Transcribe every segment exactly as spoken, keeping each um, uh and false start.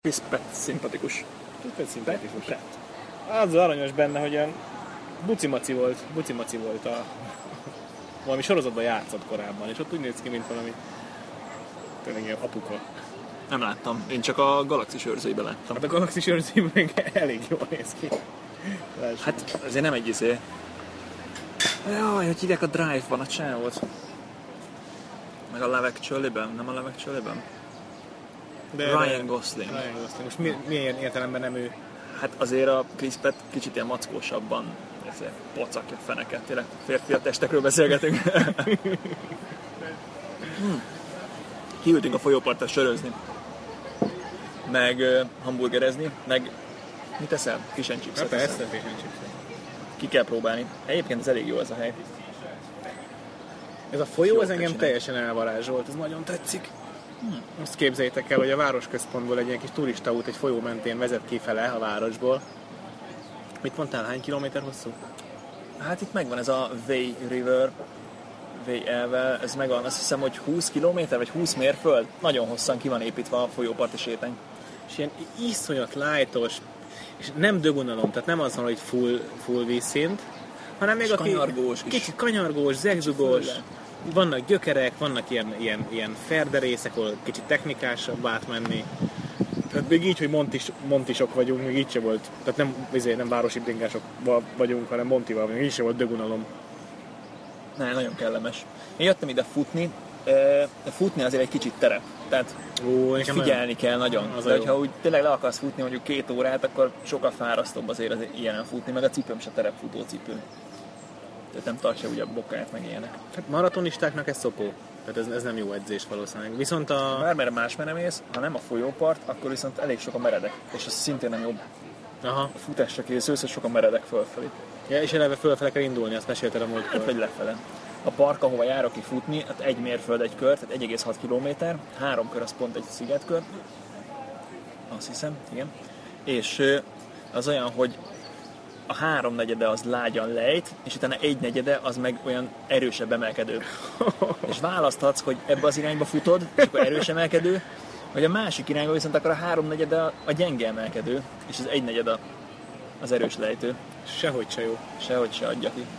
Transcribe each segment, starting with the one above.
Chris Pratt szimpatikus. Chris Pratt szimpatikus. Az az aranyos benne, hogy olyan bucimaci volt, bucimaci volt a... valami sorozatban játszott korábban, és ott úgy néz ki, mint valami tényleg ilyen apuka. Nem láttam, én csak a Galaxis őrzőiben láttam. Hát a Galaxis őrzőiben még elég jól néz ki. Lássuk. Hát azért nem egy izé. Jaj, hogy hívják, a Drive-ban a csávot. Meg a Levek csöliben, nem a Levek csöliben? De Ryan Gosling. Ryan Gosling. Most mi, milyen értelemben nem ő? Hát azért a Chris Pratt kicsit ilyen mackósabban pocakja feneket. Tényleg férfiak testekről beszélgetünk. hmm. Kiültünk a folyópartra sörözni. Meg uh, hamburgerezni. Meg mit eszel? Fish and chipset. Persze, fish and chipset. Ki kell próbálni. Egyébként ez elég jó ez a hely. Ez a folyó, ez engem teljesen elvarázsolt. Ez nagyon tetszik. Hmm. Azt képzeljétek el, hogy a városközpontból egy ilyen kis turistaút egy folyó mentén vezet kifele a városból. Mit mondtál, hány kilométer hosszú? Hát itt megvan ez a Way River, Way elvel, ez megvan, azt hiszem, hogy húsz kilométer vagy húsz mérföld, nagyon hosszan ki van építve a folyóparti sétány. És ilyen iszonyat lájtos, és nem dögunalom, tehát nem az van, hogy full, full vízszint, hanem még és aki kanyargós kicsit kanyargós, zegzugós, vannak gyökerek, vannak ilyen, ilyen, ilyen ferderészek, ahol kicsit technikásabb átmenni. Tehát még így, hogy montis, montisok vagyunk, még így se volt, tehát nem, azért nem városi bringások vagyunk, hanem montival, még így se volt dögunalom. Ne, nagyon kellemes. Én jöttem ide futni, de futni azért egy kicsit terep, tehát Ó, figyelni nagyon kell nagyon. De hogyha úgy tényleg le akarsz futni mondjuk két órát, akkor sokkal fárasztóbb azért az ilyenen futni, meg a cipőm se terepfutó cipő. Tehát nem tartsa ugye a bokáját meg ilyenek. Hát maratonistáknak ez szopó. Tehát ez, ez nem jó edzés valószínűleg. Viszont a... Már mert más menemész, ha nem a folyópart, akkor viszont elég sok a meredek. És az szintén nem jobb. Aha. A futásra készülsz, hogy sok a meredek fölfelé. Ja, és eleve fölfele kell indulni, azt mesélted a múltkor. Hát vagy lefele. A park, ahova járok ki futni, hát egy mérföld egy kör, tehát egy egész hat kilométer. Három kör az pont egy szigetkör. Azt hiszem, igen. És az olyan, hogy a háromnegyede az lágyan lejt, és utána egy negyede az meg olyan erősebb emelkedő. És választhatsz, hogy ebbe az irányba futod, és akkor erős emelkedő, vagy a másik irányba viszont akkor a háromnegyede a gyenge emelkedő, és az egy negyed az erős lejtő. Sehogy se jó. Sehogy se adja ki.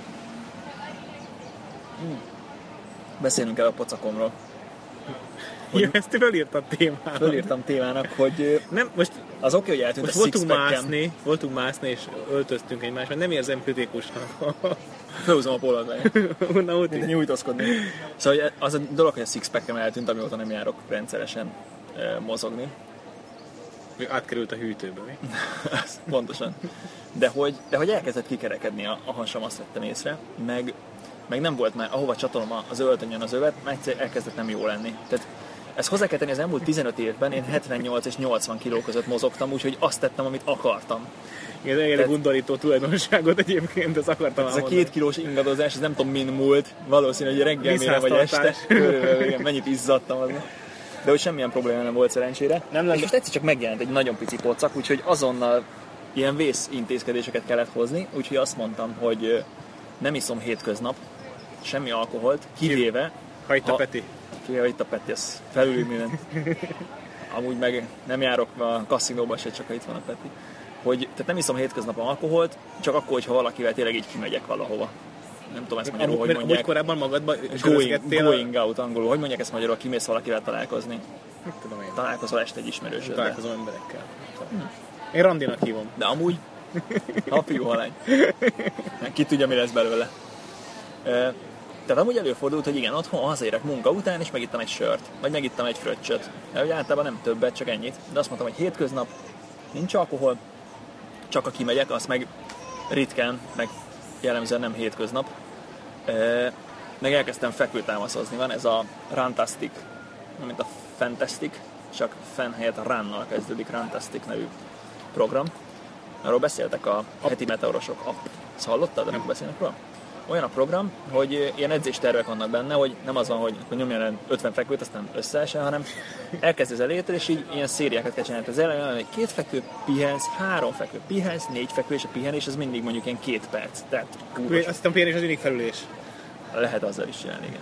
Hmm. Beszélnünk el a pocakomról. Hogy... Ja, ezt fölírtam témának. Fölírtam témának, hogy nem, most az oké, hogy eltűnt a voltunk mászni, voltunk mászni, és öltöztünk egymást, mert nem érzem kritikusnak. Felhúzom a pólót, Na, ott nyújtózkodni. Szóval az a dolog, hogy a sixpackem eltűnt, amióta nem járok rendszeresen e, mozogni. Átkerült a hűtőbe, mi? Pontosan. De hogy, de hogy elkezdett kikerekedni a, a hasam, azt vettem észre, meg, meg nem volt már, ahova csatolom az öltönyön az övet, meg elkezdett nem jó lenni. Tehát ezt hozzá kell tenni, az elmúlt tizenöt évben én hetvennyolc és nyolcvan kiló között mozogtam, úgyhogy azt tettem, amit akartam. Igen, ez egy undorító tulajdonságot egyébként, ez akartam Ez a két kilós ingadozás, ez nem tudom min múlt, valószínű, hogy reggel mire vagy este, körülbelül mennyit izzadtam az. De hogy semmilyen probléma nem volt szerencsére. Nem és most egyszer csak megjelent egy nagyon pici pocak, úgyhogy azonnal ilyen vészintézkedéseket kellett hozni, úgyhogy azt mondtam, hogy nem iszom hétköznap semmi alkoholt, kivéve... Ha itt a Peti. Kivéve itt a Peti, ez felülül mindent. Amúgy meg nem járok a kaszinóba se, csak ha itt van a Peti. Hogy, tehát nem iszom hétköznap alkoholt, csak akkor, hogyha valakivel tényleg így kimegyek valahova. Nem tudom ezt magyarul, hogy mondják. Amúgy korábban magadban going, going out angolul. Hogy mondják ezt magyarul, kimész valakivel találkozni? Mit tudom én. Találkozol este egy ismerősöddel. Találkozom emberekkel. Hm. Én randinak hívom. De amúgy, ha fiú, ha lány. Ki tudja, mi lesz belőle. Tehát amúgy előfordult, hogy igen, otthon hazérek munka után, és megittam egy sört. Vagy megittam egy fröccsöt. Mert ugye általában nem többet, csak ennyit. De azt mondtam, hogy hétköznap nincs alkohol, csak ha kimegyek, azt meg ritkán, meg jellemzően nem hétköznap. E, meg elkezdtem fekvőtámaszozni. Van ez a Runtastic, mint a Fantastic, csak Fan helyett a Runnal kezdődik, Runtastic nevű program. Arról beszéltek a heti meteorosok app. Ezt hallottad, amikor beszélnek róla? Olyan a program, hogy ilyen edzéstervek vannak benne, hogy nem az van, hogy nyomjál ötven fekvőt, aztán összeesen, hanem elkezdesz el létre, és így ilyen szériákat kell csinálni. Az elején, hogy két fekvő pihensz, három fekvő pihensz, négy fekvő, és a pihenés az mindig mondjuk ilyen két perc. Tehát azt hiszem, pihenés az mindig felülés. Lehet azzal is csinálni, igen.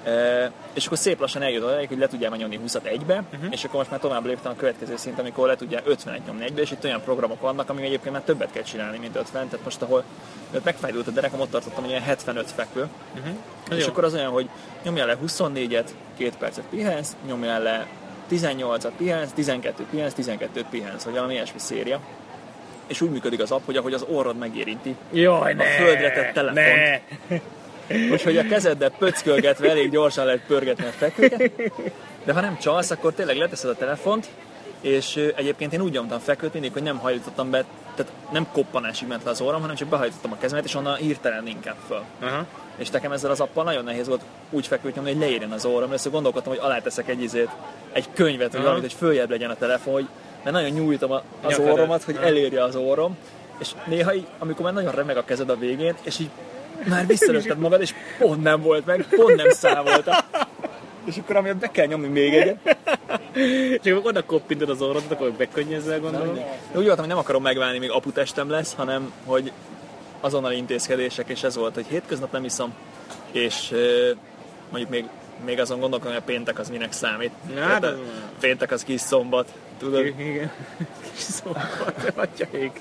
E, és akkor szép lassan eljött odáig, hogy le tudjál nyomni húszat egybe, uh-huh. és akkor most már tovább léptem a következő szint, amikor le tudjál ötvenet nyomni egybe, és itt olyan programok vannak, amik egyébként már többet kell csinálni, mint ötven, tehát most ahol megfájdult a derekam, ott tartottam, hogy ilyen hetvenöt fekvő, uh-huh. és jó. Akkor az olyan, hogy nyomjál le huszonnégyet, két percet pihensz, nyomjál le tizennyolcat pihensz, tizenkettőt pihensz, tizenkettőt pihensz, vagy valami ilyesmi széria. És úgy működik az app, hogy ahogy az orrod megérinti Jaj, a ne, földre tett telefont, úgyhogy a kezeddel pöckölgetve elég gyorsan lehet pörgetni a fekvőket, de ha nem csalsz, akkor tényleg leteszed a telefont, és egyébként én úgy nyomtam fekvőt mindig, hogy nem hajlítottam be, tehát nem koppanásig ment le az orrom, hanem csak behajtottam a kezemet, és onnan hirtelen inkább föl. Uh-huh. És nekem ezzel az appal nagyon nehéz volt úgy fekvőt nyomni, hogy leérjen az orrom, és gondolkodtam, hogy aláteszek egy izét, egy könyvet, vagy uh-huh. valamit, hogy följebb legyen a telefon, hogy mert nagyon nyújtom az Nyakadod. orromat, hogy elérje az orrom, és néha így, amikor már nagyon remeg a kezed a végén, és így már visszalőtted magad, és pont nem volt meg, pont nem számolta. És akkor amiatt be kell nyomni még egyet. És akkor oda koppintod az orrodat, akkor bekönnyezel, gondolom. De úgy voltam, hogy nem akarom megválni, még aputestem lesz, hanem hogy azonnali intézkedések, és ez volt, hogy hétköznap nem iszom, és mondjuk még, még azon gondolkodom, hogy a péntek az minek számít. Na, de... Péntek az kis szombat, tudod? Igen, kis szombat, atyaik.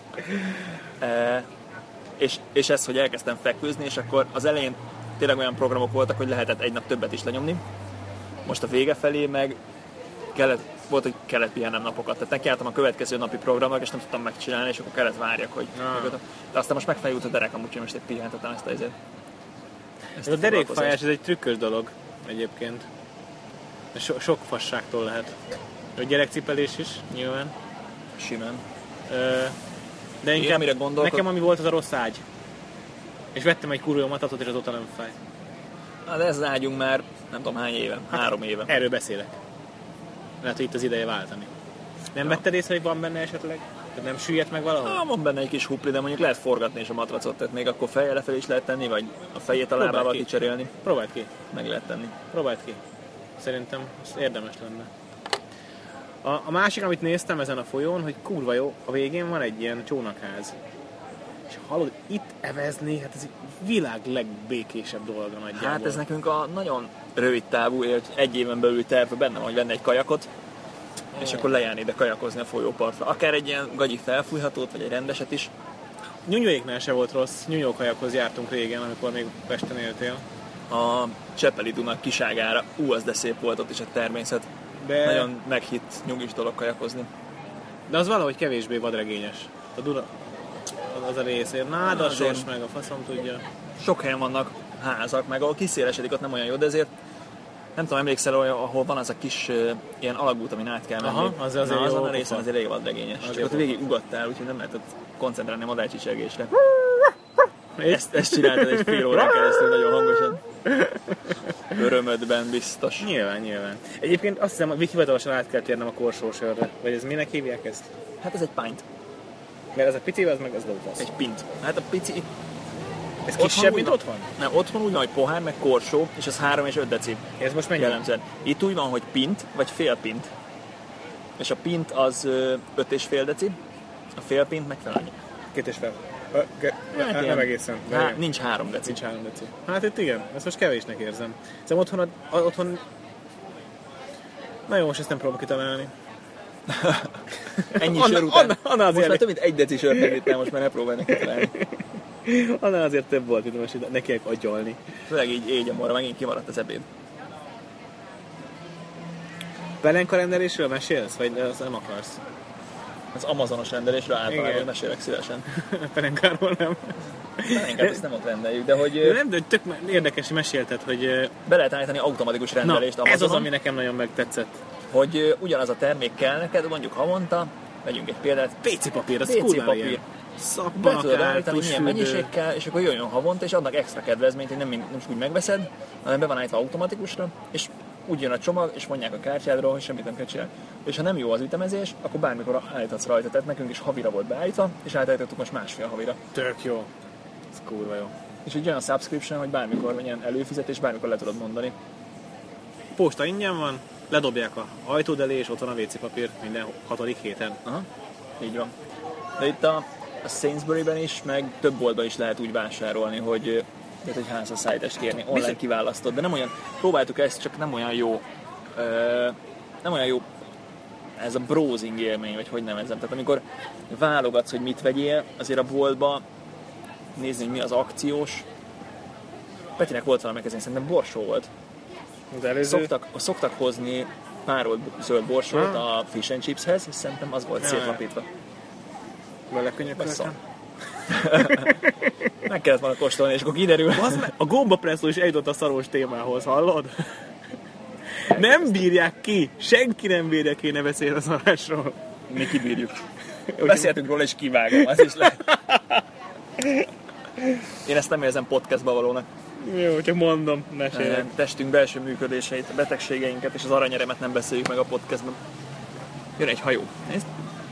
E, és, és ez, hogy elkezdtem fekvőzni, és akkor az elején tényleg olyan programok voltak, hogy lehetett egy nap többet is lenyomni. Most a vége felé meg kellett, volt, hogy kellett pihennem napokat. Tehát nekiálltam a következő napi programnak, és nem tudtam megcsinálni, és akkor kellett várjak, hogy... No. De aztán most megfejült a derekam, úgyhogy most egy pihentetem ezt a izét. Ez a derékfájás, ez egy trükkös dolog egyébként. So, sok fasságtól lehet. A gyerekcipelés is, nyilván. Simán. Ö, de inkább mire nekem ami volt, az a rossz ágy. És vettem egy kurva jó matatot, és azóta nem fáj. Na, de ez az ágyunk már nem tudom hány éve, hát, három éve. Erről beszélek. Lehet, hogy itt az ideje váltani. Nem ja. vetted észre, hogy van benne esetleg? Tehát nem süllyedt meg valahol? Na, van benne egy kis hupli, de mondjuk lehet forgatni is a matracot, tehát még akkor fejjel lefelé is lehet tenni, vagy a fejét a lábával ki. kicserélni. Próbáld ki. Meg lehet tenni. Próbáld ki. Szerintem ez érdemes lenne. A, a másik, amit néztem ezen a folyón, hogy kurva jó, a végén van egy ilyen csónakház. És hallod, itt evezni, hát ez egy világ legbékésebb dolga nagyjából. Hát ez nekünk a nagyon rövid távú, egy éven belül terve benne van, hogy venne egy kajakot, oh. és akkor lejárni ide kajakozni a folyópartra. Akár egy ilyen gagyi felfújhatót, vagy egy rendeset is. Nyúnyóéknál se volt rossz, nyúnyókajakhoz jártunk régen, amikor még Pesten éltél. A Csepeli Duna kiságára, ú, az de szép volt ott is a természet. De... Nagyon meghitt, nyugis dolog kajakozni. De az valahogy kevésbé vadregényes. A Duna... az a részért. Nádasos, meg a faszom tudja. Sok helyen vannak házak, meg ahol kiszélesedik, ott nem olyan jó, de ezért nem tudom, emlékszel, ahol van az a kis uh, ilyen alagút, amin át kell menni. Aha, az azért Na, jó. azon a részen azért elég vadregényes. Csak ott végig ugattál, úgyhogy nem lehetett koncentrálni a madárcsicsergésre. Ezt, ezt csináltad egy fél órán keresztül nagyon hangosan. Örömödben biztos. Nyilván, nyilván. Egyébként azt hiszem, hogy hivatalosan át kell térnem a korsósörre. Vagy ez minek hívják ezt? Hát ez egy pint. Mert ez a pici, az meg az lófasz. Egy pint. Hát a pici... Ez kisebb, mint otthon? Nem, otthon úgy van, hogy pohár, meg korsó, és az három és öt deci. Ez most mennyi? Jellemzően. Itt úgy van, hogy pint, vagy fél pint. És a pint az öt és fél deci, a fél pint meg fel annyi. Két és fél. Hát nem egészen. Há, nincs három deci. Nincs három deci. Hát itt igen, ezt most kevésnek érzem. Szóval otthon, a, otthon... Na jó, most ezt nem próbálom kitalálni. Ennyi sör után. Anna, Anna most már több mint egy deci sört megittem, most már ne próbálj neki kitalálni. Annál azért több volt, mint most ne kell agyalni. Főleg így égy a mora, megint kimaradt az ebéd. Pelenka rendelésről mesélsz? Vagy azt nem akarsz? Az amazonos rendelésről általában mesélek szívesen. Pelenkáról nem. Pelenkát ezt nem ott rendeljük, de hogy... Nem, de tök érdekes, hogy mesélted, hogy... Be lehet állítani automatikus rendelést na, Amazonon. Ez az, ami nekem nagyon megtetszett. Hogy ugyanaz a termék kell neked, mondjuk havonta, vegyünk egy példát. pé cé papír, az kurva papír. Be tudod állítani milyen mennyiség kell, és akkor jöjjön havonta, és adnak extra kedvezményt, hogy nem, nem csak úgy megveszed, hanem be van állítva automatikusra, és úgy jön a csomag, és mondják a kártyádról, hogy semmit nem kell csinálni. És ha nem jó az ütemezés, akkor bármikor állíthatsz rajta. Tehát nekünk is havira volt beállítva, és átállítottuk most másfél havira. Tök jó. Ez kurva jó. És egy olyan subscription, hogy bármikor ilyen előfizetés, bármikor le tudod mondani. Posta ingyen van, ledobják a ajtód elé, és ott van a vé cé papír minden hatodik héten. Aha, így van. De itt a, a Sainsbury-ben is, meg több boltban is lehet úgy vásárolni, hogy Tehát, hogy házas szállítást kérni, online kiválasztott, de nem olyan, próbáltuk ezt, csak nem olyan jó, ö, nem olyan jó ez a browsing élmény, vagy hogy nevezzem. Tehát amikor válogatsz, hogy mit vegyél, azért a boltba nézni, hogy mi az akciós. Petinek volt valami kezdeni, szerintem borsó volt. Az előző... Szoktak, szoktak hozni párolt zöld borsót ha. a fish and chipshez, és szerintem az volt ja, szétlapítva. Vele könyököltem. Meg kellett volna kóstolni, és akkor kiderül. A gombapresszó is eljutott a szarós témához, hallod? Nem bírják ki, senki nem bírja ki, ne beszél a szarásról. Mi kibírjuk. Beszéltünk róla, és kivágom, az is lehet. Én ezt nem érzem podcastba valónak. Jó, csak mondom, mesélek. Testünk belső működéseit, a betegségeinket és az aranyeremet nem beszéljük meg a podcastban. Jön egy hajó. Nézd.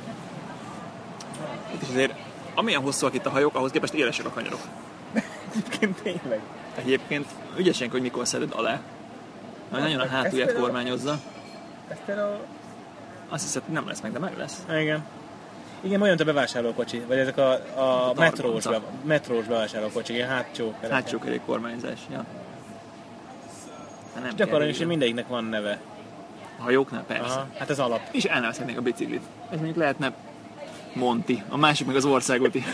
Itt is azért, amilyen hosszúak itt a hajók, ahhoz képest élesek a kanyarok. Egyébként tényleg. Egyébként ügyesen, hogy mikor szeded alá. Nagyon a hátulját kormányozza. Ez például... Azt hiszed, hogy nem lesz meg, de meg lesz. Igen. Igen, olyan, mint a bevásárlókocsi, vagy ezek a, a, a metrós, be, metrós bevásárlókocsik, ilyen hátsó kerék. Hátsó kerék kormányzás, ja. Gyakorlatilag is mindegyiknek van neve. A hajóknál persze. Aha, hát ez alap. És elnevezhetnék a biciklit. Ez mondjuk lehetne Monti, a másik meg az országúti.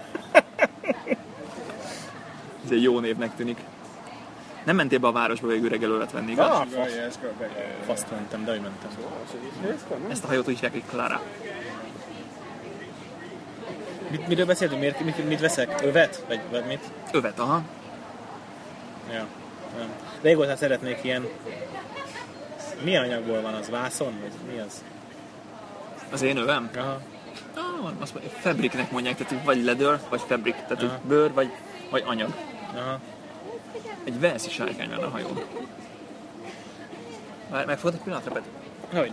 Ez egy jó névnek tűnik. Nem mentél be a városba végül reggelőret venni, igaz? Ah, faszt mentem, de hogy mentem. Ezt a hajót úgy hívják, hogy Clara. Mit, miről beszéltünk? Miért, mit, mit veszek? Övet? Vagy, vagy mit? Övet, aha. Ja, nem. De régóta szeretnék ilyen... Milyen anyagból van az? Vászon? Vagy mi az? Az én övem? Aha. Ah, azt mondja, fabricnek mondják, tehát vagy leather, vagy fabric, tehát aha. bőr, vagy, vagy anyag. Aha. Egy velszi sárkány van a hajón. Már megfogod egy pillanatra, Peti? Hogy?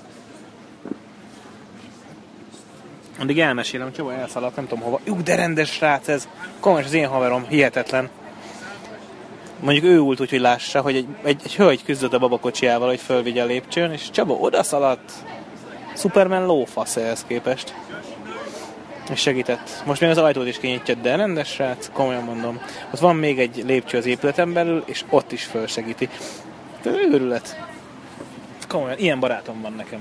Addig elmesélem, Csaba elszaladt, nem tudom hova. Jú, de rendes srác ez. Komolyan, az én haverom, hihetetlen. Mondjuk ő ült úgy, hogy lássa, hogy egy, egy, egy hölgy küzdött a babakocsiával, hogy fölvigye a lépcsőn, és Csaba odaszaladt. Superman lófasz ehhez képest. És segített. Most még az ajtót is kinyitja, de rendes srác, komolyan mondom. Ott van még egy lépcső az épületen belül, és ott is fölsegíti. De őrület. Komolyan, ilyen barátom van nekem.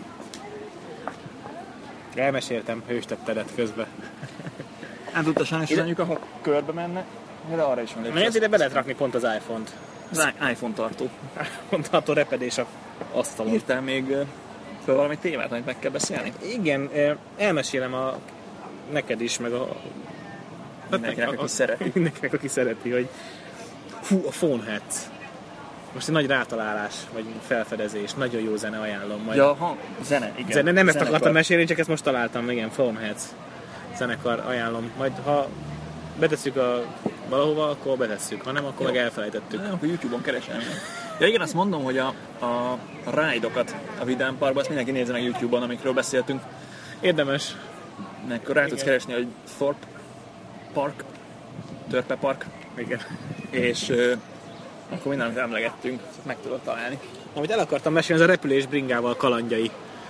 Elmeséltem hőstettedet közben. Hát tudta sajnos az anyuka, ha körbe menne, de arra is van lépcső. Mert ide be lehet rakni pont az iPhone-t. Az iPhone tartó. iPhone tartó repedés a asztalon. Írtál még föl valami témát, amit meg kell beszélni? Igen, elmesélem a neked is, meg a... Mindenkinek, aki szereti. Mindenkinek, aki szereti, hogy fú, a Phone Hats. Most egy nagy rátalálás, vagy felfedezés, nagyon jó zene, ajánlom. Majd... Ja, ha, zene, igen. Zene, nem ezt Zenekar. akartam mesélni, csak ezt most találtam, igen, Phone Hats zenekar, ajánlom. Majd ha betesszük a valahova, akkor betesszük, ha nem, akkor jó. Meg elfelejtettük. Ja, akkor YouTube-on keresem. Ja igen, azt mondom, hogy a, a ride-okat a Vidám Parkban, azt mindenki nézze meg YouTube-on, amikről beszéltünk. Érdemes. Meg rá igen. Tudsz keresni, hogy Thorpe Park, Törpe Park. Igen. És uh, akkor minden, amit emlegettünk, meg tudod találni. Amit el akartam mesélni, az a repülés bringával kalandjai.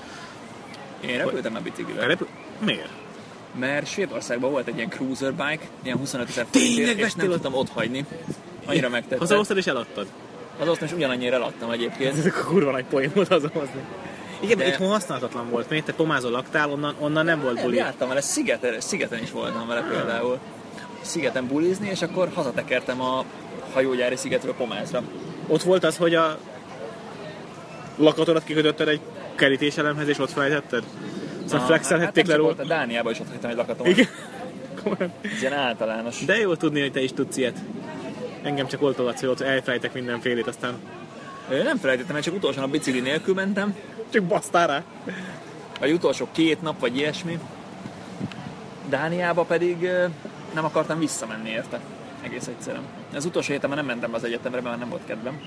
Én repültem már biciklivel. Repül... Miért? Mert Svédországban volt egy ilyen cruiser bike, ilyen huszonöt ezer forintért, és nem tudtam ott hagyni. Annyira megtetszett. Hazahoztad és eladtad? Hazahoztam, és ugyanannyira eladtam egyébként. Ez a kurva nagy poén volt hazahozni. Igen, de itthon használhatatlan volt. Miért te Pomázon laktál, onnan, onnan nem volt buli. Nem, jártam vele, Szigeten, Szigeten is voltam vele például. Szigeten bulizni, és akkor hazatekertem a hajógyári szigetről Pomázra. Ott volt az, hogy a lakatodat kikötötted egy kerítéselemhez, és ott felejtetted? Szóval flexelhették le róla. A Dániában is ott hagytam egy lakatomat. Igen. Ez ilyen általános. De jó tudni, hogy te is tudsz ilyet. Engem csak oltogatsz, hogy ott elfelejtek mindenfélét, aztán... Nem felejtettem, mert csak utolsóan a bicikli nélkül mentem. Csak basztál rá. Vagy utolsó két nap, vagy ilyesmi. Dániába pedig nem akartam visszamenni érte. Egész egyszerűen. Az utolsó héten nem mentem be az egyetemre, mert nem volt kedvem.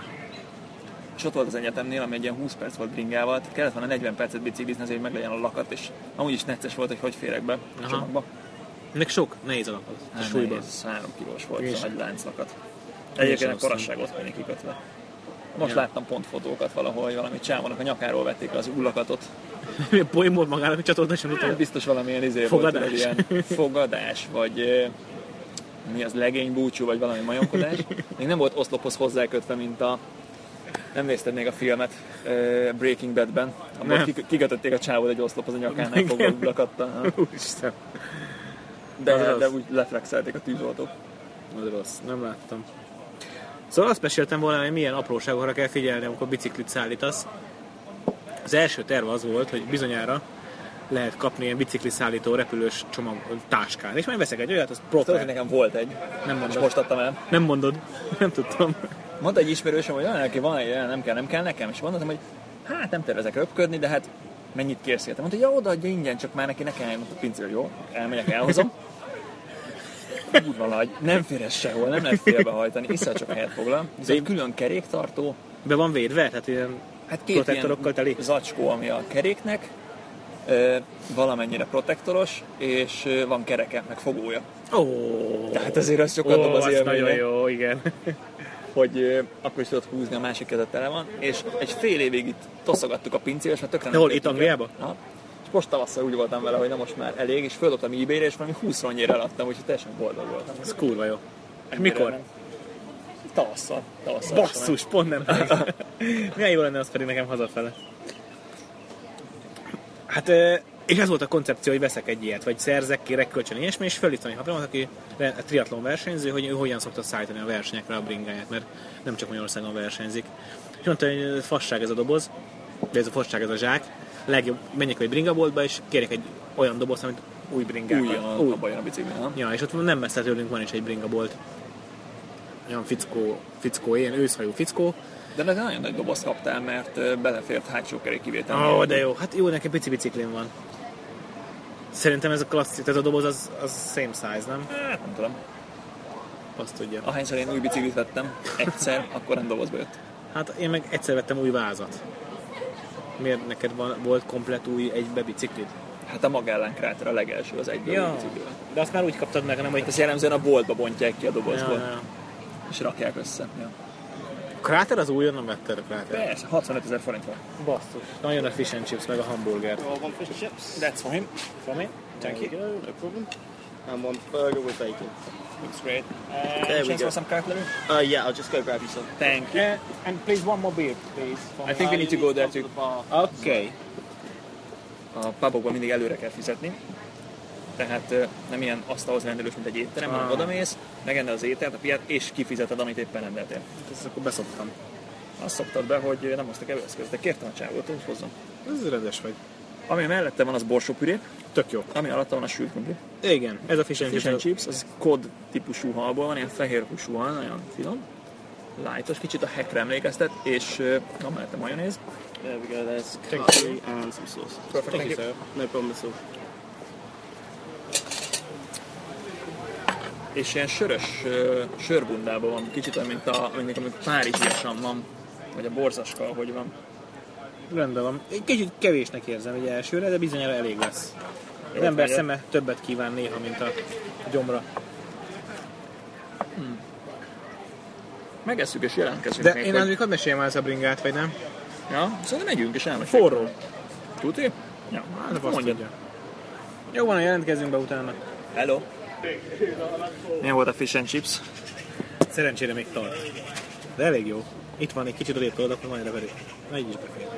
És ott volt az egyetemnél, ami egy ilyen húsz perc volt bringával, tehát kellett volna negyven percet biciklizni, azért, hogy meg legyen a lakat, és amúgy is necces volt, hogy hogy férek be a csomagba. Meg sok, nehéz a lakat. Hát nehéz, három kilós volt a nagy lánclakat. Egyébként a parasságot venni kikötve. Most ja. Láttam pont fotókat valahol, hogy valami csámónak a nyakáról vették le az ullakatot. Milyen poén volt magának, hogy csatoltáson utána? Biztos valamilyen izé fogadás. volt, ilyen fogadás, vagy mi az, legény búcsú, vagy valami majomkodás. Még nem volt oszlophoz hozzákötve, mint a... Nem nézted még a filmet uh, Breaking Badben, abban kikötötték a csávót egy oszlophoz a nyakánál, fogva lakatta. Úristen. De, de úgy leflexelték a tűzoltók. Az rossz, nem láttam. Szóval azt meséltem volna, hogy milyen apróságokra kell figyelni, amikor biciklit szállítasz. Az első terv az volt, hogy bizonyára lehet kapni ilyen bicikliszállító repülős csomag táskát. És majd veszek egy olyat, az proper. Tudod, nekem volt egy. Nem mondod. És most adtam el. Nem mondod. Nem tudtam. Mondta egy ismerősöm, hogy olyan, neki van egy, nem kell, nem kell nekem. És mondtam, hogy hát nem tervezek röpködni, de hát mennyit kérsz érte? Mondta, hogy ja, odaadja ingyen, csak már neki ne kell. Mondta, pincél, jó, elmegyek, elhozom. Kurva nagy, nem fér ez sehol, nem lehet félbehajtani, iszonyat csak helyet foglal. Viszont külön keréktartó. Be van védve? Tehát ilyen hát két protektorokkal teli? Zacskó, ami a keréknek, valamennyire protektoros, és van kereke, meg fogója. Ó, oh, tehát azért az sokat dob az élményre. Nagyon jó, igen. Hogy akkor is tudod húzni, a másik kezet tele van, és egy fél évig itt toszogattuk a pincéles, mert tökre nem. Hol, itt Angliában? És most tavasszal úgy voltam vele, hogy na most már elég, és földobtam eBay-re, és valami húsz rongyért eladtam, úgyhogy teljesen boldog voltam. Ez kurva jó. Mikor? Nem. Tavasszal. Tavasszal. Basszus, pont nem. Milyen jó lenne az pedig nekem hazafele. Hát, és ez volt a koncepció, hogy veszek egy ilyet, vagy szerzek, kérek kölcsön ilyesmi, és felhívtam egy haveromat, aki triatlon versenyző, hogy ő hogyan szokta szállítani a versenyekre a bringáját, mert nem csak Magyarországon versenyzik. És mondta, hogy fasság ez a doboz, de ez a fasság ez a zsák, legjobb, menjek egy bringaboltba, és kérek egy olyan dobozt, amit új bringában. Új, a, új. Abban jön a bicikli, nem? Ja, és ott nem messze tőlünk van is egy bringabolt. Olyan fickó, fickó, ilyen őszhajú fickó. De nagyon nagy dobozt kaptál, mert belefért hátsó kerék kivétel. Ó, oh, de jó. Hát jó, nekem pici biciklin van. Szerintem ez a klasszik, tehát a doboz az, az same size, nem? Hát nem tudom. Azt tudja. Ahányszor én új biciklit vettem, egyszer, akkor nem dobozba jött. Hát én meg egyszer vettem új vázat. Miért neked van, volt komplet új egybe biciklid? Hát a Magellan Kráter a legelső, az egyből ja, biciklivel. De azt már úgy kaptad meg, nem, hogy... Hát ezt jellemzően a boltba bontják ki a dobozból. Ja, ja. És rakják össze. Ja. A Kráter az újon, nem vetted a Kráter? Persze, hatvanötezer forint van. Basszus. Nagyon a fish and chips, meg a hamburger. Well, one fish and chips. That's for him. For me? Thank you. There you go, no problem. And one burger with bacon. Looks great. Uh, there we chance go. for some cutlery? Uh, yeah, I'll just go grab you some. Thank you. Uh, and please one more beer, please. I think we need to go there too. Okay. A pubokban mindig előre kell fizetni. Tehát nem ilyen asztalhoz rendelős, mint egy étterem, hanem odamész, megennél az ételt, a piát, és kifizeted, amit éppen rendeltél. Ezt akkor beszoptam. Azt szoktad be, hogy nem hoztak evőeszközt, de kértem a csávót, hogy hozzam. Ez rendes vagy. Ami mellette van, az borsópüré. Tök jó. Ami alatta van a sült krumpli. Igen, ez a fish and, fish and chips. Az kod típusú halból van, ilyen fehér húsú hal, nagyon finom. Lightos, kicsit a hackre emlékeztet, és van mellette majonéz. There we go, there's cutlery and some sauce. Perfect, thank you, sir. No problem at all. És ilyen sörös uh, sörbundában van, kicsit olyan, mint a, mint a párizsiasan van, vagy a borzaska, ahogy van. Rendben van. Egy kicsit kevésnek érzem egy elsőre, de bizonyára elég lesz. Az ember szeme többet kíván néha, mint a gyomra. Hmm. Megesszük és jelentkezünk. De még, én hogy... azért hadd meséljem el ezt a bringát, vagy nem? Ja, szerintem megyünk és elmeséljük. Forró. Tuti? Ja, hát azt tudja. Jó van, jelentkezzünk be utána. Hello. Milyen volt a fish and chips? Szerencsére még tart. De elég jó. Itt van, egy kicsit odébb tudod, akkor majd leverjük. Na így is befér.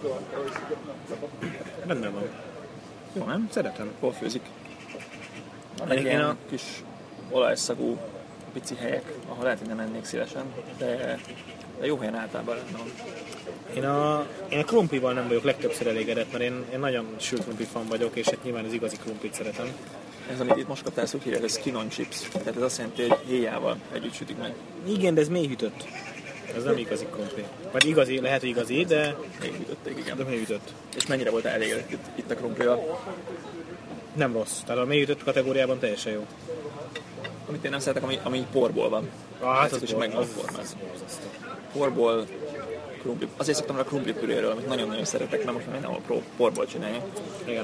Rendben van. Jó, nem? Szeretem. Hol főzik? Van egy ilyen a... kis olajszagú pici helyek, ahol lehet, hogy nem ennék szívesen, de, de jó helyen általában lenne. Én a, én a krumplival nem vagyok legtöbbször elégedett, mert én, én nagyon sült krumpli fan vagyok, és hát nyilván az igazi krumplit szeretem. Ez, amit itt most kaptál, ezt úgy hívják, ez skin on chips. Tehát ez azt jelenti, hogy héjával együtt sütik meg. Igen, de ez mély hűtött. Ez nem igazi krumpli. Vagy igazi, lehet, hogy igazi, de... Mély hűtötték, igen. De mély hűtött. És mennyire voltál elégedett itt, itt a krumplival? Nem rossz. Tehát a mély hűtött kategóriában teljesen jó. Amit én nem szeretek, ami, ami porból van. Ah, hát az, is por, meg az, formál. az, az, az porból krumpli. Azért szoktam a krumpli püréről, amit nagyon-nagyon szeretek, mert most már mindenhol porból csinálják. Igen.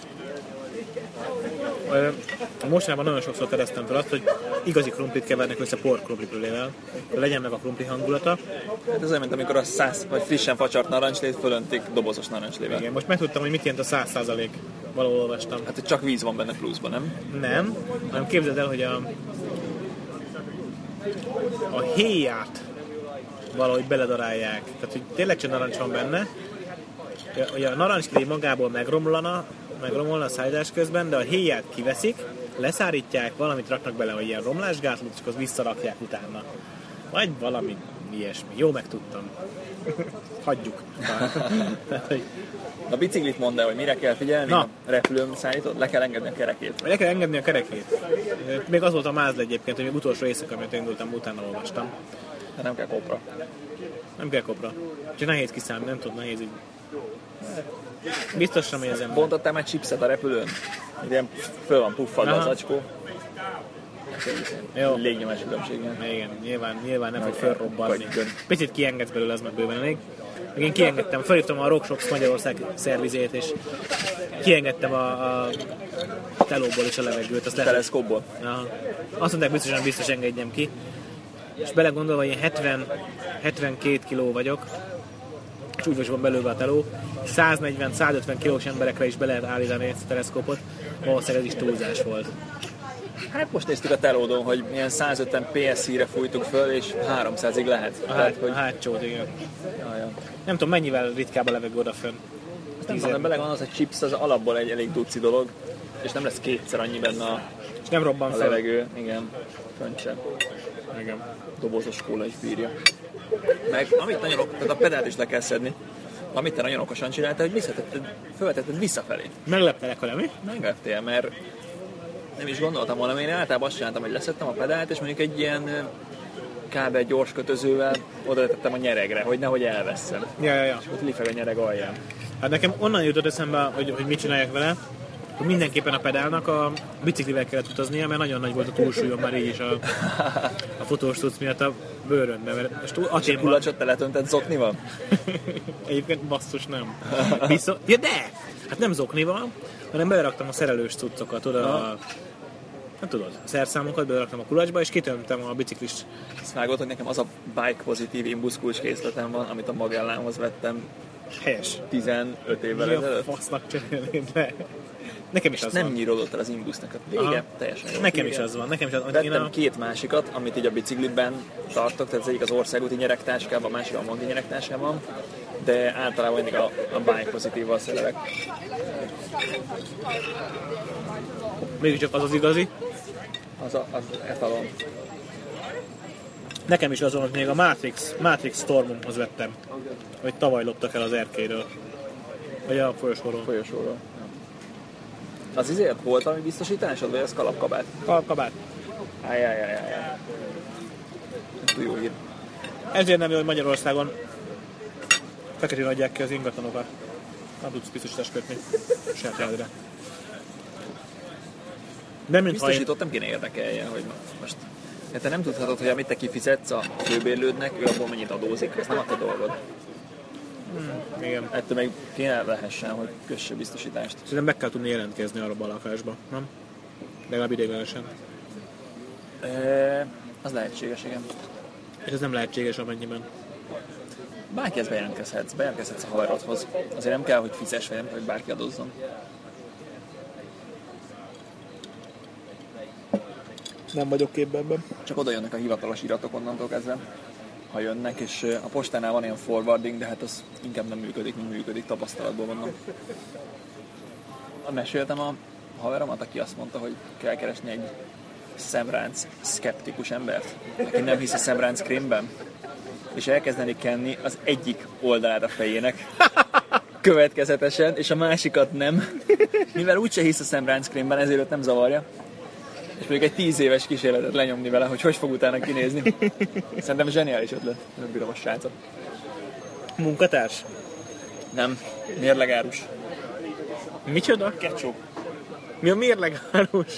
Mostanában nagyon sokszor tereztem fel azt, hogy igazi krumplit kevernek össze por krumplipülével, hogy legyen meg a krumpli hangulata. Hát ez olyan, mint amikor a száz vagy frissen facsart narancslét fölöntik dobozos narancslével. Igen, most megtudtam, hogy mit jelent a száz százalék. Valahol olvastam. Hát, hogy csak víz van benne pluszban, nem? Nem, hanem képzeld el, hogy a a héját valahogy beledarálják. Tehát, hogy tényleg csak narancs van benne. Ugye a narancskréj magából megromlana, megromolna a szállítás közben, de a héját kiveszik, leszárítják, valamit raknak bele, hogy ilyen romlásgátlót, és akkor visszarakják utána. Vagy valami ilyesmi. Jó, megtudtam. Hagyjuk. Tehát, hogy... A biciklit mondd el, hogy mire kell figyelni, Na. a repülőn szállítod, le kell engedni a kerekét. Le kell engedni a kerekét. Még az volt a mázl egyébként, hogy még utolsó éjszaka, amit indultam, utána olvastam. De nem kell kopra. Nem kell kopra. Csak nehéz kiszállni, nem tud, nehéz így. Biztosan, hogy az ember. Bontottál már chipset a repülőn? Ilyen föl van puffadva Aha. az acskó. Jó. Légnyomás különbségen. Igen, nyilván, nyilván nem fog Vagy- felrobbanni. vagy gön. Picit kiengedsz belőle, az meg bőven elég. Meg én kiengedtem, felhívtam a Rockshox Magyarország szervizét, és kiengedtem a, a telóból is a levegőt. Azt lehet, Teleszkópból. Aha. Azt mondták, biztosan biztos engedjem ki. És belegondolva, hogy én hetven, hetvenkét kiló vagyok, és úgy van belőle a teló, száznegyven-százötven kilós emberekre is be lehet állítani ezt a teleszkópot, valószínűleg ez is túlzás volt. Hát most néztük a telódon, hogy milyen százötven pé es i-re fújtuk föl, és háromszázig lehet. A, Tehát, hát, hogy... a hátsót, igen. Ja, ja. Nem tudom, mennyivel ritkább a levegő odafönn. Nem tudom, belegondolom, az, hogy chips az alapból egy elég duci dolog, és nem lesz kétszer annyi benne a, És nem robban a fel. levegő. Igen, fönt sem. Igen. Dobozos kóla is bírja. Meg amit nagyon ok, tehát a pedált is le kell szedni. Amit te nagyon okosan csináltál, hogy visszatetted, fölvetetted visszafelé. Megleptelek vele, mi? Megleptél, mert nem is gondoltam volna, én általában azt csináltam, hogy leszettem a pedált, és mondjuk egy ilyen ö, kábel gyors kötözővel oda tettem a nyeregre, hogy nehogy elveszem. Ja, ja, ja. Ott lifeg a nyereg alján. Hát nekem onnan jutott eszembe, hogy, hogy mit csináljak vele, hogy mindenképpen a pedálnak a biciklivel kellett utaznia, mert nagyon nagy volt a túlsúlyom már így is a, a fotós tudsz miatt a bőrömben. Mert most És a Athénban... kulacsot te letönted zoknival? Egyébként basszus nem. Viszont... Ja de! Hát nem zoknival, hanem beleraktam a szerelős cuccokat oda a... Nem tudod, a szerszámokat beleraktam a kulacsba, és kitömtem a biciklis. Ezt vágod, hogy nekem az a bike pozitív Imbus kulcskészletem van, amit a Magellámhoz vettem Helyes. tizenöt évvel Mi a ezelőtt. fasznak cserélnéd le? Nekem is az Nem van. nyírodott el az Imbusnak a vége, Aha. teljesen jó. Nekem is az van. Nekem is az van. Én Vettem a... két másikat, amit így a bicikliben tartok, tehát az egyik az országúti nyeregtáskában, a másik a magdi nyeregtáskában, de általában mindig a, a bike pozitívval szerelek. Mégiscsak az az igazi. Az a, az etalon. Nekem is az van, hogy még a Matrix, Matrix Stormumhoz vettem. Hogy tavaly loptak el az erkéről. Vagy a folyosóról. Folyosóról. Az izért volt valami biztosításod, vagy az kalapkabát? Kabát. Ajjajajajaj. Ez jó hír. Ezért nem jó, hogy Magyarországon feketén adják ki az ingatlanokat. Nem tudsz biztosítást kötni. Sertelődre. Nem, mint ha én... Biztosított nem kéne érdekeljen, hogy most... Hát te nem tudhatod, hogy amit te kifizetsz a főbérlődnek, ő abból mennyit adózik, ez nem a te dolgod. Hmm, igen. Ettől még kéne lehessen, hogy kösse biztosítást. Szerintem meg kell tudni jelentkezni arra a lakásba, nem? Legalább ideiglenesen. E, az lehetséges, igen. És ez nem lehetséges amennyiben. Bárkihez bejelentkezhetsz, bejelentkezhetsz a haverodhoz. Azért nem kell, hogy fizess, vagy nem kell, hogy bárki adózzon. Nem vagyok képben ebben. Csak oda jönnek a hivatalos iratok onnantól kezdve, ha jönnek, és a postánál van ilyen forwarding, de hát az inkább nem működik, mint működik, tapasztalatból mondom. Meséltem a haveromat, aki azt mondta, hogy kell keresni egy szemránc szkeptikus embert, aki nem hisz a szemránc krémben, és elkezdeni kenni az egyik oldalát a fejének következetesen, és a másikat nem, mivel úgyse hisz a szemránc krémben, ezért őt nem zavarja. És még egy tíz éves kísérletet lenyomni vele, hogy hogy fog utána kinézni. Szerintem zseniális ötlet. Nem bírom a srácot. Munkatárs? Nem. Mérlegárus. Micsoda? Ketchup. Mi a mérlegárus?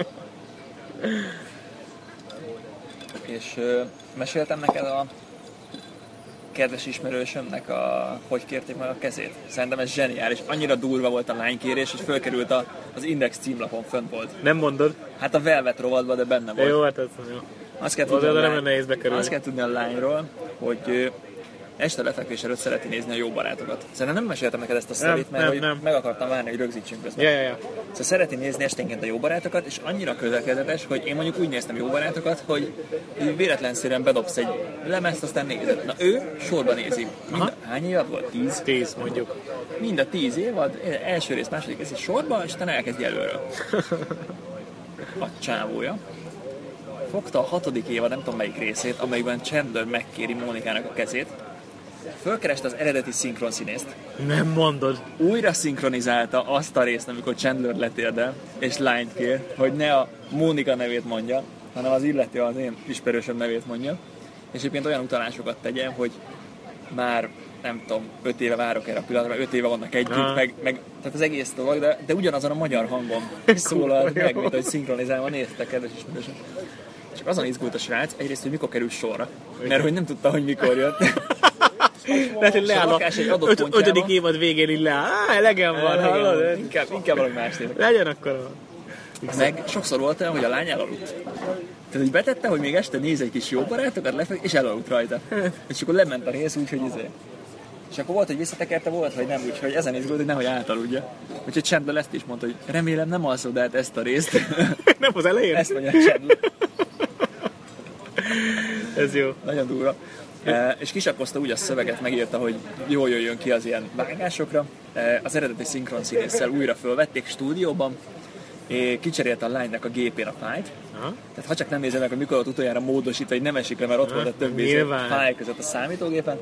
És ö, meséltem neked a kedves ismerősömnek, a, hogy kérték meg a kezét. Szerintem ez zseniális. Annyira durva volt a lánykérés, hogy fölkerült a, az Index címlapon, fönt volt. Nem mondod? Hát a Velvet rovatban, de benne volt. Jó, hát ez jó. Azt kell, tudni a, Oda nem lány, nehéz bekerülni. azt kell tudni a lányról, hogy ö, este lefekvés előtt szereti nézni a Jó barátokat. Szerintem nem meséltem neked ezt a sztorit, mert nem, hogy nem. meg akartam várni, hogy rögzítsünk közben. Ja, ja, ja. Szóval szereti nézni esténként a Jó barátokat, és annyira közelkezetes, hogy én mondjuk úgy néztem Jó barátokat, hogy így véletlenszerűen bedobsz egy lemezt, aztán nézed. Na ő sorba nézi. Mind a, hány évad volt? Tíz? Tíz mondjuk. Mind a tíz évad, első rész, második rész is sorba, és utána elkezdi előről. A csávója fogta a hatodik évad, nem tudom melyik részét, amelyikben Chandler megkéri Mónikának a kezét, fölkereste az eredeti szinkronszínészt, Nem mondod. újra szinkronizálta azt a részt, amikor Chandler letérdel, és lányt kér, hogy ne a Mónika nevét mondja, hanem az illető az én ismerősöm nevét mondja, és egyébként olyan utalásokat tegyen, hogy már nem tudom, öt éve várok erre a pillanatra, öt éve vannak együtt, Ah. meg, meg, tehát az egész dolog, de, de ugyanazon a magyar hangon szólal meg, mint hogy szinkronizálva néztek, kedves ismerősöm. Csak azon izgult a srác, egyrészt, hogy mikor kerül sorra, mert hogy nem tudta, hogy mikor jött. Lehet, hogy leáll a lakás egy adott öt, pontjában. ötödik évad végén így leáll. Á, elegem van, Elegem hallod? van. Inkább, inkább valami más nézek. Legyen akkor. Meg sokszor volt olyan, hogy a lány elaludt. Tehát, hogy betette, hogy még este néz egy kis Jó barátokat, lefek, és elaludt rajta. És akkor lement a rész úgy, hogy izé. És akkor volt, hogy visszatekerte, volt, hogy nem, úgyhogy ezen izgult, hogy nehogy átaludja. Úgyhogy Chandler ezt is mondta, hogy remélem nem alszod át ezt a részt. Nem az elején? Ezt mondja Chandler. Ez jó. Nagyon durva. E, és kisakkozta úgy a szöveget, megírta, hogy jól jöjjön ki az ilyen vágásokra. E, az eredeti szinkron színésszel újra fölvették stúdióban, és kicserélte a lánynak a gépén a fájt. Aha. Tehát ha csak nem nézem meg, hogy mikor volt utoljára módosítva, hogy nem esik le, mert ott volt a többi Nyilván. fáj között a számítógépen.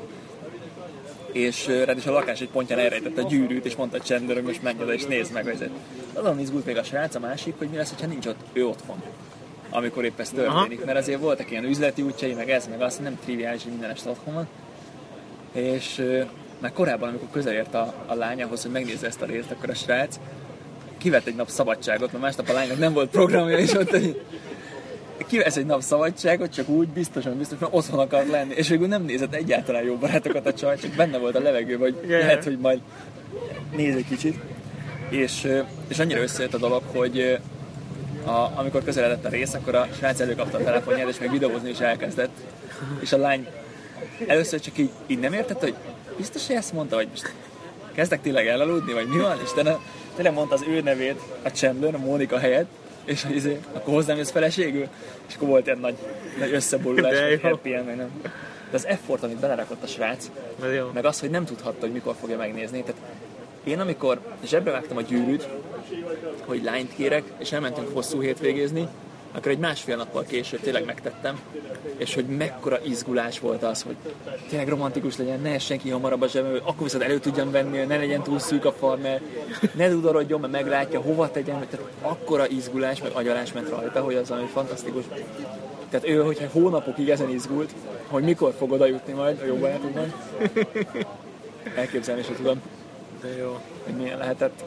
És ráadásul a lakás egy pontján elrejtette a gyűrűt, és mondta Chandler, hogy most menj oda és nézd meg. Hogy azon izgult még a srác, a másik, hogy mi lesz, ha nincs ott ő otthon, amikor épp ez történik. Aha. Mert azért voltak ilyen üzleti útjai, meg ez, meg az, nem triviális, hogy minden este otthon van. És uh, már korábban, amikor közelért a, a lány ahhoz, hogy megnézze ezt a részt, akkor a srác kivett egy nap szabadságot, mert másnap a lánynak nem volt programja, és ott hogy kivesz egy nap szabadságot, csak úgy biztosan, biztosan otthon akart lenni, és végül nem nézett egyáltalán Jó barátokat a csaj, csak benne volt a levegőben, hogy yeah. lehet, hogy majd néz egy kicsit. És, és annyira összejött a dolog, hogy a, amikor közeledett a rész, akkor a srác előkapta a telefonját, és meg videózni is elkezdett. És a lány először csak így, így nem értette, hogy biztos, hogy ezt mondta, vagy most kezdek tényleg elaludni, vagy mi van, és tényleg, tényleg mondta az ő nevét, a Chandler, a Mónika helyett, és hogy izé, akkor hozzám jössz feleségül, és akkor volt ilyen nagy, nagy összeborulás, meg happy end, meg nem. De az effort, amit belerakott a srác, meg az, hogy nem tudhatta, hogy mikor fogja megnézni. Tehát én amikor zsebre vágtam a gyűrűt, hogy lányt kérek, és elmentünk hosszú hétvégézni, akkor egy másfél nappal később tényleg megtettem, és hogy mekkora izgulás volt az, hogy tényleg romantikus legyen, ne essen ki hamarabb a zsebem, akkor viszont elő tudjam venni, ne legyen túl szűk a farmer, ne dudorodjon, mert meglátja, hova tegyen, tehát akkora izgulás, meg agyalás ment rajta, hogy az valami fantasztikus. Tehát ő, hogyha hónapokig ezen izgult, hogy mikor fog oda jutni majd a Jó barátokban, elképzelni sem tudom, de jó, hogy milyen lehetett.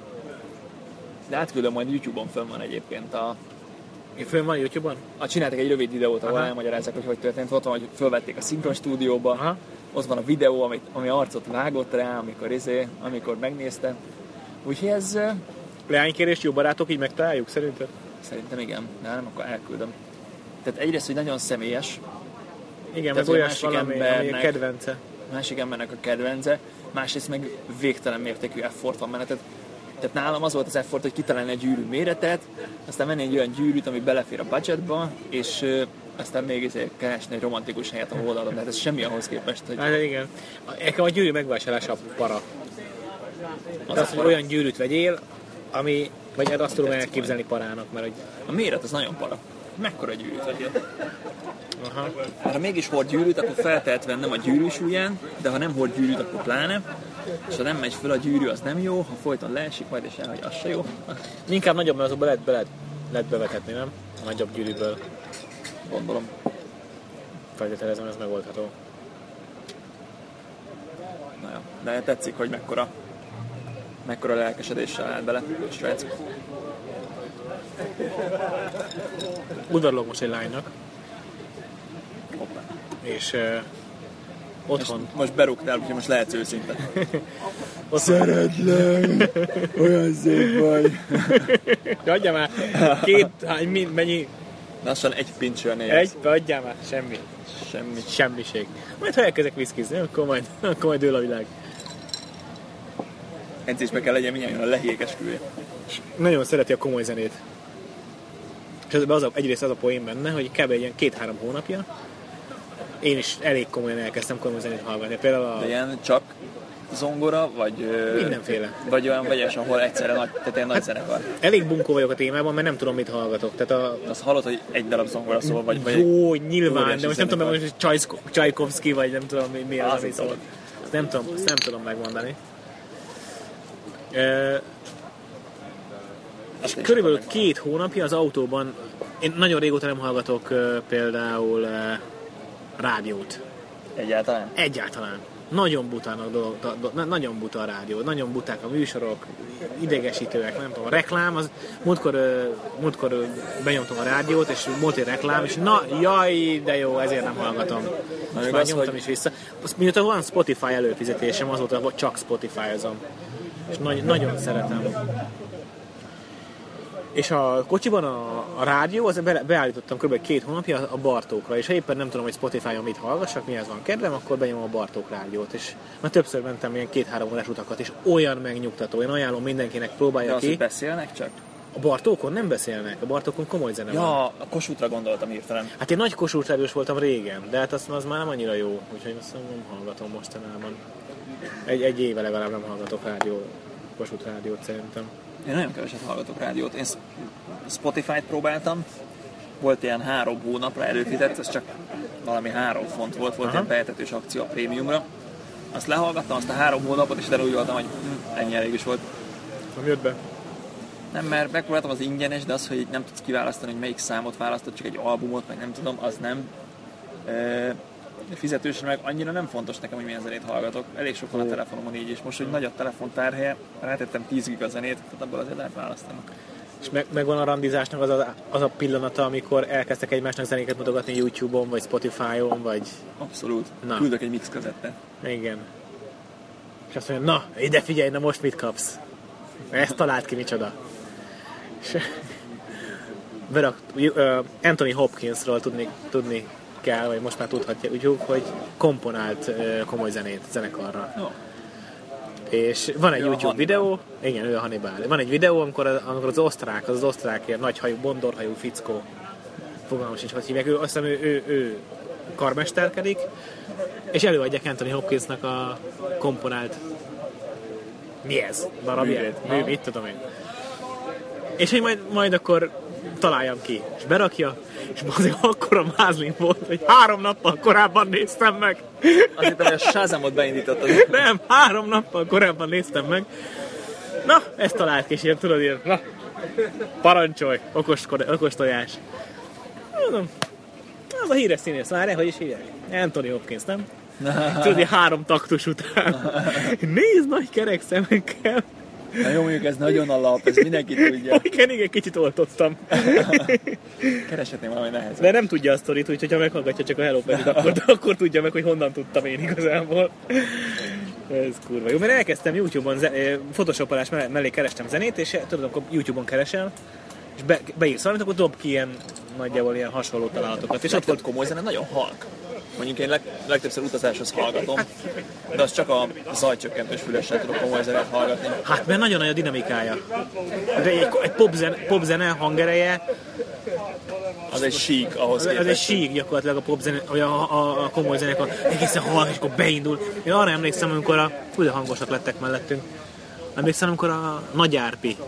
De átküldöm, majd YouTube-on fönn van egyébként a... Fönn van YouTube-on? Ah, csináltak egy rövid videót, ahol elmagyarázzák, hogy hogy történt. Ott van, hogy fölvették a szinkron stúdióba. Aha. Ott van a videó, amit, ami arcot vágott rá, amikor, izé, amikor megnézte. Úgyhogy ez... Leánykérést Jó barátok, így megtaláljuk szerinted? Szerintem igen, de nem, akkor elküldöm. Tehát egyrészt, hogy nagyon személyes. Igen, meg olyas valami, ami a kedvence. Másik embernek a kedvence. Másrészt meg végtelen mértékű effort van menetet. Tehát nálam az volt az effort, hogy kitalálni egy gyűrű méretet, aztán menni egy olyan gyűrűt, ami belefér a budgetba, és ö, aztán még ezért keresni egy romantikus helyet, ahol odaadom. Tehát ez semmi ahhoz képest, hogy... Hát igen. Nekem a gyűrű megvásárlása a para. Az, az, hogy para. Olyan gyűrűt vegyél, ami... Vagy azt tudom elképzelni parának, mert hogy... A méret az nagyon para. Mekkora gyűrűt vegyél? Aha. Mert ha mégis hord gyűrűt, akkor feltehetően nem a gyűrű súlyán, de ha nem hord gyűrűt, akkor pláne. És ha nem megy föl a gyűrű, az nem jó, ha folyton leesik majd, és elhagy, az se jó. Inkább nagyobb, mert azokba lehet, be lehet, lehet bevethetni, nem? A nagyobb gyűrűből. Gondolom. Feltételezem, ez megoldható. Na jó, de tetszik, hogy mekkora, mekkora lelkesedéssel állt bele a srác. Udvarlok most egy lánynak. Hoppá. És uh, otthon... Most, most berúgtál, úgyhogy most lehetsz őszinte. Szeretlek! Olyan szép vagy! Adja már! Két, hány, mennyi? Lassan egy pincsőrnél Egy, adjál már, semmi. Semmi. Semmiség. Majd ha elkezdek viszkizni, akkor majd, akkor majd dől a világ. Edzésbe kell legyen mindjárt a lehékes külje. Nagyon szereti a komoly zenét. És ez, az a, egyrészt az a poén benne, hogy kb. Egy ilyen két-három hónapja én is elég komolyan elkezdtem komoly zenét hallgatni. Például a... De ilyen csak zongora, vagy... Mindenféle. Vagy olyan vegyes, ahol egyszerre nagy, tehát ilyen nagy zenekar. Elég bunkó vagyok a témában, mert nem tudom, mit hallgatok. Tehát a... Azt hallod, hogy egy darab zongora szól, vagy... vagy Jó, nyilván, de most nem tudom, zenekar. hogy Csajszko- Csajkovszki, vagy nem tudom, mi, mi az, Az ami itt szól. szól. Azt nem tudom, azt nem tudom megmondani. E... És körülbelül két hónapja az autóban, én nagyon régóta nem hallgatok uh, például uh, rádiót. Egyáltalán? Egyáltalán. Nagyon butának dolog, do, do, nagyon buta a rádió, nagyon buták a műsorok, idegesítőek, nem tudom, a reklám, az múltkor, uh, múltkor uh, benyomtam a rádiót, és volt egy reklám, és na, jaj, de jó, ezért nem hallgatom. Most már az, nyomtam hogy... is vissza. Miután van Spotify előfizetésem, azóta hogy csak Spotify-ozom. És nagy, nagyon szeretem. És a kocsiban a, a rádió, az be, beállítottam kb. két hónapja a Bartókra, és ha éppen nem tudom, hogy Spotify-on mit hallgassak, mihez van kedvem, akkor benyomom a Bartók rádiót, és már többször mentem ilyen két-három órás utakat, és olyan megnyugtató, én ajánlom mindenkinek, próbálja De ki. az, beszélnek csak? A Bartókon nem beszélnek, a Bartókon komoly zene Ja, van. a Kossuthra gondoltam hirtelen. Hát én nagy Kossuth rádiós voltam régen, de hát az, az már nem annyira jó, úgyhogy azt nem hallgatom mostanában. Egy, egy éve legalább nem hallgatok rádió, Kossuth rádiót szerintem. Én nagyon keveset hallgatok rádiót. Én Spotify-t próbáltam, volt ilyen három hónapra előfizet, ez csak valami három font volt, volt Aha. ilyen bejetetős akció a prémiumra. Azt lehallgattam, azt a három hónapot, és utána úgy voltam, hogy hm, ennyi elég is volt. Nem jött be? Nem, mert megpróbáltam az ingyenes, de az, hogy nem tudsz kiválasztani, hogy melyik számot választod, csak egy albumot, meg nem tudom, az nem. E, fizetősre meg annyira nem fontos nekem, hogy milyen zenét hallgatok. Elég sok van a telefonomon így, és most, hogy nagy a telefon tárhelye, rátettem tíz giga zenét, tehát abból azért lehet választani. És meg, megvan a randizásnak az a, az a pillanata, amikor elkezdtek egymásnak zenéket mutogatni YouTube-on, vagy Spotify-on, vagy... Abszolút. Na. Küldök egy mix kazettát. Igen. És azt mondja, na, ide figyelj, na most mit kapsz? Ezt talált ki, micsoda. És berak, uh, Anthony Hopkinsról tudni, tudni kell, vagy most már tudhatja, úgy, hogy komponált uh, komoly zenét zenekarra. No. És van egy Ő a YouTube Hannibal. videó, igen, ő a Hannibal. Van egy videó, amikor, amikor az osztrák, az az osztrákért nagyhajú, bondorhajú fickó, fogalmam sincs, hogy hívják, ő, azt hiszem, ő, ő, ő karmesterkedik, és előadják Anthony Hopkinsnak a komponált mi ez? Darabját? Mű, mit tudom én. És hogy majd, majd akkor találjam ki, és berakja, és azért akkora mázlim volt, hogy három nappal korábban néztem meg. Azt hittem, hogy a Shazamot beindítottad. Nem, három nappal korábban néztem meg. Na, ezt talált ki, és ilyen tudod, ilyen, na, parancsolj, okos, okos tojás. Mondom, az a híres színész, már hogy is hívják? Anthony Hopkins, nem? Tudod, ilyen három taktus után. Nézd nagy kerek szemekkel. Na jó, mondjuk ez nagyon alap, ez mindenki tudja. Igen, igen, kicsit oltottam. Kereshetném valami nehezebb. De nem tudja a sztorit, úgyhogy ha meghallgatja csak a Hello Pettit, akkor, akkor tudja meg, hogy honnan tudtam én igazából. Ez kurva jó, mert elkezdtem YouTube-on, photoshopolás mellé kerestem zenét, és tudod, akkor YouTube-on keresel, és be, beírsz valamit, akkor dob ki ilyen nagyjából ilyen hasonló találatokat. És És ott ott volt komoly zene, nagyon halk. Mondjuk én leg, legtöbbször utazáshoz hallgatom, de az csak a zajcsökkentős fülessel tudok komoly zenét hallgatni. hát mert nagyon nagy a dinamikája. De egy, egy popzene, popzene hangereje, Az egy sík ahhoz az, az egy képest. sík gyakorlatilag a popzene, vagy a, a, a komoly zenek, a, egészen halk, és akkor beindul. Én arra emlékszem, amikor a, hú, de hangosak lettek mellettünk. Emlékszem, amikor a Nagy Árpi,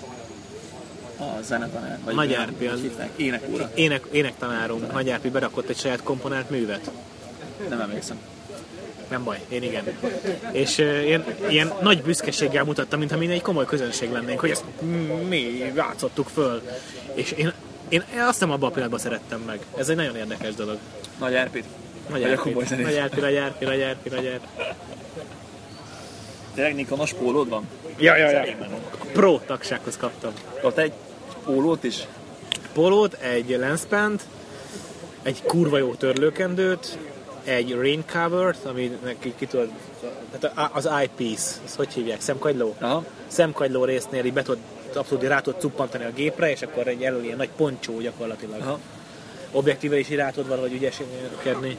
A zenetanár. Vagy Nagy milyen- Árpi, hogy az- hívták? Énekúra. ének, énektanárunk, Nagy Árpi berakott egy saját komponált művet. Nem emlékszem. Nem baj, én igen. És uh, ilyen, ilyen nagy büszkeséggel mutattam, mintha mi egy komoly közönség lennénk, hogy ezt mi játszottuk föl. És én, én azt nem abban a pillanatban szerettem meg. Ez egy nagyon érdekes dolog. Nagy Árpit. Nagy Vagy a Árpi, komoly zenét. Nagy Árpi, Nagy Árpi, Nagy Árpi, Nagy Árpi. Tényleg Nikonos pólód van? Ja, ja, ja. Pro tagsághoz kaptam. Kaptál egy pólót is? Polót, egy lenspant, egy kurva jó törlőkendőt, egy rain covert, ami neki ki tudod, tehát az eyepiece, azt hogy hívják, szemkagyló? Aha. Szemkagyló résznél így be tudod, abszolút rá tudod cuppantani a gépre, és akkor egy elől ilyen nagy poncsó gyakorlatilag. Aha. objektívvel is irátod van, vagy ügyeskedni.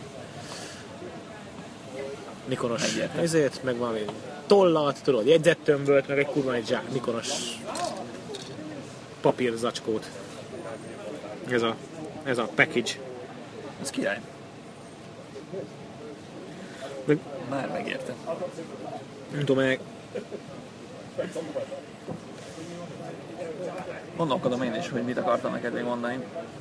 Nikonos ezért, meg valami tollat, tudod, jegyzettömbölt, meg egy kurva egy zsák, Nikonos papírzacskót. Ez a, ez a package. Ez király. Meg, Már megérte. nem tudom, meg... Gondolkodom én is, hogy mit akartam neked még mondani.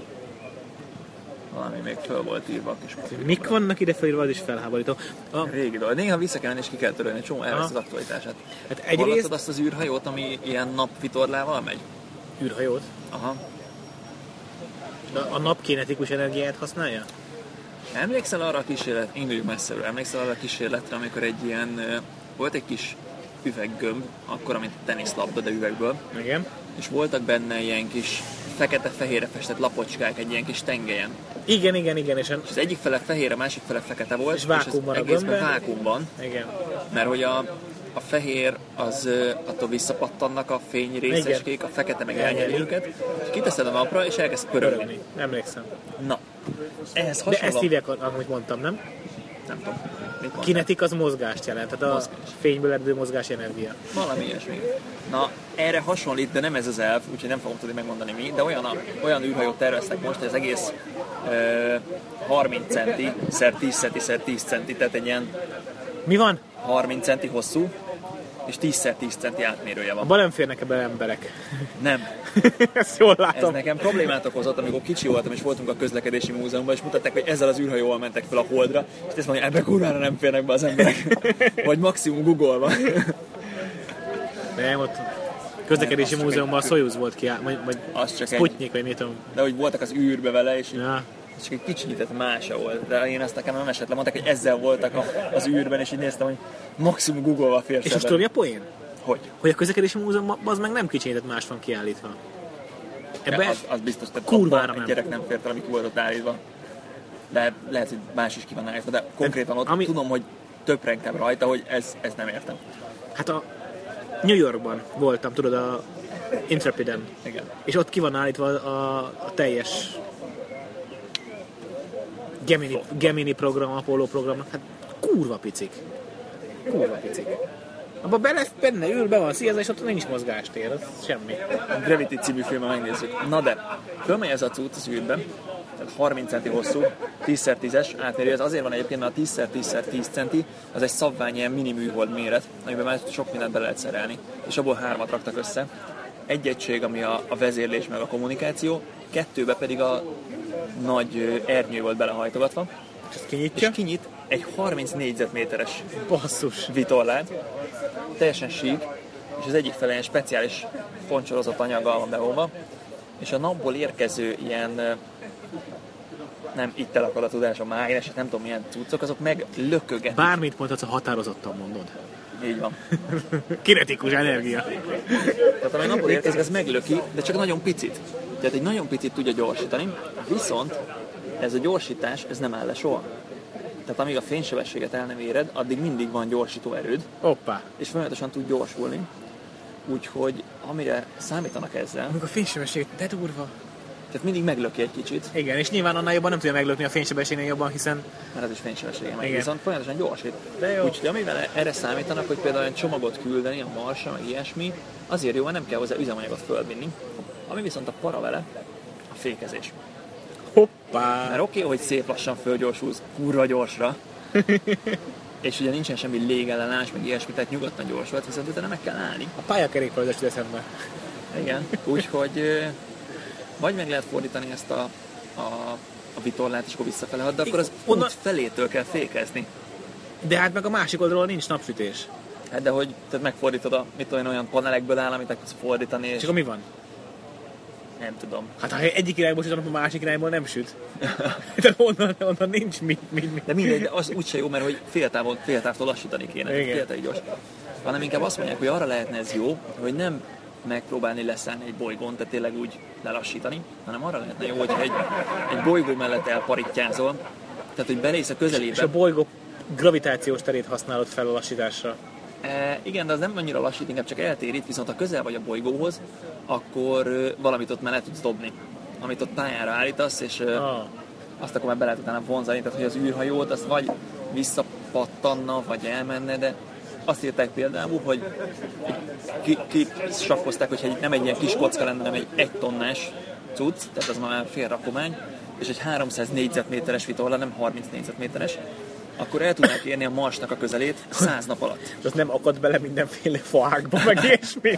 Valami még föl volt írva a kis papírban. Mik vannak ide felírva, az is felháborító. A... Régi dolog. Néha vissza kellene és ki kell törölni, egy csomó elvesz Aha. az aktualitását. Hát Hallottad egyrészt... azt az űrhajót, ami ilyen napvitorlával megy? űrhajót. Aha. De a nap kinetikus energiáját használja? Emlékszel arra a kísérlet, induljunk messzeről, emlékszel arra a kísérletre, amikor egy ilyen, ö, volt egy kis üveggömb, akkor, mint teniszlabda, de üvegből, Igen. és voltak benne ilyen kis fekete-fehérre festett lapocskák egy ilyen kis tengelyen. Igen, igen, igen, és, És az egyik fele fehér, a másik fele fekete volt, És vákuumban és a az egészben gömbben. vákuumban, igen. mert hogy a, a fehér az ö, attól visszapattannak a fényrészeskék, a fekete meg elnyeli őket, és kiteszed a napra, és elkezd pörögni. Pörögni. Emlékszem. Na, ehhez De hasonló... ezt hívják, amit mondtam, nem? Nem tudom. Mit mondtál? Kinetik az mozgást jelent, tehát a Mozgás. fényből eredő mozgás energia. Valami ilyesmi. Na, erre hasonlít, de nem ez az elv, úgyhogy nem fogom tudni megmondani mi, de olyan, a, olyan űrhajót terveztek most, hogy az egész ö, harminc centi, szer tíz centi, szer tíz centi, tehát egy ilyen Mi van? harminc centi hosszú, és tíz szer tíz centi átmérője van. Abban nem férnek ebbe emberek. Nem. Ezt jól Ez látom. nekem problémát okozott, amikor kicsi voltam, és voltunk a közlekedési múzeumban, és mutatták, hogy ezzel az űrhajóval mentek fel a Holdra, és ezt mondja, ebbe kurvára nem férnek be az emberek. Vagy maximum Google-ba. Nem, ott közlekedési Nem, az csak múzeumban a egy- Soyuz volt ki, vagy, vagy Az csak egy. Sputnik, vagy mit tudom. De hogy voltak az űrbe vele, és Ja. ez csak egy kicsinyített mása volt. De én azt nekem nem esett le, mondták, hogy ezzel voltak a, az űrben, és így néztem, hogy maximum Google-val férsz És a ebben. sztori a poén? Hogy? Hogy a közlekedési múzeumban az meg nem kicsinyített, más van kiállítva. De Ebbe az, az biztos, hogy kurvára abban nem. egy gyerek nem fért el, ami ki volt ott állítva. De lehet, hogy más is ki van állítva, de konkrétan ott Ami- tudom, hogy töprengtem rajta, hogy ez, ez nem értem. Hát a New Yorkban voltam, tudod, a Intrepiden. Igen. És ott ki van állítva a, a teljes Gemini, Gemini program, Apollo programnak. Hát kurva picik. Kurva picik. Abba bele, benne ül, be van szíjazva, és ott nincs mozgástér, az semmi. A Gravity című filmet megnézzük. Na de, fölmegy ez a cucc az űrben, tehát harminc centi hosszú, tíz szer tízes átmérő, ez azért van egyébként, mert a tíz szer tíz szer tíz centi, az egy szabvány ilyen mini műhold méret, amiben már sok mindent bele lehet szerelni, és abból hármat raktak össze. Egy egység, ami a, a vezérlés meg a kommunikáció, kettőbe pedig a nagy ö, ernyő volt belehajtogatva, És ezt kinyitja? és kinyit egy harminc négyzetméteres Basszus. vitorlát, teljesen sík, és az egyik fele ilyen speciális foncsorozott anyaggal van beolva, és a napból érkező ilyen, ö, nem itt elakad a tudás, a mágneset, nem tudom milyen cuccok, azok meglökögetik. Bármit mondhatsz, a határozottan mondod. Így van. Kinetikus energia. Tehát ami napból érkezik, az meglöki, de csak nagyon picit. Tehát egy nagyon picit tudja gyorsítani, viszont ez a gyorsítás, ez nem áll le soha. Tehát amíg a fénysebességet el nem éred, addig mindig van gyorsító erőd, Hoppá. és folyamatosan tud gyorsulni. Úgyhogy amire számítanak ezzel, Amikor a fénysebesség, de durva. tehát mindig meglöki egy kicsit, Igen, és nyilván annál jobban nem tudja meglökni a fénysebességnél jobban, hiszen mert ez is fénysebessége meg, Igen. viszont folyamatosan gyorsít. De jó. Úgyhogy amivel erre számítanak, hogy például egy csomagot küldeni a Marsra, meg ilyesmi, azért jó, mert nem kell hozzá üzemanyagot fölvinni. Ami viszont a para vele, a fékezés. hoppá. Mert oké, okay, hogy szép lassan fölgyorsulsz kurva gyorsra, és ugye nincsen semmi légellenállás, meg ilyesmi, tehát nyugodtan gyorsulhat, viszont utána meg kell állni. A pályakerékpár az eszület eszembe. Igen, úgyhogy ö, vagy meg lehet fordítani ezt a, a, a vitorlát, és akkor visszafele had, de akkor az Onnan- út felétől kell fékezni. De hát meg a másik oldalon nincs napsütés. Hát de hogy tehát megfordítod a, mit tudom én, olyan panelekből áll, amit meg tudsz fordítani, és És akkor mi van? nem tudom. Hát ha egyik irányból süt, a másik irányból nem süt. Tehát onnan, onnan nincs mi, mi, mi. De mindegy, de az úgyse jó, mert hogy féltávon, féltávtól lassítani kéne, Igen. féltávig gyors. Hanem inkább azt mondják, hogy arra lehetne ez jó, hogy nem megpróbálni leszállni egy bolygón, tehát tényleg úgy lelassítani, hanem arra lehetne jó, hogyha egy, egy bolygó mellett elparittyázol, tehát hogy belész a És közelébe. a bolygó gravitációs terét használod fel a lassításra. E, igen, de az nem annyira lassít, inkább csak eltérít, viszont ha közel vagy a bolygóhoz, akkor ö, valamit ott mellett tudsz dobni. amit ott pályára állítasz, és Ah. azt akkor már be lehet utána vonzani, tehát hogy az űrhajót azt vagy visszapattanna, vagy elmenne, de azt írták például, hogy ki, ki sakkozták, hogy nem egy ilyen kis kocka lenne, hanem egy egy tonnás cucc, tehát az már fél rakomány, és egy háromszáz négyzetméteres vitorla, nem harminc négyzetméteres, akkor el tudnák érni a Marsnak a közelét száz nap alatt. És az nem akad bele mindenféle faákba, meg ilyesmi.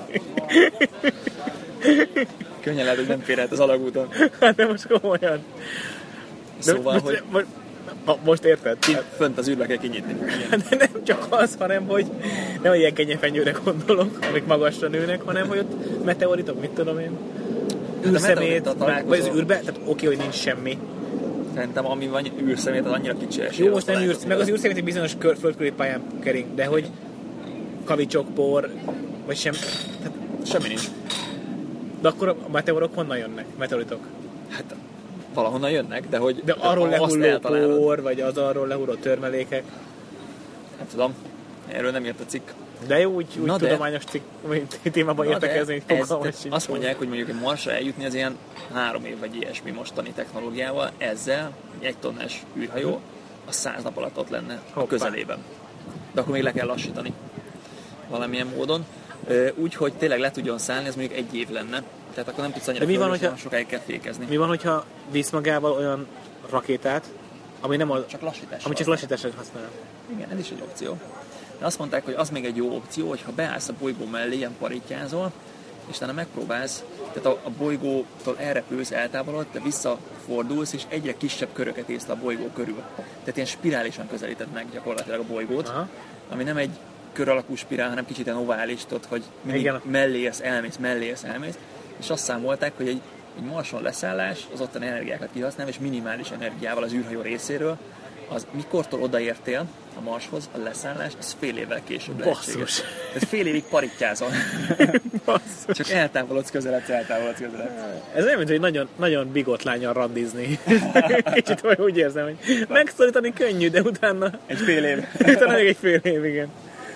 Könnyen lehet, hogy nem férhet az alagúton. Hát de most komolyan. Szóval, most, hogy most, most, most érted? ki, fönt az űrbe kell kinyitni. Igen. De nem csak az, hanem hogy nem ilyen kenyefenyőre gondolok, amik magasra nőnek, hanem hogy ott meteoritok, mit tudom én. Űrszemét, meteorittal vagy az űrbe, tehát oké, hogy nincs semmi. Szerintem ami van űrszemét, az annyira kicsi esély. Jó, most nem űrsz, meg az űrszemét egy bizonyos kör, földkörüli pályán kering, de hogy kavicsok, por, vagy sem. Tehát, Semmi nincs. de akkor a meteorok honnan jönnek? Meteoritok? Hát valahonnan jönnek, de hogy De arról azt lehulló eltalálod. por, vagy az arról lehulló törmelékek. Nem tudom, erről nem írt a cikk. De jó, úgy, úgy Na de- tudományos cikk, vagy témában Na értek de ezni, hogy ez, fogalmam tehát sincs. azt mondják, hogy mondjuk egy Marsra eljutni az ilyen három év vagy ilyesmi mostani technológiával, ezzel egy egy tonnás űrhajó a száz nap alatt ott lenne a Hoppá. közelében. De akkor még le kell lassítani valamilyen módon. Ö, Úgy, hogy tényleg le tudjon szállni, ez mondjuk egy év lenne. Tehát akkor nem tudsz annyira De mi van, fölülni, hogyha- sokáig kell fékezni. Mi van, hogyha visz magával olyan rakétát, ami nem a, Csak lassítás. ami csak lassításra használ? Igen, ez is egy opció. De azt mondták, hogy az még egy jó opció, hogyha beállsz a bolygó mellé, ilyen paritjázol, és utána megpróbálsz, tehát a, a bolygótól elrepülsz, eltávolod, de visszafordulsz, és egyre kisebb köröket ész a bolygó körül. Tehát ilyen spirálisan közelíted meg gyakorlatilag a bolygót, Aha. ami nem egy kör alakú spirál, hanem kicsit ilyen ovális, tudod, hogy mindig Igen. mellé érsz, elmész, mellé érsz, elmész, és azt számolták, hogy egy, egy Marson leszállás az ottani energiákat kihasznál, és minimális energiával az űrhajó részéről, az mikortól odaértél a Marshoz, a leszállás, az fél évvel később lehetséges. Basszus. Tehát fél évig parittyázol. Basszus. Csak eltávolodsz, közeledsz, eltávolodsz, közeledsz. Ez olyan, mint hogy nagyon, nagyon bigott lánnyal randizni. Kicsit vagy úgy érzem, hogy megszorítani könnyű, de utána, Egy fél év. utána még egy fél év, igen.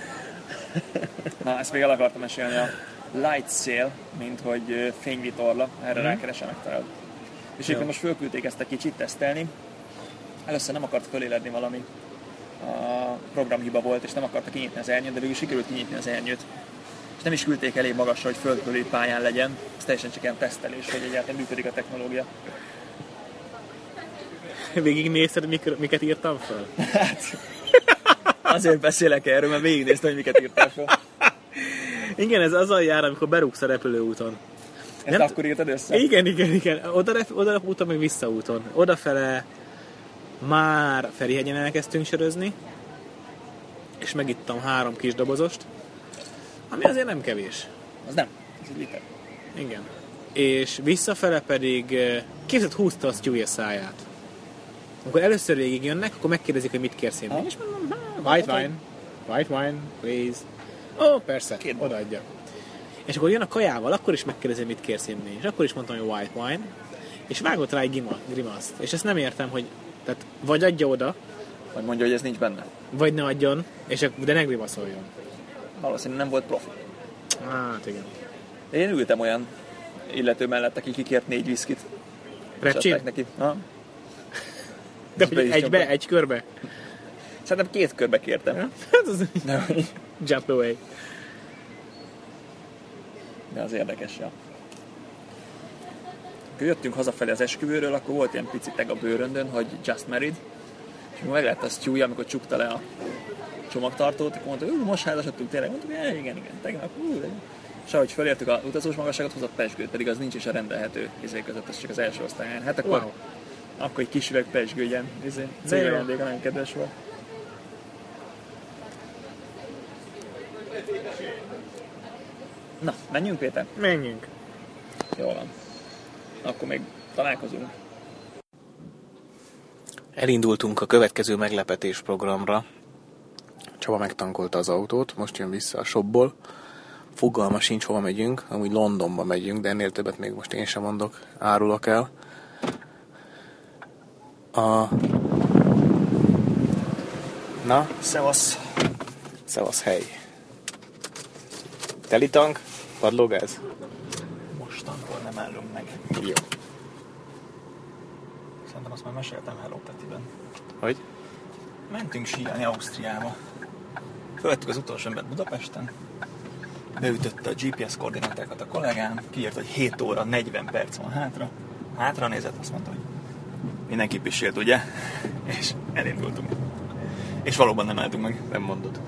Na, ezt még el akartam mesélni, a light sail, mint hogy ö, fényvitorla, erre Mhm. rákeresem, megtalálod. És Jó. éppen most fölküldték ezt egy kicsit tesztelni. Először nem akart föléledni valami, a programhiba volt, és nem akarta kinyitni az ernyőt, de végül sikerült kinyitni az ernyőt. És nem is küldték elég magasra, hogy földkörüli pályán legyen. Ez teljesen csak ilyen tesztelés, hogy egyáltalán működik a technológia. Végignézted, mik, miket írtam fel? Azért beszélek erről, mert végignéztem, hogy miket írtál fel. Igen, ez azzal jár, amikor berúgsz a repülőúton. Ezt Nem akkor írtad össze? Igen, igen, igen. Oda, oda úton, meg visszaúton. Odafele már Ferihegyen elkezdtünk sörözni, és megittam három kis dobozost, ami azért nem kevés. Az nem. Ez egy liter. Igen. És visszafele pedig eh, képzeld, húzta a Stewie a száját. Amikor először végig jönnek, akkor megkérdezik, hogy mit kérsz inni. Ha? És mondom, "Hát, white wine, white wine, please. Ó, oh, persze, Két odaadja. És akkor jön a kajával, akkor is megkérdezi, mit kérsz inni. És akkor is mondtam, hogy white wine. És vágott rá egy gima- grimaszt. És ezt nem értem, hogy tehát vagy adja oda, Vagy mondja, hogy ez nincs benne. vagy ne adjon, és ak- de ne grimaszoljon. Valószínűleg nem volt profi. Hát igen. Én ültem olyan illető mellett, aki kikért négy viszkit. És Repcsin? adták neki. Ha? De És be hogy is egybe, csapott. egy körbe? Szerintem két körbe kértem. Hát az De, jump away. de az érdekes, ja. Akkor jöttünk hazafelé az esküvőről, akkor volt ilyen pici tag a bőröndön, hogy just married. És akkor meglett a Stewie, amikor csukta le a csomagtartót, akkor mondta, hogy most házasodtunk tényleg. Mondtuk, hogy igen, igen, tegnap, hú, de... És ahogy felértük a utazós magasságot, hozott pezsgőt, pedig az nincs is a rendelhető izé között, ez csak az első osztályon. Hát akkor, Wow. akkor egy kis üveg pezsgő, ilyen izé, De jó. cégajándéka, nagyon kedves volt. Na, menjünk, Péter? Menjünk. Jól van. Akkor még találkozunk. Elindultunk a következő meglepetés programra. Csaba megtankolta az autót, most jön vissza a shopból. Fogalma sincs, hova megyünk, amúgy Londonba megyünk, de ennél többet még most én sem mondok, árulok el. A... Na, Szevasz! szevasz, hely. Teli tank, padlógáz. Mostantól nem állunk meg. Jó. Szerintem azt már meséltem Hello Petiben. Hogy? Mentünk síelni Ausztriába. Fölvettük az utolsó embert Budapesten. Beütötte a gé pé es koordinátákat a kollégám, kiírt, hogy hét óra negyven perc van hátra. Hátra nézett, azt mondta, hogy mindenki pisélt, ugye? És elindultunk. És valóban nem álltunk meg. Nem mondod.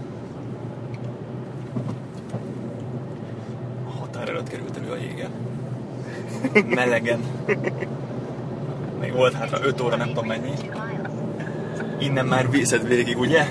A határ előtt került elő a jégen. Melegen. Még volt hátra öt óra, nem tudom mennyi. Innen már vízed végig, ugye?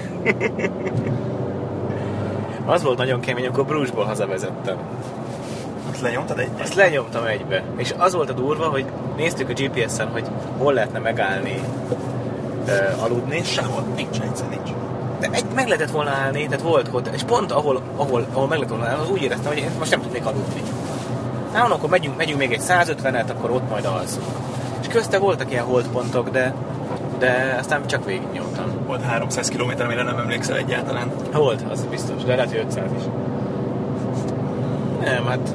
Az volt nagyon kemény, amikor Brugesból hazavezettem. Azt lenyomtad egybe? Azt lenyomtam egybe. És az volt a durva, hogy néztük a gé pé es-en, hogy hol lehetne megállni, uh, aludni. Sehol, nincs, egyszer nincs. De egy, meg lehetett volna állni, tehát volt hotel, és pont ahol, ahol, ahol meg lehetett volna állni, az úgy éreztem, hogy én most nem tudnék aludni. Hát akkor megyünk, megyünk még egy százötvenet, akkor ott majd alszunk. És közte voltak ilyen holdpontok, de, de aztán csak végig nyomtam. Volt háromszáz kilométer, amire nem emlékszel egyáltalán. Volt, az biztos, de lehet, hogy ötszáz is. Nem, hát...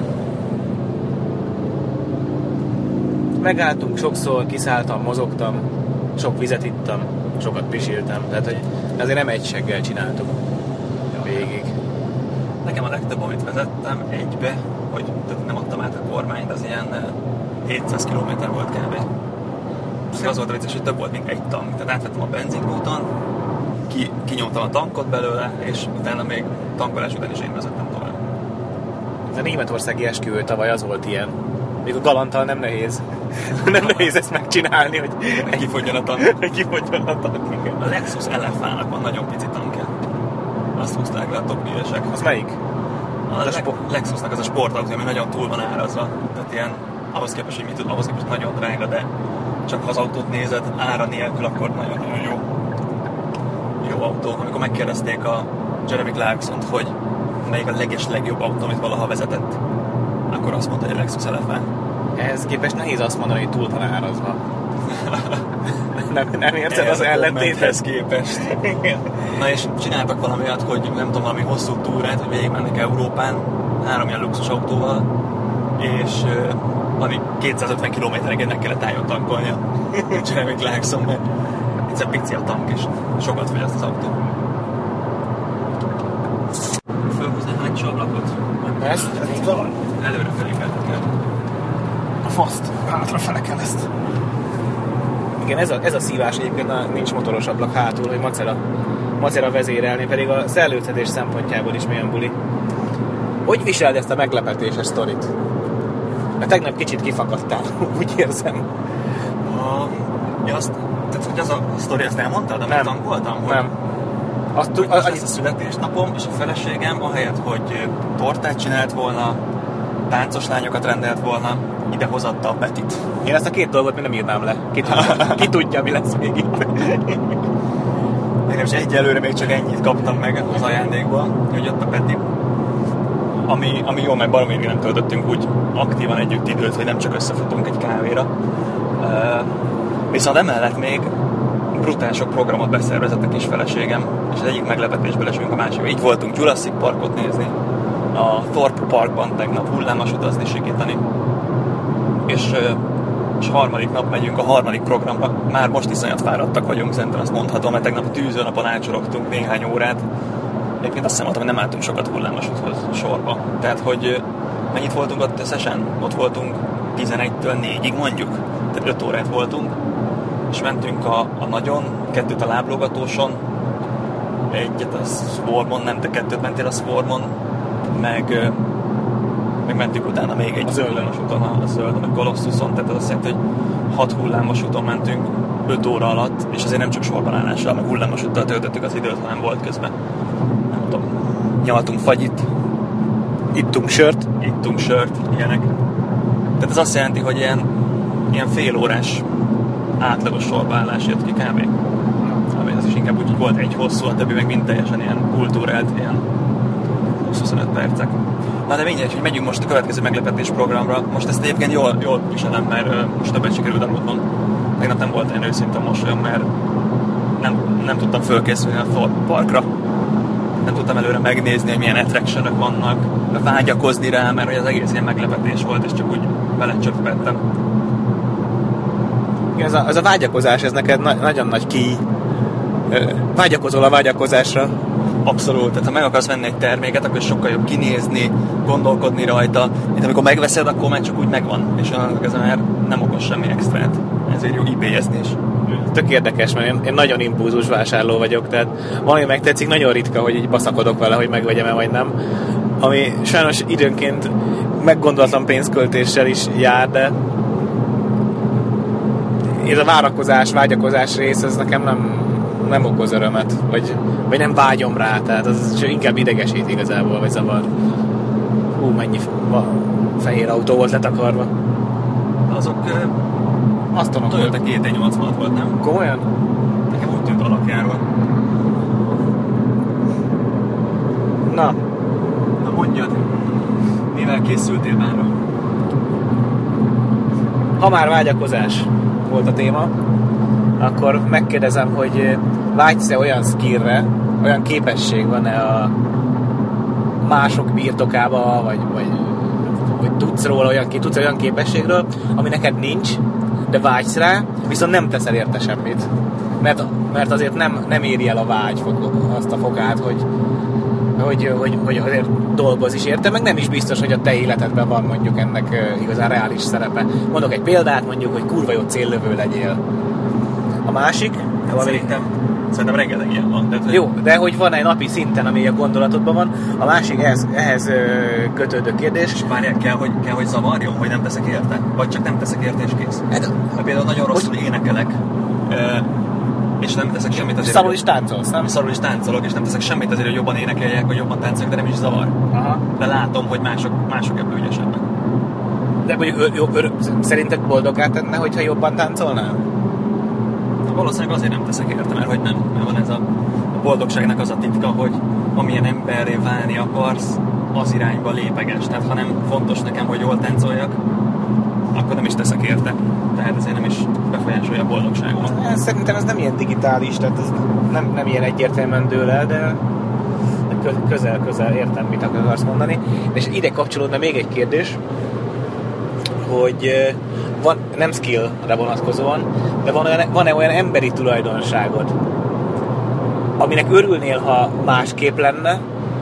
Megálltunk sokszor, kiszálltam, mozogtam, sok vizet ittam, sokat pisiltem, tehát hogy azért nem egy seggel csináltuk végig. Nekem a legtöbb, amit vezettem egybe, hogy nem adtam át a kormányt, az ilyen hétszáz kilométer volt kb. Az volt a vicces, hogy több volt, mint egy tank. Tehát átvettem a benzinkúton, ki, kinyomtam a tankot belőle, és utána még tankolás után is én vezettem tovább. A németországi esküvő tavaly az volt ilyen. Még a Galanttal nem nehéz. Nem nehéz ezt megcsinálni, hogy kifogjon a tank. Kifogjon a tank, igen. A Lexus el ef á-nak van nagyon pici tankja. Azt húzták le a top híresek. Az melyik? A, a spo- Lexusnak az a sportautó, ami nagyon túl van árazva. Tehát ilyen, ahhoz képest, hogy mit tud, ahhoz képest nagyon drága, de csak ha az autót nézed ára nélkül, akkor nagyon-nagyon jó. Jó autó. Amikor megkérdezték a Jeremy Clarksont, hogy melyik a leges legjobb autó, amit valaha vezetett, akkor azt mondta, hogy a Lexus el ef á. Ehhez képest nehéz azt mondani, hogy túl van árazva. nem, nem érzed az ellentéthez képest. Na és csináltak valami olyat, hogy nem tudom, valami hosszú túrát, hogy végigmennek Európán három ilyen luxus autóval, és uh, valami kétszázötven kilométerenként meg kellett álljon tankolnia. Jeremy Clarkson, mert egyszer pici a tank, és sokat fogyaszt az autó. Fölhúzni a hátsó ablakot? Ezt? Ezt van. Előre felé kell. A faszt, hátrafele kell ezt. Igen, ez a, ez a szívás egyébként, nincs motoros ablak hátul, hogy macera, macera vezérelni, pedig a szellőztetés szempontjából is milyen buli. Hogy viseled ezt a meglepetéses sztorit? Mert tegnap kicsit kifakadtál, úgy érzem. A, ja, azt, tehát, hogy az a sztori, ezt elmondtad, amit tankoltam? Hogy, nem. Azt hogy most lesz a születésnapom, és a feleségem ahelyett, hogy tortát csinált volna, táncos lányokat rendelt volna, ide hozatta a Petit. Én ezt a két dolgot még nem írnám le. Ki tudja, ki tudja mi lesz még itt. Nekem is egyelőre még csak ennyit kaptam meg az ajándékból, hogy jött a Peti. Ami, ami jó, mert baromi nem töltöttünk úgy aktívan együtt időt, hogy nem csak összefutunk egy kávéra. Uh, viszont emellett még brutál sok programot beszervezett a kis feleségem, és az egyik meglepetésből esünk a másik. Így voltunk Jurassic Parkot nézni, a Thorpe Parkban tegnap hullámos utazni, sikítani. És, és harmadik nap megyünk a harmadik programba. Már most iszonyat fáradtak vagyunk, szerintem azt mondhatom, mert tegnap tűzőnapon átsorogtunk néhány órát. Egyébként azt hiszem mondtam, hogy nem álltunk sokat hullámos úthoz sorba. Tehát, hogy mennyit voltunk ott összesen? Ott voltunk tizenegytől négyig mondjuk. Tehát öt órát voltunk. És mentünk a, a nagyon, kettőt a láblogatóson, egyet a Swarmon, nem, te kettőt mentél a Swarmon, meg, meg mentünk utána még egy hullámos úton, a zöldön, a Colossuson, tehát az azt jelenti, hogy hat hullámos úton mentünk öt óra alatt, és azért nem csak sorban állással, meg hullámos úttal töltöttük az időt, hanem volt közben. Nem tudom, nyaltunk fagyit, ittunk sört, ittunk sört, ilyenek. Tehát ez azt jelenti, hogy ilyen, ilyen fél órás átlagos sorbaállás jött ki kb. Ami az is inkább úgy, hogy volt egy hosszú, a többi meg mind teljesen ilyen kultúrált, ilyen húsz-huszonöt percek. Na de mindegy, hogy megyünk most a következő meglepetés programra. Most ezt egyébként jól, jól viselem, mert uh, most többet sikerült aludnom. Tegnap nem volt olyan őszinte mosolyom, mert nem, nem tudtam fölkészülni a Thorpe Parkra. Nem tudtam előre megnézni, hogy milyen attractionok vannak, vágyakozni rá, mert hogy az egész ilyen meglepetés volt, és csak úgy belecsöppettem. Ez a, ez a vágyakozás, ez neked na- nagyon nagy ki... Vágyakozol a vágyakozásra. Abszolút, tehát ha meg akarsz venni egy terméket, akkor sokkal jobb kinézni, gondolkodni rajta, mint amikor megveszed, akkor már csak úgy megvan, és ez már nem okoz semmi extrát. Ezért jó eBay-ezni is. Tök érdekes, mert én, én nagyon impulzus vásárló vagyok, tehát valami megtetszik, nagyon ritka, hogy így baszakodok vele, hogy megvegyem-e vagy nem. Ami sajnos időnként meggondolatlan pénzköltéssel is jár, de ez a várakozás, vágyakozás rész, ez nekem nem, nem okoz örömet, vagy, vagy nem vágyom rá, tehát az inkább idegesít igazából, vagy zavar. Hú, mennyi fehér autó volt letakarva. Azok Azt tudom, Toyota G T nyolcvan volt, nem? Komolyan? Nekem úgy tűnt alapjáról. Na. Na mondjad, mivel készültél már? Ha már vágyakozás volt a téma, akkor megkérdezem, hogy vágysz-e olyan skillre, olyan képesség van-e a mások birtokába, vagy, vagy, vagy tudsz róla olyan, tudsz olyan képességről, ami neked nincs, de vágysz rá, viszont nem teszel érte semmit. Mert, mert azért nem, nem éri el a vágy azt a fokát, hogy, hogy, hogy, hogy azért dolgoz is érte, meg nem is biztos, hogy a te életedben van mondjuk ennek igazán reális szerepe. Mondok egy példát, mondjuk, hogy kurva jó céllövő legyél. A másik... Szerintem, szerintem rengeteg ilyen van. Tehát, jó, de hogy van egy napi szinten, ami a gondolatodban van, a másik ehhez, ehhez kötődő kérdés. És várják, kell, hogy, kell, hogy zavarjon, hogy nem teszek érte? Vagy csak nem teszek érte és kész? Hát, ha például nagyon rosszul hogy... énekelek, és nem teszek semmit azért... Szarul is táncolsz, nem? Szarul is táncolok, és nem teszek semmit azért, hogy jobban énekeljek, vagy jobban táncoljak, de nem is zavar. Aha. De látom, hogy mások, mások ebből ügyesebbek. De mondjuk ö, ö, ö, szerinted boldoggá tenne, hogyha jobban táncolnál? Valószínűleg azért nem teszek érte, mert hogy nem. Mert van ez a, a boldogságnak az a titka, hogy amilyen emberré válni akarsz, az irányba lépeges. Tehát ha nem fontos nekem, hogy jól táncoljak, akkor nem is teszek érte. Tehát ezért nem is befolyásolja a boldogságomat. Szerintem ez nem ilyen digitális, tehát ez nem, nem ilyen egyértelműen dől el, de közel-közel értem, mit akarsz mondani. És ide kapcsolódna még egy kérdés, hogy van, nem skill-re vonatkozóan, de van olyan, van-e olyan emberi tulajdonságod, aminek örülnél, ha másképp lenne,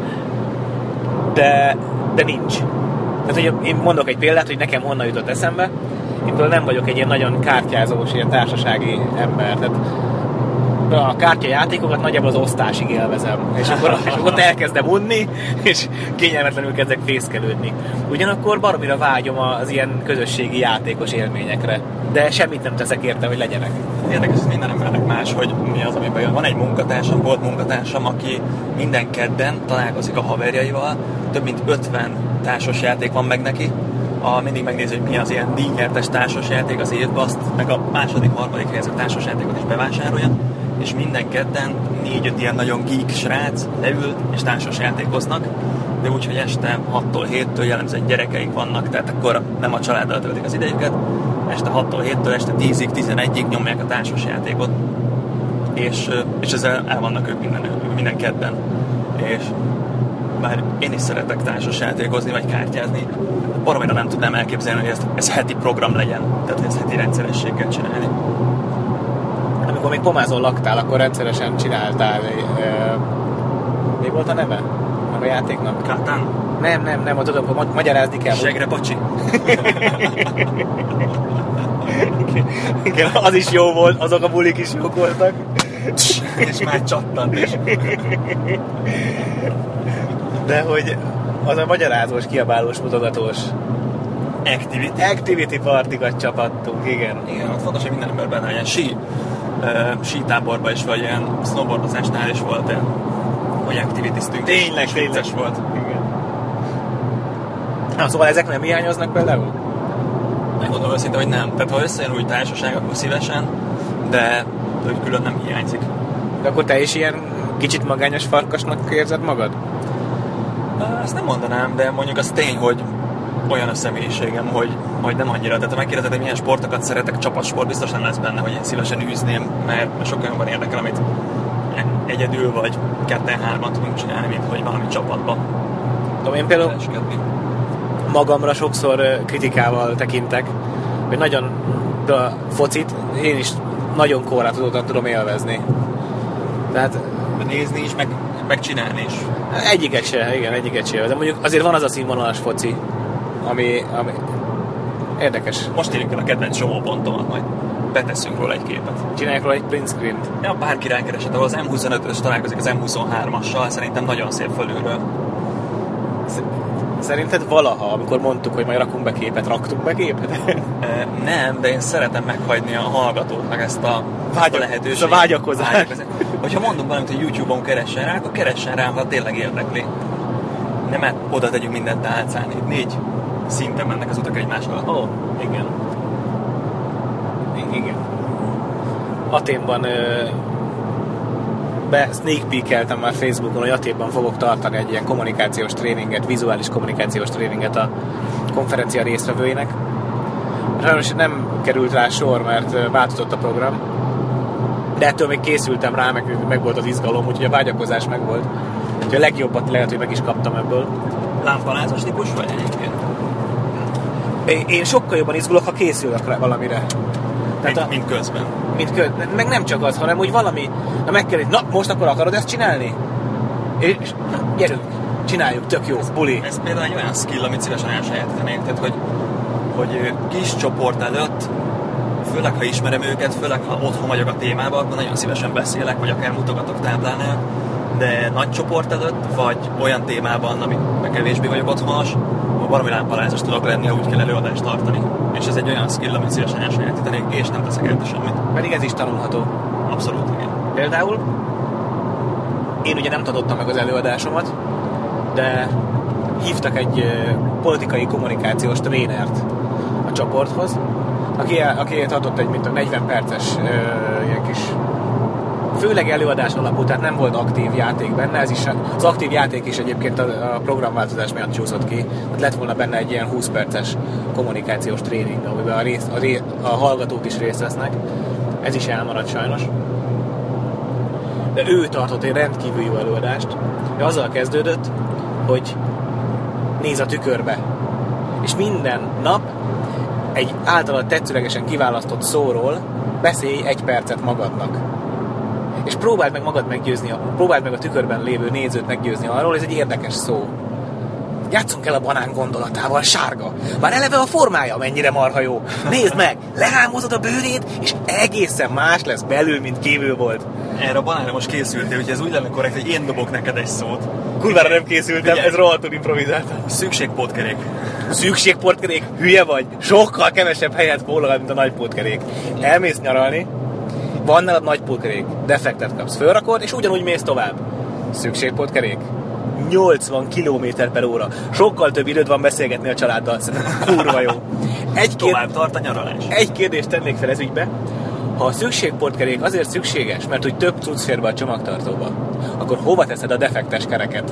de, de nincs. Tehát, hogy én mondok egy példát, hogy nekem honnan jutott eszembe, én például nem vagyok egy ilyen nagyon kártyázós, ilyen társasági ember, tehát a kártyajátékokat nagyjából az osztásig élvezem, és akkor, és akkor ott elkezdem unni, és kényelmetlenül kezdek fészkelődni. Ugyanakkor baromira vágyom az ilyen közösségi játékos élményekre, de semmit nem teszek érte, hogy legyenek. Érdekes, ez minden embernek más, hogy mi az, amiben jön. Van egy munkatársam, volt munkatársam, aki minden kedden találkozik a haverjaival, több mint ötven társasjáték van meg neki, a, mindig megnézi, hogy mi az ilyen díjnyertes társasjáték az évben, azt meg a második, harmadik helyezett társasjátékot is bevásárolja, és minden kedden négy-öt ilyen nagyon geek srác leül és társasjátékoznak, de úgy, hogy este hattól héttől jellemzően gyerekeik vannak, tehát akkor nem a családdal töltik az idejüket, este hattól héttől este tízig, tizenegyig nyomják a társasjátékot, és, és ezzel el vannak ők minden, minden kedden. És bár én is szeretek társasjátékozni, vagy kártyázni, baromira nem tudnám elképzelni, hogy ez, ez heti program legyen, tehát ez heti rendszerességgel csinálni. Amikor még Pomázon laktál, akkor rendszeresen csináltál. E, mi volt a neve? A játéknak? Kátán? Nem, nem, nem, tudom, hogy magyarázni kell. Segre bacsi. Igen, az is jó volt, azok a bulik is jók voltak. És már csattant is. De hogy az a magyarázós, kiabálós, mutogatós Activity. Activity partikat csapattunk, igen. Igen, ott fontos, hogy minden ember benne ilyen sí, uh, sítáborban is, vagy ilyen snowboardozásnál is volt ilyen, hogy activity-ztünk. Tényleg, és tényleg. vicces volt. Igen. Na, szóval ezek nem hiányoznak például? Megmondom őszintén, hogy nem. Tehát ha összejön új társaság, akkor szívesen, de, de hogy külön nem hiányzik. De akkor te is ilyen kicsit magányos farkasnak érzed magad? Ezt nem mondanám, de mondjuk az tény, hogy olyan a személyiségem, hogy, hogy nem annyira. Tehát ha megkérdezed, hogy milyen sportokat szeretek, csapatsport, biztos nem lesz benne, hogy én szívesen űzném, mert sokkal jobban érdekel, amit egyedül vagy ketten-hárman tudunk csinálni, mint hogy valami csapatban. Tudom, én például magamra sokszor kritikával tekintek, hogy nagyon de a focit én is nagyon korlátozottan tudom élvezni. Tehát nézni is, meg, meg csinálni is. Egyiket se, igen, egyiket se. De mondjuk azért van az a színvonalas foci, ami, ami érdekes. Most érjük el a kedvenc csomópontomat, majd betesszünk róla egy képet. Csinálják róla egy print screen-t. Ja, bárki rákeresett, ahol az em huszonötös találkozik az em huszonhármassal, szerintem nagyon szép fölülről. Szerinted valaha, amikor mondtuk, hogy majd rakunk be képet, raktunk be képet? E, nem, de én szeretem meghagyni a hallgatóknak ezt a, Vágyak, ezt a lehetőséget. Ez a vágyakozás. vágyakozás. Hogyha mondom valamit, hogy YouTube-on keressen rá, akkor keressen rá, ha tényleg érdekli. Nem, mert oda tegyünk mindent álcán. Itt négy szinten mennek az utak egymás alatt. Ó, oh, igen. I- igen. Aténban ö, be sneak peek-eltem már Facebookon, hogy Aténban fogok tartani egy ilyen kommunikációs tréninget, vizuális kommunikációs tréninget a konferencia résztvevőinek. Sajnos nem került rá sor, mert változott a program. De ettől még készültem rá, meg, meg volt az izgalom, úgyhogy a vágyakozás meg volt. Úgyhogy a legjobbat lehet, hogy meg is kaptam ebből. Lámpalázas típus vagy egyébként? Én sokkal jobban izgulok, ha készülök rá valamire. Mint, a, mint közben. Mint kö, meg nem csak az, hanem hogy valami, na megkérdezi, na most akkor akarod ezt csinálni? És na, gyerünk, csináljuk, tök jó, buli. Ez például egy olyan skill, amit szívesen elsajátítanék, tehát hogy, hogy kis csoport előtt, főleg ha ismerem őket, főleg ha otthon vagyok a témában, akkor nagyon szívesen beszélek, vagy akár mutogatok táblánál, de nagy csoport előtt, vagy olyan témában, amit kevésbé vagyok otthonos, valami lámpalázas tudok lenni, ha úgy kell előadást tartani. És ez egy olyan skill, amit szívesen elsajátítanék, és nem teszek érte semmit. Pedig ez is tanulható. Abszolút, igen. Például én ugye nem tanultam meg az előadásomat, de hívtak egy uh, politikai kommunikációs trénert a csoporthoz, aki, aki tartott egy mint a negyven perces uh, ilyen kis főleg előadás alapú, tehát nem volt aktív játék benne, ez is, az aktív játék is egyébként a, a programváltozás miatt csúszott ki, tehát lett volna benne egy ilyen húsz perces kommunikációs tréning, amiben a, rész, a, ré, a hallgatók is részt vesznek, ez is elmaradt sajnos. De ő tartott egy rendkívül jó előadást, de azzal kezdődött, hogy néz a tükörbe, és minden nap egy általad tetszőlegesen kiválasztott szóról beszélj egy percet magadnak. És próbáld meg magad meggyőzni, próbáld meg a tükörben lévő nézőt meggyőzni arról, ez egy érdekes szó. Játszunk el a banán gondolatával, sárga. Már eleve a formája mennyire marha jó. Nézd meg, lehámozod a bőrét, és egészen más lesz belül, mint kívül volt. Erre a banánra most készültél, hogy ez úgy lenne korrekt, hogy én dobok neked egy szót. Kurvára nem készültem, Figyelj. Ez rohadtul improvizáltam. Szükségpótkerék. Szükségportkerék? Hülye vagy? Sokkal kevesebb helyet foglal, mint a nagy pótkerék. Elmész nyaralni, van nálad nagy pótkerék, defektet kapsz, fölrakod, és ugyanúgy mész tovább. Szükségpótkerék? nyolcvan kilométer per óra. Sokkal több időd van beszélgetni a családdal, szerintem kurva jó. Egy kér... Tovább tart a nyaralás. Egy kérdést tennék fel ez ügybe. Ha a szükségportkerék azért szükséges, mert hogy több cucc fér be a csomagtartóba, akkor hova teszed a defektes kereket?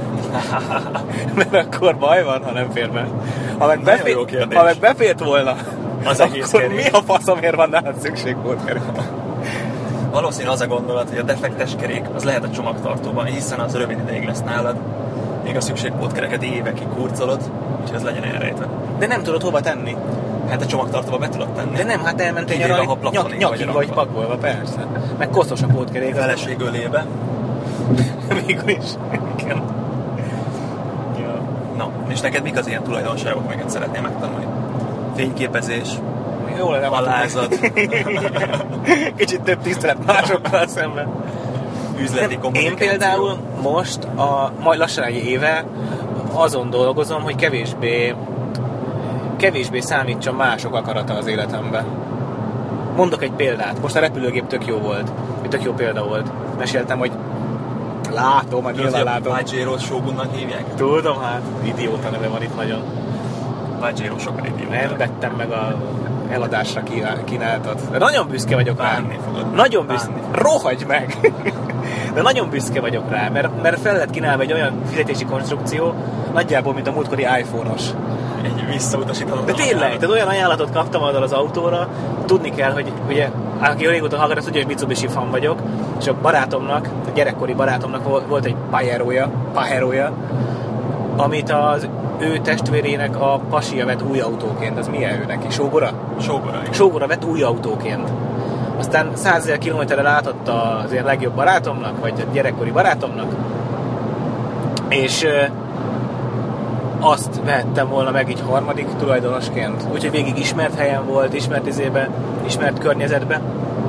Mert akkor baj van, ha nem fér be. Ha meg, befér, ha meg befért volna, az egész akkor kerék. mi a faszomért van nálad szükségportkerék? Valószínű az a gondolat, hogy a defektes kerék az lehet a csomagtartóban, hiszen az rövid ideig lesz nálad, még a szükségpótkereket évekig kurcolod, úgyhogy ez legyen elrejtve. De nem tudod hova tenni. Hát a csomagtartóba be tudod tenni. De nem, hát elmentél Kivéve, nyaralni, ha plafonig nyak, nyakig vagy vagy rakva. pakolva, persze. Meg koszos a pótkerék. A feleség ölébe. Mikor is. Igen. Ja. Na, és neked mik az ilyen tulajdonságok, amiket szeretnél megtanulni? Fényképezés, Jó lenne, alázat, kicsit több tisztelet másokkal szemben. üzleti kommunikáció. Én például most, a, majd lassan egy éve azon dolgozom, hogy kevésbé kevésbé számítson mások akarata az életembe. Mondok egy példát. Most a repülőgép tök jó volt. Tök jó példa volt. Meséltem, hogy látom, majd nyilván látom. Pajero Shogunnak hívják? Tudom, hát idióta neve van itt nagyon. Pajero sokkal idióta. Nem vettem meg a eladásra kínáltat. De nagyon büszke vagyok rá. Bánni fogod. Nagyon büszke. Bánni. Rohagy meg! De nagyon büszke vagyok rá, mert, mert fel lett kínálva egy olyan fizetési konstrukció, nagyjából, mint a múltkori iPhone-os. Egy visszautasítatlan. De tényleg, tehát olyan ajánlatot kaptam azzal az autóra, tudni kell, hogy ugye, aki régóta hallgat, az tudja, hogy Mitsubishi fan vagyok, és a barátomnak, a gyerekkori barátomnak volt egy Pajeroja, Pajeroja, amit az ő testvérének a pasia vett új autóként, az milyen ő neki? Sógora? Sógora. Sógora vett új autóként. Aztán százezer kilométerre átadta az én legjobb barátomnak, vagy a gyerekkori barátomnak, és ö, azt vehettem volna meg így harmadik tulajdonosként. Úgyhogy végig ismert helyen volt, ismert izébe, ismert környezetbe.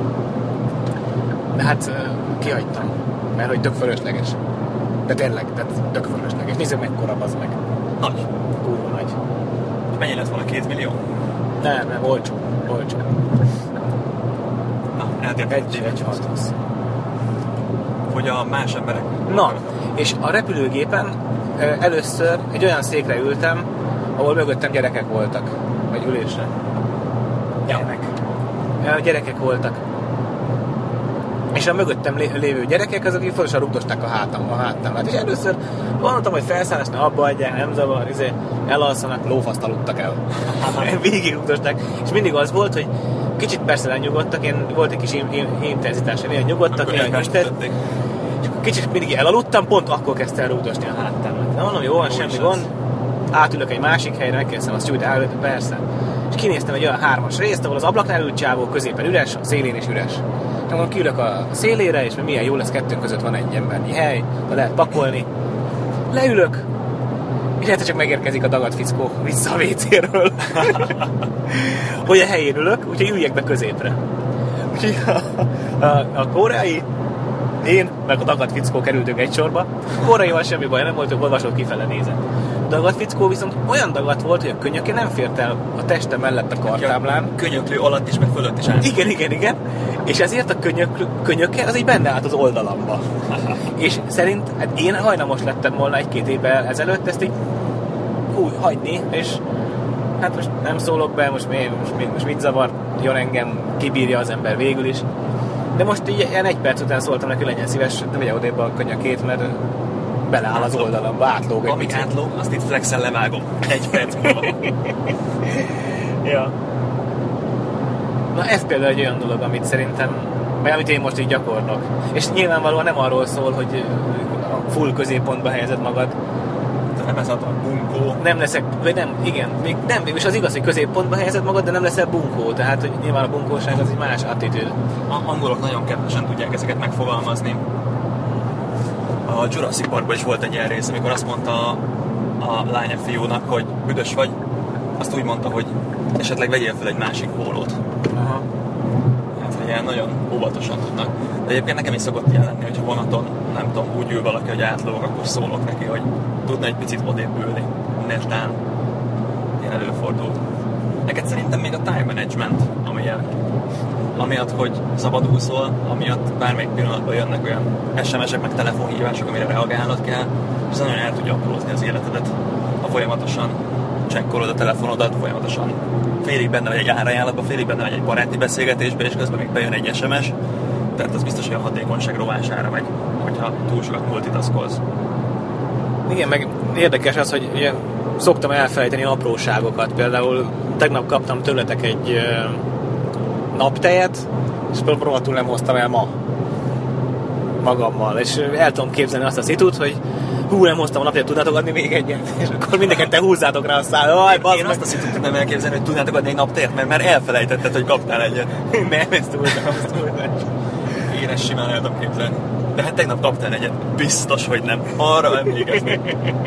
De hát ö, kihagytam, mert hogy tök fölösleges. De tényleg, tehát tök fölösleges. Nézzük mekkora az meg. Nagy. Kurva nagy. Mennyi lett volna? Két millió? Nem, nem, olcsó. Olcsó. Na, eltértünk. Egy, egy harminc. Hogy a más emberek... Na, és a repülőgépen ö, először egy olyan székre ültem, ahol mögöttem gyerekek voltak. Vagy ülésre. Gyermek. Ja, gyerekek voltak. És a mögöttem lé- lévő gyerekek, azok így fontosan rugdosták a hátam, a hátamát. És először gondoltam, hogy felszállásnál abba adják, nem zavar, izé, elalszanak, lófaszt aludtak el. Végig rugdosták. És mindig az volt, hogy kicsit persze lenyugodtak, én volt egy kis in- in- intenzitás, ilyen nyugodtak, ilyen nyugtet. És akkor kicsit mindig elaludtam, pont akkor kezdte el rugdosni a hátamat. Na mondom, jó van, semmi gond. Átülök egy másik helyre, megkérdeztem azt, hogy de persze. És kinéztem egy olyan hármas részt, ahol az ablaknál ült csávó, középen üres, a szélén is üres. És akkor kiülök a szélére, és milyen jó lesz, kettőnk között van egy embernyi hely, de lehet pakolni. Leülök, és egyszer csak megérkezik a dagat fickó vissza a vécéről. Hogy a helyén ülök, úgyhogy üljek be középre. Úgyhogy a, a, a koreai, én, meg a dagat fickó kerültünk egy sorba. A koreaival semmi baj, nem volt, hogy olvasott kifele nézett. A dagat fickó viszont olyan dagat volt, hogy a könyöke nem fért el a teste mellett a kartáblán. Könyöklő alatt is, meg fölött is állt. Igen, igen, igen. És ezért a könyök, könyöke az így benne állt az oldalamba. És szerint, hát én hajlamos lettem volna egy-két évvel ezelőtt ezt így hú, hagyni, és hát most nem szólok be, most, mi, most, most mit zavar, jön engem, kibírja az ember végül is. De most így ilyen egy perc után szóltam neki, legyen szíves, de vigye odébb a könyökét, mert beleáll az oldalamba, átlóg egy Amíg átlóg, azt itt flexen levágom. Egy perc múlva. Ja. Na ez például egy olyan dolog, amit szerintem, vagy amit én most így gyakorlok. És nyilvánvalóan nem arról szól, hogy a full középpontba helyezed magad. Nem ez a bunkó. Nem leszek, vagy nem, igen, még nem, és az igaz, hogy középpontba helyezed magad, de nem leszel bunkó. Tehát, hogy nyilván a bunkóság az egy más attitűd. A angolok nagyon kedvesen tudják ezeket megfogalmazni. A Jurassic Parkban is volt egy ilyen rész, amikor azt mondta a, a lány a fiúnak, hogy büdös vagy, azt úgy mondta, hogy esetleg vegyél fel egy másik pólót. Aha. Hát, hogy ilyen nagyon óvatosan tudnak. De egyébként nekem is szokott ilyen lenni, hogyha vonaton, nem tudom, úgy ül valaki, hogy átlóg, akkor szólok neki, hogy tudna egy picit odébb ülni. Netán. Ilyen előfordul. Neked szerintem még a time management, amilyen, amiatt, hogy szabadúszol, amiatt bármelyik pillanatban jönnek olyan es em esek, meg telefonhívások, amire reagálnod kell, és ez nagyon el tudja aprózni az életedet, ha folyamatosan csekkolod a telefonodat, folyamatosan félig benne vagy egy árajánlatban, félig benne vagy egy baráti beszélgetésben, és közben még bejön egy es em es, tehát az biztos, hogy a hatékonyság rovására megy, hogyha túl sokat multitaskolsz. Igen, meg érdekes az, hogy ugye, szoktam elfelejteni apróságokat. Például tegnap kaptam tőletek egy uh, naptejet, és rohadtul nem hoztam el ma magammal. És el tudom képzelni azt a szitut, hogy hú, nem hoztam a naptejet, tudnátok adni még egyet? És akkor mindeket te húzzátok rá a szállal. Én azt a szitut tudnám elképzelni, hogy tudnátok adni egy naptejet, mert már elfelejtetted, hogy kaptál egyet. Nem, ezt túlzás, ezt túlzás. Én ezt simán el tudom képzelni. De hát tegnap kaptál egyet. Biztos, hogy nem. Arra emlékezni.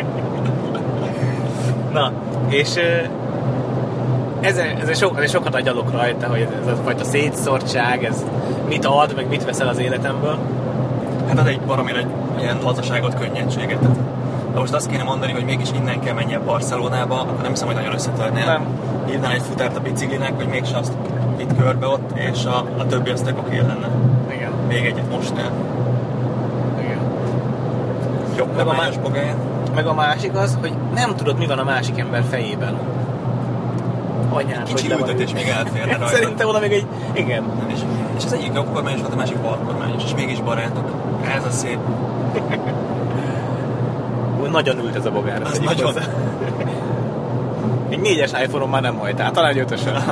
Na, és ezen, ezen, so, ezen sokat agyalok rajta, hogy ez, ez a fajta szétszórtság, ez mit ad, meg mit veszel az életemből. Hát ad egy baromi egy ilyen lazaságot, könnyedséget. De most azt kéne mondani, hogy mégis innen kell menjél Barcelonába, akkor nem hiszem, hogy nagyon összetörnél. Nem. Hívnál egy futárt a biciklinek, hogy mégse azt itt körbe ott, és a, a többi azt tök oké lenne. Igen. Még egyet mostnál. Igen. Jobb Meg a, más bogáján. meg a másik az, hogy nem tudod, mi van a másik ember fejében. Anyád, Kicsi hogy le van ültetés ő. még elférne rajta. Szerintem oda még egy... Igen. Nem is. És az egyik jobb kormány is volt, a másik bal kormány is, és mégis barátok. Ez a szép. Úgy nagyon ült ez a bogár. Az nagyon. Egy négyes iPhone-on már nem hajtál, talán egy ötösen.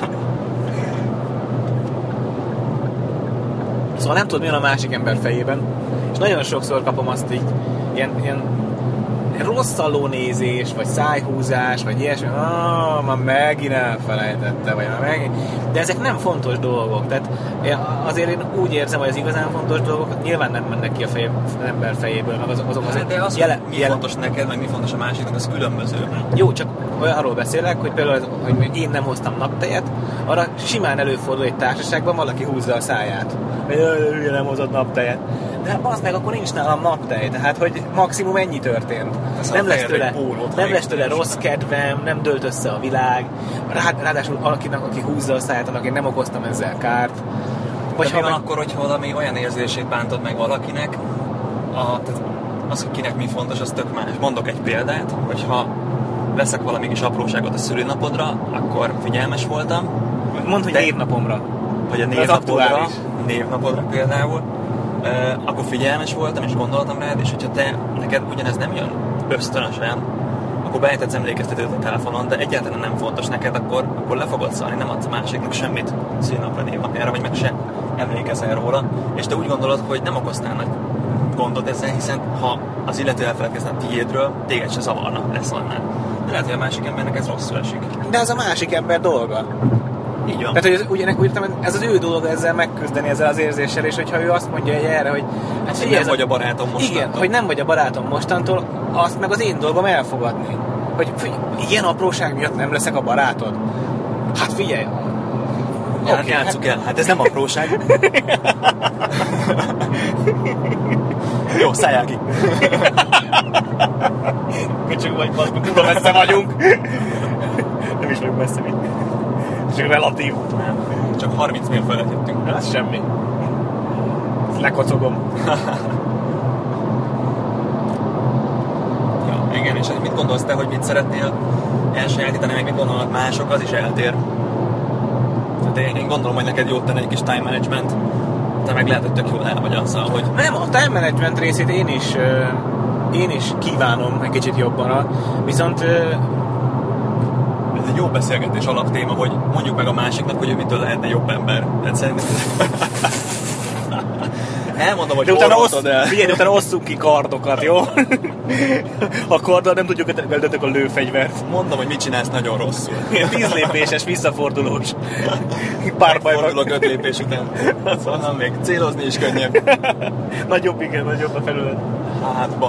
Szóval nem tudod, mi van a másik ember fejében. És nagyon sokszor kapom azt így, ilyen, ilyen rosszalló nézés, vagy szájhúzás, vagy ilyesmi, ah, már megint elfelejtette, vagy már megint. De ezek nem fontos dolgok. Tehát azért én úgy érzem, hogy az igazán fontos dolgok nyilván nem mennek ki a feje, az ember fejéből, meg azok, azok azért... De az, jele, mi jele... fontos neked, meg mi fontos a másiknak, az különböző. Jó, csak arról beszélek, hogy például, az, hogy én nem hoztam naptejet, arra simán előfordul egy társaságban, valaki húzza a száját. Jaj, nem hozott naptejet. De az meg akkor nincs nálam naptej, tehát hogy maximum ennyi történt. Nem lesz, tőle, nem lesz tőle rossz kedvem, nem dőlt össze a világ. Rád, ráadásul akinek, aki húzza a száját, annak én nem okoztam ezzel kárt. Vagy ha van meg... akkor, hogyha valami olyan érzését bántod meg valakinek, a, tehát az, hogy kinek mi fontos, az tök más. Mondok egy példát, hogyha veszek valami kis apróságot a szülőnapodra, akkor figyelmes voltam. Mondd, hogy de... névnapomra. Vagy a névnapodra, névnapodra például. Uh, akkor figyelmes voltam, és gondoltam rád, és hogyha te, neked ugyanez nem jön ösztönösen, akkor beállíthatsz emlékeztetőt a telefonon, de egyáltalán nem fontos neked, akkor, akkor le fogod szalni, nem adsz a másiknak semmit szülnapra, névnapjára, vagy meg se emlékezel róla, és te úgy gondolod, hogy nem okoztál nagy gondot ezzel, hiszen ha az illető elfeledkezne a tiédről, téged se zavarna, leszalnál. De lehet, hogy a másik embernek ez rosszul esik. De ez a másik ember dolga. Így van. Tehát, hogy ugyanek úgy értem, ez az ő dolga ezzel megküzdeni ezzel az érzéssel, és hogyha ő azt mondja erre, hogy hát figyelj, nem vagy a barátom mostantól. Igen, hogy nem vagy a barátom mostantól, azt meg az én dolgom elfogadni. Hogy figyelj, ilyen apróság miatt nem leszek a barátod. Hát figyelj. Ja, okay, játsszuk hát... el, hát ez nem apróság. Jó, szálljál ki. Csak vagy valami kurva messze vagyunk. Nem is vagyunk messze, mint. Csak relatív. Nem. Csak harminc mérföldet jöttünk. Ez semmi. Ezt lekocogom. Ja, igen, és mit gondolsz te, hogy mit szeretnél elsajátítani, meg mit gondolnak mások, az is eltér. Tehát én, én gondolom, hogy neked jót tenne egy kis time management. Te meg lehet, hogy tök jól el vagy azzal, hogy... Nem, a time management részét én is, én is kívánom egy kicsit jobbanra, viszont... Ez egy jó beszélgetés alaptéma, hogy mondjuk meg a másiknak, hogy ő mitől lehetne jobb ember. Tehát szerintem... Elmondom, hogy hol mondtad el. Figyelj, utána osszunk ki kardokat, jó? A karddal nem tudjuk eltettek a lőfegyvert. Mondom, hogy mit csinálsz nagyon rosszul. Tíz lépéses, visszafordulós. Fordulok öt lépés után. Szóval még célozni is könnyebb. Nagyobb, igen, nagyobb a felület. Hátba.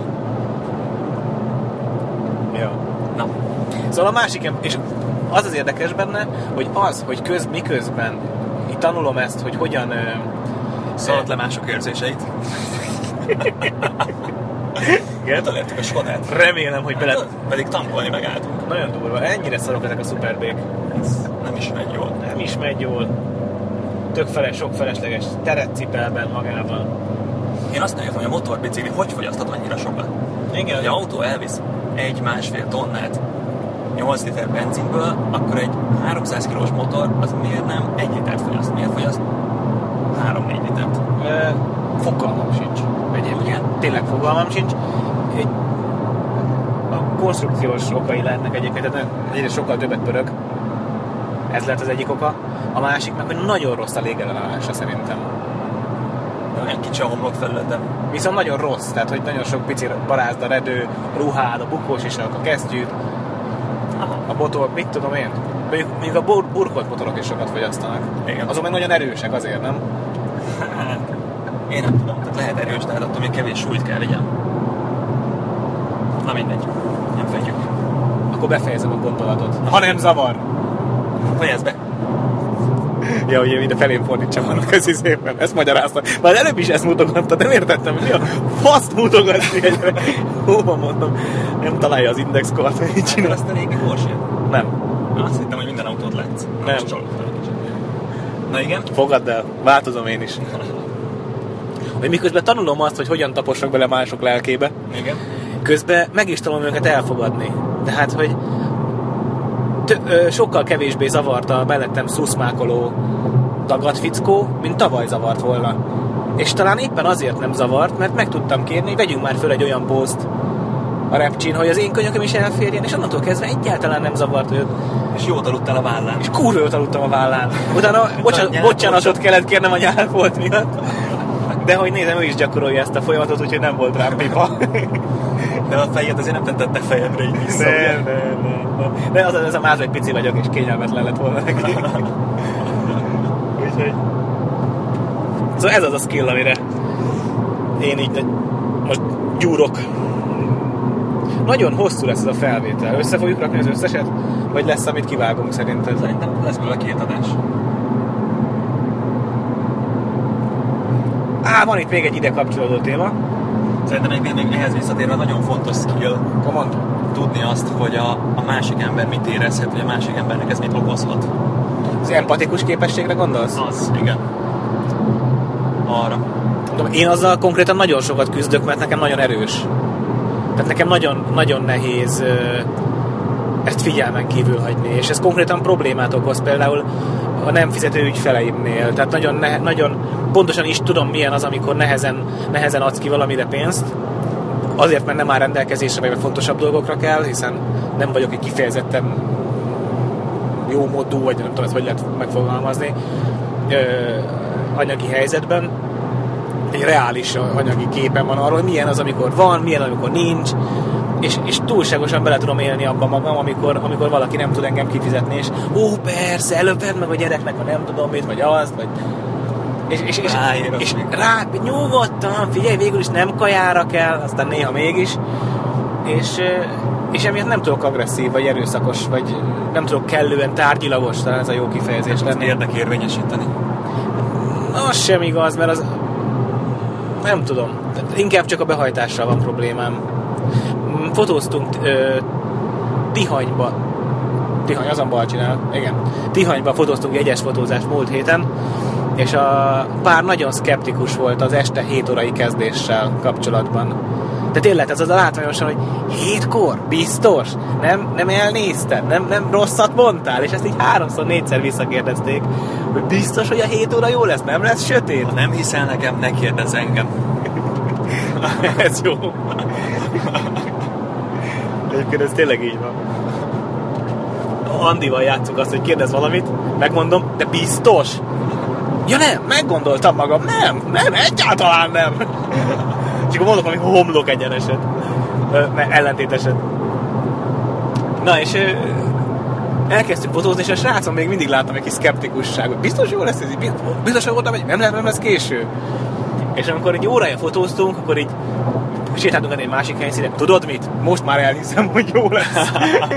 Ja. Na. Szóval a másik, és az az érdekes benne, hogy az, hogy köz, miközben itt tanulom ezt, hogy hogyan... Szaladt le mások érzéseit. Igen? Találtuk a Skodát. Remélem, hogy bele... Hát, pedig tankolni megálltunk. Nagyon durva. Ennyire szarok ezek a szuperbék. Ez nem is megy jól. Nem is megy jól. Tök feles, sok felesleges teret cipel benne magával. Én azt nem értem, hogy a motorbicikli hogy fogyaszthat annyira sokat. Igen. Ha egy autó elvisz egy-másfél tonnát nyolc liter benzinből, akkor egy háromszáz kilós motor az miért nem egy litert fogyaszt? Miért fogyaszt három-négy litert? E, fogalmam sincs. Egyébként. Tényleg fogalmam sincs. Egy, a konstrukciós okai lehetnek egyébként, tehát egyre sokkal többet pörög. Ez lehet az egyik oka. A másik meg, hogy nagyon rossz a légellenállása szerintem. Olyan kicsi a homlok felülete. Viszont nagyon rossz, tehát hogy nagyon sok pici barázd a redő, a ruhád, a bukós is, a kesztyűt, a motor, mit tudom én. Még a bur- burkolt motorok is sokat fogyasztanak. Igen. Azok meg nagyon erősek azért, nem? Hát, én nem tudom, tehát lehet erős, de hát attól még kevés súlyt kell vigyem. Na mindegy, nem fedjük. Akkor befejezem a gondolatot. Ha nem zavar! Fejezd be! Ja, hogy én ide felém fordítsam annak, köszi szépen. Ezt magyaráztam. Már előbb is ezt mutogattad, nem értettem, hogy mi a faszt mutogatni egyre. Hóba mondom, nem találja az indexkort, hogy mit csinál. Hát azt a régi Porsche? Nem. Azt hittem, hogy minden autót látsz. Nem. Na igen? Fogadd el, változom én is. Hogy miközben tanulom azt, hogy hogyan tapossak bele mások lelkébe, igen. Közben meg is tanulom őket elfogadni. Tehát, hogy t- ö, sokkal kevésbé zavarta a mellettem szuszmákoló dagadfickó, mint tavaly zavart volna. És talán éppen azért nem zavart, mert meg tudtam kérni, hogy vegyünk már föl egy olyan pózt a repcsin, hogy az én könyököm is elférjen, és onnantól kezdve egyáltalán nem zavart őt. És jót aludtál a vállán. És kurva jót aludtam a vállán. Utána bocsan- bocsánatot kellett kérnem a nyál volt miatt. De hogy nézem, ő is gyakorolja ezt a folyamatot, úgyhogy nem volt rám pipa. De a fejed azért nem tettettek fejedre így vissza. Nem, nem, nem, nem. De az, az a máz, hogy pici vagyok, és kényelmetlen lett volna neki. Úgyhogy... Szóval ez az a skill, amire én így most gyúrok. Nagyon hosszú lesz ez a felvétel. Össze fogjuk rakni az összeset? Vagy lesz, amit kivágunk szerinted? Szerintem lesz belőle két adás. Á, van itt még egy ide kapcsolódó téma. Szerintem egyébként még ehhez visszatérve nagyon fontos skill Komand. tudni azt, hogy a, a másik ember mit érezhet, hogy a másik embernek ez mit okozhat. Az empatikus képességre gondolsz? Az, igen. Arra. Én azzal konkrétan nagyon sokat küzdök, mert nekem nagyon erős. Tehát nekem nagyon, nagyon nehéz ezt figyelmen kívül hagyni, és ez konkrétan problémát okoz például a nem fizető ügyfeleimnél. Tehát nagyon, ne, nagyon pontosan is tudom, milyen az, amikor nehezen, nehezen adsz ki valamire pénzt, azért, mert nem áll rendelkezésre, vagy fontosabb dolgokra kell, hiszen nem vagyok egy kifejezetten jó módú, vagy nem tudom, ezt hogy lehet megfogalmazni, ö, anyagi helyzetben. Egy reális anyagi képen van arról, milyen az, amikor van, milyen, amikor nincs, és, és túlságosan bele tudom élni abba magam, amikor, amikor valaki nem tud engem kifizetni, és ó, persze, előbb vedd meg a gyereknek, ha nem tudom mit, vagy azt, vagy... És, és, és, és rá, nyugodtan, figyelj, végül is nem kajára kell, aztán néha mégis, és, és emiatt nem tudok agresszív, vagy erőszakos, vagy nem tudok kellően tárgyilagos, talán ez a jó kifejezés lenni. Érdekérvényesíteni. Az sem igaz, mert az... Nem tudom. Inkább csak a behajtással van problémám. Fotóztunk ö, Tihanyba. Tihany, azon bal csinál. Igen. Tihanyba fotóztunk jegyes fotózást múlt héten, és a pár nagyon szkeptikus volt az este hét órai kezdéssel kapcsolatban. De tényleg ez az a látványosan, hogy hétkor? Biztos? Nem, nem elnézted? Nem, nem rosszat mondtál? És ezt így háromszor, négyszer visszakérdezték, hogy biztos, hogy a hét óra jó lesz? Nem lesz sötét? Ha nem hiszel nekem, ne kérdezz engem. Ez jó. Egyébként ez tényleg így van. Andival játszunk azt, hogy kérdez valamit, megmondom, de biztos? Ja nem, meggondoltam magam, nem, nem, egyáltalán nem. És akkor mondok valami homlok egyeneset, ellentéteset. Na és elkezdtük fotózni, és a srácon még mindig láttam egy kis szkeptikusságot. Biztos jó lesz ez így? Biztos, hogy voltam, hogy nem lehet, nem lesz késő. És amikor egy órája fotóztunk, akkor így sétáltunk egy másik helyszínen. Tudod mit? Most már elhiszem, hogy jó lesz.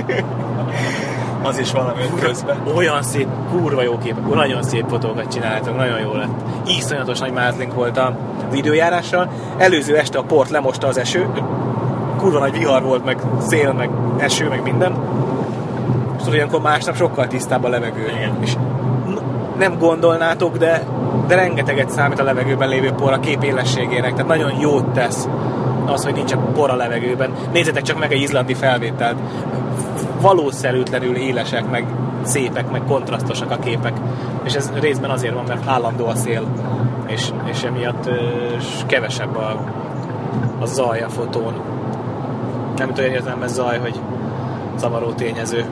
Az is valami közben. Olyan szép, kurva jó képek, nagyon szép fotókat csináltunk, nagyon jó lett. Iszonyatos nagy mázlink volt az időjárással. Előző este a port lemosta az eső, kurva nagy vihar volt, meg szél, meg eső, meg minden. És tudod, ilyenkor másnap sokkal tisztább a levegő. Igen. És nem gondolnátok, de, de rengeteget számít a levegőben lévő por a kép élességének, tehát nagyon jót tesz az, hogy nincs a por a levegőben. Nézzétek csak meg egy izlandi felvételt. Valószerűtlenül élesek, meg szépek, meg kontrasztosak a képek. És ez részben azért van, mert állandó a szél, és, és emiatt ö, kevesebb a, a zaj a fotón. Nem tudom, hogy értelme zaj, hogy zavaró tényező.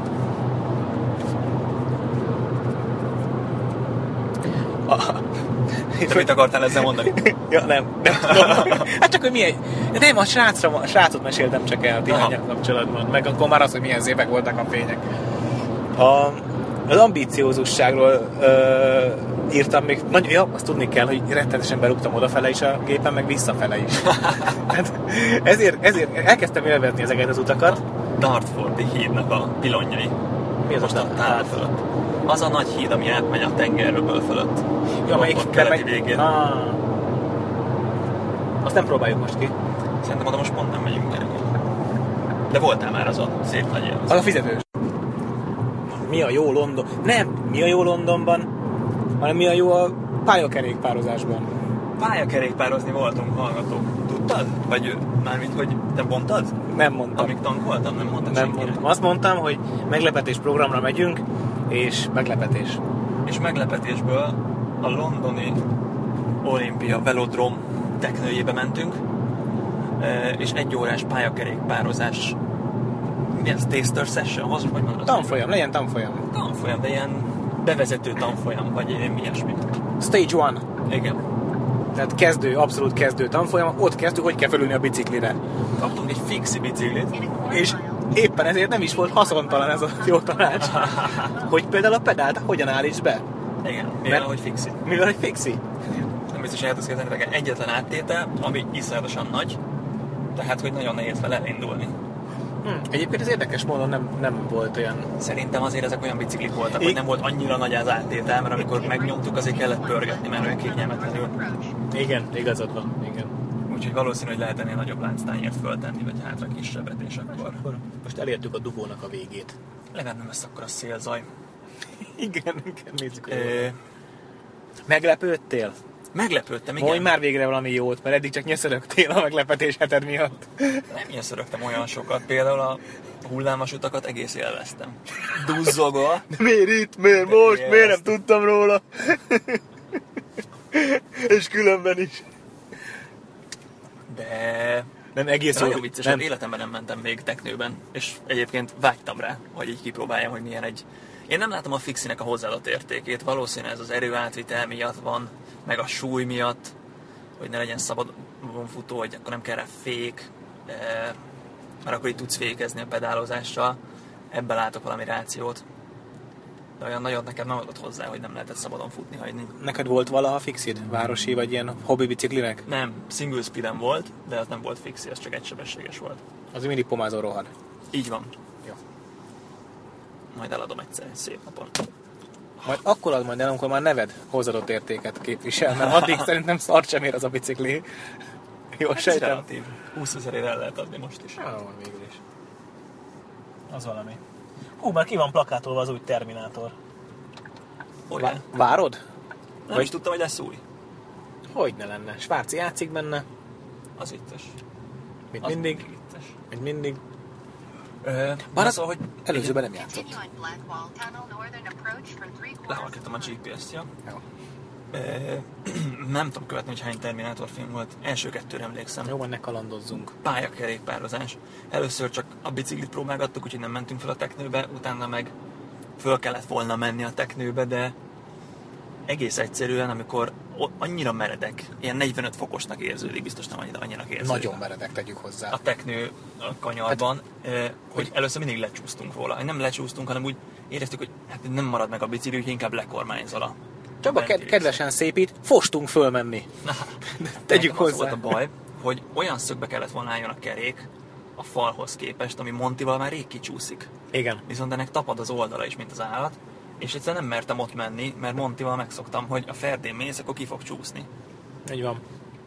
Te mit akartál ezzel mondani? Ja, nem, nem tudom. Hát csak, hogy milyen... Nem, a, srácra, a srácot meséltem csak el Tihanyjal kapcsolatban. Meg akkor már az, hogy milyen szépek voltak a fények. A, az ambíciózusságról ö, írtam még... Nagyon, ja, azt tudni kell, hogy rettenetesen berúgtam odafele is a gépen, meg visszafele is. Hát, ezért, ezért elkezdtem élvezni ezeket az utakat. Dartfordi hídnak a pilonjai. Mi az most a a távol fölött? Az a nagy híd, ami átmegy a tengerről fölött. Ja, amelyik keleti végén. Ah. Azt nem próbáljuk most ki. Szerintem oda most pont nem megyünk el. De voltál már az a szép nagy élmény. Az a fizetős. Mi a jó London? Nem, mi a jó Londonban, hanem mi a jó a pályakerékpározásban. Pályakerékpározni voltunk, hallgatók. Tudtad? Vagy mármint, hogy te mondtad? Nem mondtam. Amíg tankoltam, nem mondtad Nem senkinek. mondtam. Azt mondtam, hogy meglepetés programra megyünk, és meglepetés. És meglepetésből a londoni Olimpia Velodrom teknőjébe mentünk, és egy órás pályakerékpározás. Mi ez? Taster session? Az, hogy mondod? Tanfolyam, legyen tanfolyam. Tanfolyam, de ilyen bevezető tanfolyam, vagy ilyen ilyesmi. Stage one. Igen. Tehát kezdő, abszolút kezdő tanfolyam, ott kezdtük, hogy kell felülni a biciklire. Kaptunk egy fixi biciklit. És éppen ezért nem is volt haszontalan ez a jó tanács, hogy például a pedált hogyan állíts be. Igen, mivel Mert- hogy fixi. Mivel hogy fixi. Nem biztos, hogy el tudsz képzelni, neked egyetlen áttétel, ami iszonyatosan nagy, tehát hogy nagyon nehéz vele elindulni. Hm. Egyébként ez érdekes módon nem, nem volt olyan... Szerintem azért ezek olyan biciklik voltak, I- hogy nem volt annyira nagy az áttétel, mert amikor megnyomtuk, azért kellett pörgetni, mert olyan kényelmetlenül. Igen, igazad van, igen. Úgyhogy valószínű, hogy lehet ennél nagyobb lánctányért föltenni, vagy hátra kisebbet, és akkor Akkor most elértük a dugónak a végét. legalább nem lesz akkor a szélzaj. Igen, igen, nézzük. Hogy Ö, Meglepődtél? meglepődtem, igen. Mondj már végre valami jót, mert eddig csak nyöszörögtél a meglepetés heted miatt. Nem nyöszörögtem olyan sokat, például a hullámos utakat egész élveztem. Duzzogva. De miért itt? Miért most? Yes. Miért nem tudtam róla? És különben is. De Nem egész jó. nagyon vicces, Nem. nem. Életemben nem mentem még teknőben, és egyébként vágytam rá, hogy így kipróbáljam, hogy milyen egy... Én nem látom a fixinek a hozzáadott értékét, valószínűleg ez az erőátvitel miatt van, meg a súly miatt, hogy ne legyen szabadon futó, hogy akkor nem kell rá fék, de- mert akkor így tudsz fékezni a pedálozással, ebben látok valami rációt. De olyan nagyot nekem nem adott hozzá, hogy nem lehetett szabadon futni, hagyni. Neked volt valaha fixid? Városi vagy ilyen hobbi biciklinek? Nem, single speeden volt, de az nem volt fixi, az csak egysebességes volt. Az mindig pomázó rohad. Így van. Jó. Majd eladom egyszer egy szép napon. Majd akkor ad majd el, amikor már neved hozzáadott értéket képvisel, mert addig szerintem szart sem ér az a bicikli. Jó, Ez sejtem. relatív. húszezerért el lehet adni most is. Jó, van végül is. Az valami. Hú, már ki van plakátolva az új Terminátor. Olyan. Vá- várod? Nem vagy- is tudtam, hogy lesz új. Hogy ne lenne? Svárci játszik benne, Az vicces. mint Az mindig, vicces. mint mindig. Ö, Bár na az- szóval, hogy Előzőben nem játszott. lehalkítottam a gé pé es-t, ja. Jó. Ö, nem tudom követni, hogy hány Terminátor film volt. Első kettőre emlékszem. Jó, majd ne kalandozzunk. Pályakerékpározás. Először csak a biciklit próbálgattuk, úgyhogy nem mentünk fel a teknőbe, utána meg föl kellett volna menni a teknőbe, de egész egyszerűen, amikor o- annyira meredek, ilyen negyvenöt fokosnak érződik, biztos nem annyira, annyira érződik. Nagyon meredek, tegyük hozzá. A teknő a kanyarban, hát, hogy először mindig lecsúsztunk róla. Nem lecsúsztunk, hanem úgy éreztük, hogy hát nem marad meg a bicikli, úgyhogy inkább lekormányzol a Csaba benti ked- kedvesen szépít, fostunk fölmenni. Tegyük Nekem az hozzá. volt a baj, hogy olyan szögbe kellett volna álljon a kerék a falhoz képest, ami Montival már rég kicsúszik. Igen. Viszont ennek tapad az oldala is, mint az állat, és egyszerűen nem mertem ott menni, mert Montival megszoktam, hogy a ferdén mész, akkor ki fog csúszni. Így van.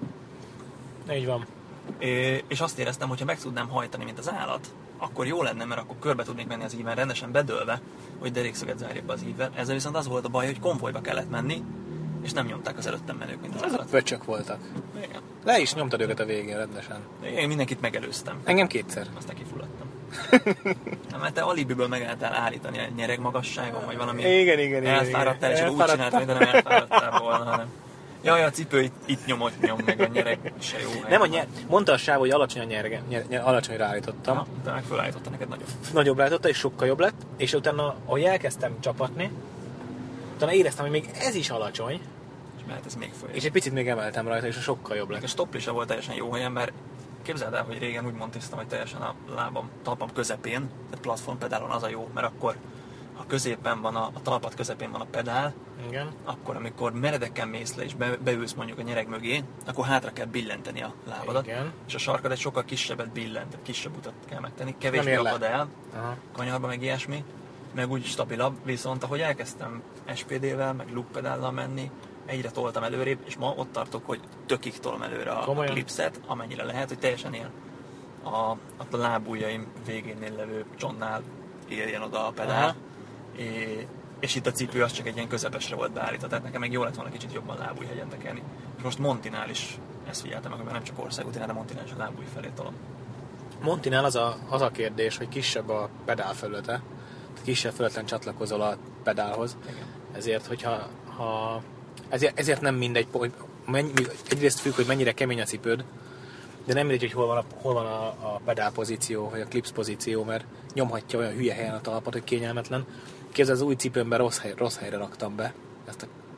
Így van. É, és azt éreztem, hogy ha meg tudnám hajtani, mint az állat, akkor jó lenne, mert akkor körbe tudnék menni az íven rendesen bedőlve, hogy derékszöget zárja be az ívvel. Ezzel viszont az volt a baj, hogy konvojba kellett menni, és nem nyomták az előttem menők, mint az Azok állat. pöcsök voltak. Igen. Le is nyomtad őket a végén rendesen. Én mindenkit megelőztem. Engem kétszer. Aztán kifulladtam. Nem, mert te alibiből megálltál állítani a nyereg magasságon, vagy valami Igen, igen, igen. elfáradtál, és igen. úgy csináltál, mintha nem elfáradtál volna, hanem jaj, a cipő itt, itt nyomott nyom, meg a nyereg se jó helyen. Nem a nyer... Mondta a sáv, hogy alacsony a nyerge, nyer... nyer... alacsonyra állítottam. Na, de meg fölállította neked nagyon. Nagyobb állította, és sokkal jobb lett. És utána, ahogy elkezdtem csapatni, utána éreztem, hogy még ez is alacsony, És mehet ez még föl. és egy picit még emeltem rajta, és sokkal jobb A lett. stoplisa volt teljesen jó helyen, mert képzeld el, hogy régen úgy montiztam, hogy teljesen a lábam, talpam közepén, tehát platformpedálon az a jó, mert akkor ha középen van a, a talpad közepén van a pedál, Igen. akkor amikor meredeken mész le és be, beülsz mondjuk a nyereg mögé, akkor hátra kell billenteni a lábadat, Igen. és a sarkad egy sokkal kisebbet billent, tehát kisebb utat kell megtenni, kevésbé ér le. akad el, Aha. kanyarba meg ilyesmi, meg úgy stabilabb, viszont ahogy elkezdtem es pé dé-vel, meg loop pedállal menni, egyre toltam előrébb, és ma ott tartok, hogy tökig tolom előre a, a Komolyan? klipszet, amennyire lehet, hogy teljesen ilyen a, a lábujjaim végénél levő csonnál érjen oda a pedál. Aha. É, és itt a cipő az csak egy ilyen közepesre volt beállítva, tehát nekem meg jó lett volna kicsit jobban lábújhegyen tekerni. És most Montinál is ezt figyeltem meg, mert nem csak országútinál, de Montinál is a lábúj felé tolom. Montinál az a, az a kérdés, hogy kisebb a pedál felülete, tehát kisebb felületen csatlakozol a pedálhoz. Igen. Ezért, hogyha ha, ezért, ezért nem mindegy, hogy mennyi, egyrészt függ, hogy mennyire kemény a cipőd, de nem mindegy, hogy hol van a, hol van a, a pedál pozíció, vagy a clips pozíció, mert nyomhatja olyan hülye helyen a talpat, hogy kényelmetlen. Képzeld, az új cipőmben rossz, hely, rossz helyre raktam be ezt a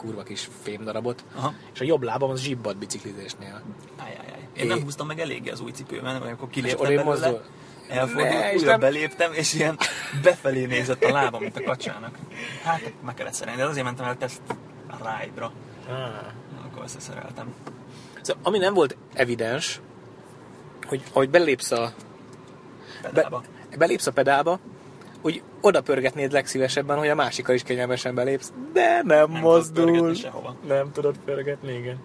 kurva kis fémdarabot, Aha. és a jobb lábam az zsibbadt biciklizésnél. Ajajaj. Én É. nem húztam meg eléggé az új cipőben, vagy akkor kiléptem odébb belőle, mozdul? elfordult, Ne, és újra nem- beléptem, és ilyen befelé nézett a lábam, mint a kacsának. Hát meg kellett szerelni, de azért mentem el teszt ride-ra. Ah. Akkor összeszereltem. Szóval, ami nem volt evidens, hogy ahogy belépsz a, Pedálba. be, belépsz a pedálba, úgy oda pörgetnéd legszívesebben, hogy a másikkal is kényelmesen belépsz, de nem, Nem tudod mozdul. pörgetni sehova. Nem tudod pörgetni, igen.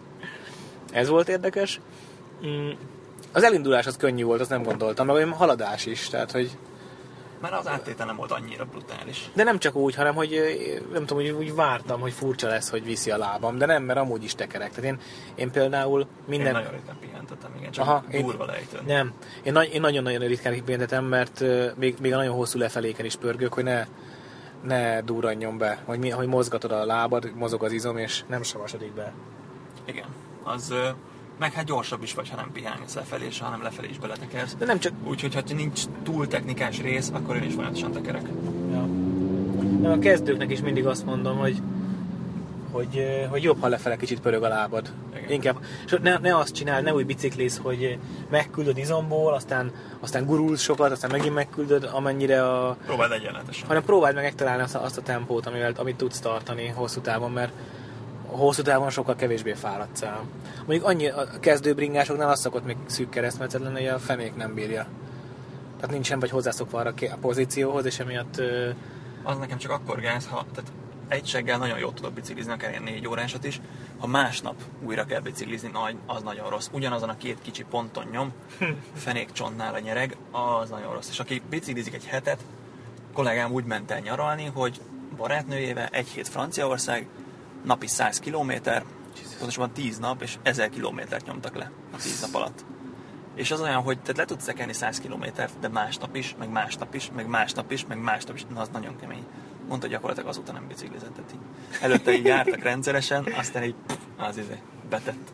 Ez volt érdekes. Mm, Az elindulás az könnyű volt, azt nem gondoltam, meg olyan haladás is, tehát hogy... Mert az áttétel nem volt annyira brutális. De nem csak úgy, hanem hogy ö, nem tudom, hogy úgy vártam, hogy furcsa lesz, hogy viszi a lábam, de nem, mert amúgy is tekerek. Tehát én, én például minden... Én nagyon ritkán pihentettem, igen, csak Aha, durva én, lejtőn. nem, én, nagy, én nagyon-nagyon ritkán pihentetem, mert uh, még, még a nagyon hosszú lefeléken is pörgök, hogy ne, ne durranjon be, hogy, mi, hogy mozgatod a lábad, mozog az izom, és nem savasodik be. Igen. Az, ö, meg hát gyorsabb is vagy, ha nem pihensz lefelé, és ha nem lefelé is beletekersz. De nem csak... Úgyhogy ha nincs túl technikás rész, akkor én is folyamatosan tekerek. Ja. Nem, a kezdőknek is mindig azt mondom, hogy, hogy, ö, hogy jobb, ha lefele kicsit pörög a lábad. Igen. Inkább. És ne, ne azt csinál, ne úgy bicikliz, hogy megküldöd izomból, aztán, aztán gurulsz sokat, aztán megint megküldöd, amennyire a... Próbáld egyenletesen. hanem próbáld meg megtalálni azt a, azt a tempót, amivel, amit tudsz tartani hosszú távon, mert hosszú távon sokkal kevésbé fáradsz el. Mondjuk annyi a kezdőbringásoknál az szokott még szűk keresztmetszet lenni, hogy a fenék nem bírja. Tehát nincsen vagy hozzászokva arra a pozícióhoz, és emiatt... Ö... Az nekem csak akkor gáz, ha tehát egy seggel nagyon jól tudok biciklizni, akár ilyen négy órásat is. Ha másnap újra kell biciklizni, az nagyon rossz. Ugyanazon a két kicsi ponton nyom, fenékcsontnál a nyereg, az nagyon rossz. És aki biciklizik egy hetet, kollégám úgy ment el nyaralni, hogy barátnőjével egy hét Franciaország, napi száz kilométer, pontosabban tíz nap, és ezer kilométert nyomtak le a tíz nap alatt. És az olyan, hogy te le tudsz szekelni száz kilométert, de másnap is, meg másnap is, meg másnap is, meg másnap is, na az nagyon kemény. Mondta, hogy gyakorlatilag azóta nem biciklizett. Tehát így. Előtte így jártak rendszeresen, aztán így pff, az izé, betett.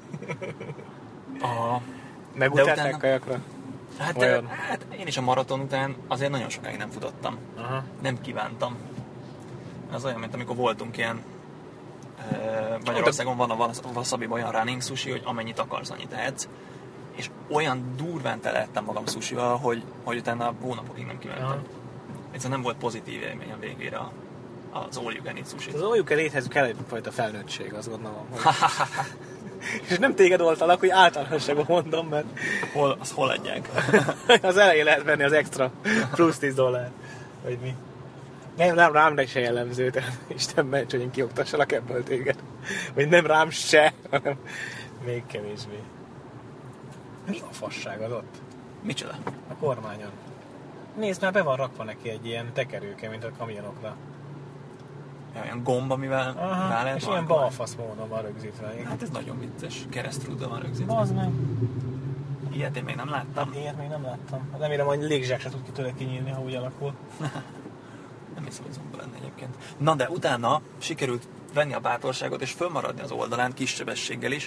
A... Megutálták utána- kajakra? Hát, Olyan. hát én is a maraton után azért nagyon sokáig nem futottam. Aha. Nem kívántam. Az olyan, mint amikor voltunk ilyen e, Magyarországon van a Wasabiban olyan running sushi, hogy amennyit akarsz, annyit ehetsz. És olyan durván telehettem magam sushival, hogy, hogy utána hónapokig nem kívántam. Aha. Egyszerűen nem volt pozitív élmény a végére a- az all you can eat sushi. Az oljuk eléthez kell egyfajta felnőttség, azt gondolom. Hogy... és nem téged oltalak, hogy általánosságban mondom, mert Hol, az hol adják? az elején lehet venni az extra plusz tíz dollár. Vagy mi? Nem, nem rám de se jellemző, tehát Isten ments, hogy én kioktassalak ebből téged. Vagy nem rám se, hanem még kevésbé. Mi a fasság az ott? Micsoda? A kormányon. Nézd, már be van rakva neki egy ilyen tekerőke, mint a kamionokra. Ja, olyan gomb, amivel rá Aha, lehet és ilyen markolni. balfasz módon van rögzítve. Hát ez nagyon vicces. Keresztrúdva van rögzítve. Bazd meg. Ilyet én még nem láttam. Ilyet még nem láttam. Hát remélem, hogy légzsák se tud ki tőle kinyílni, ha úgy alakul. Nem hiszem, hogy zomba lenne egyébként. Na de utána sikerült venni a bátorságot és fölmaradni az oldalán kis sebességgel is.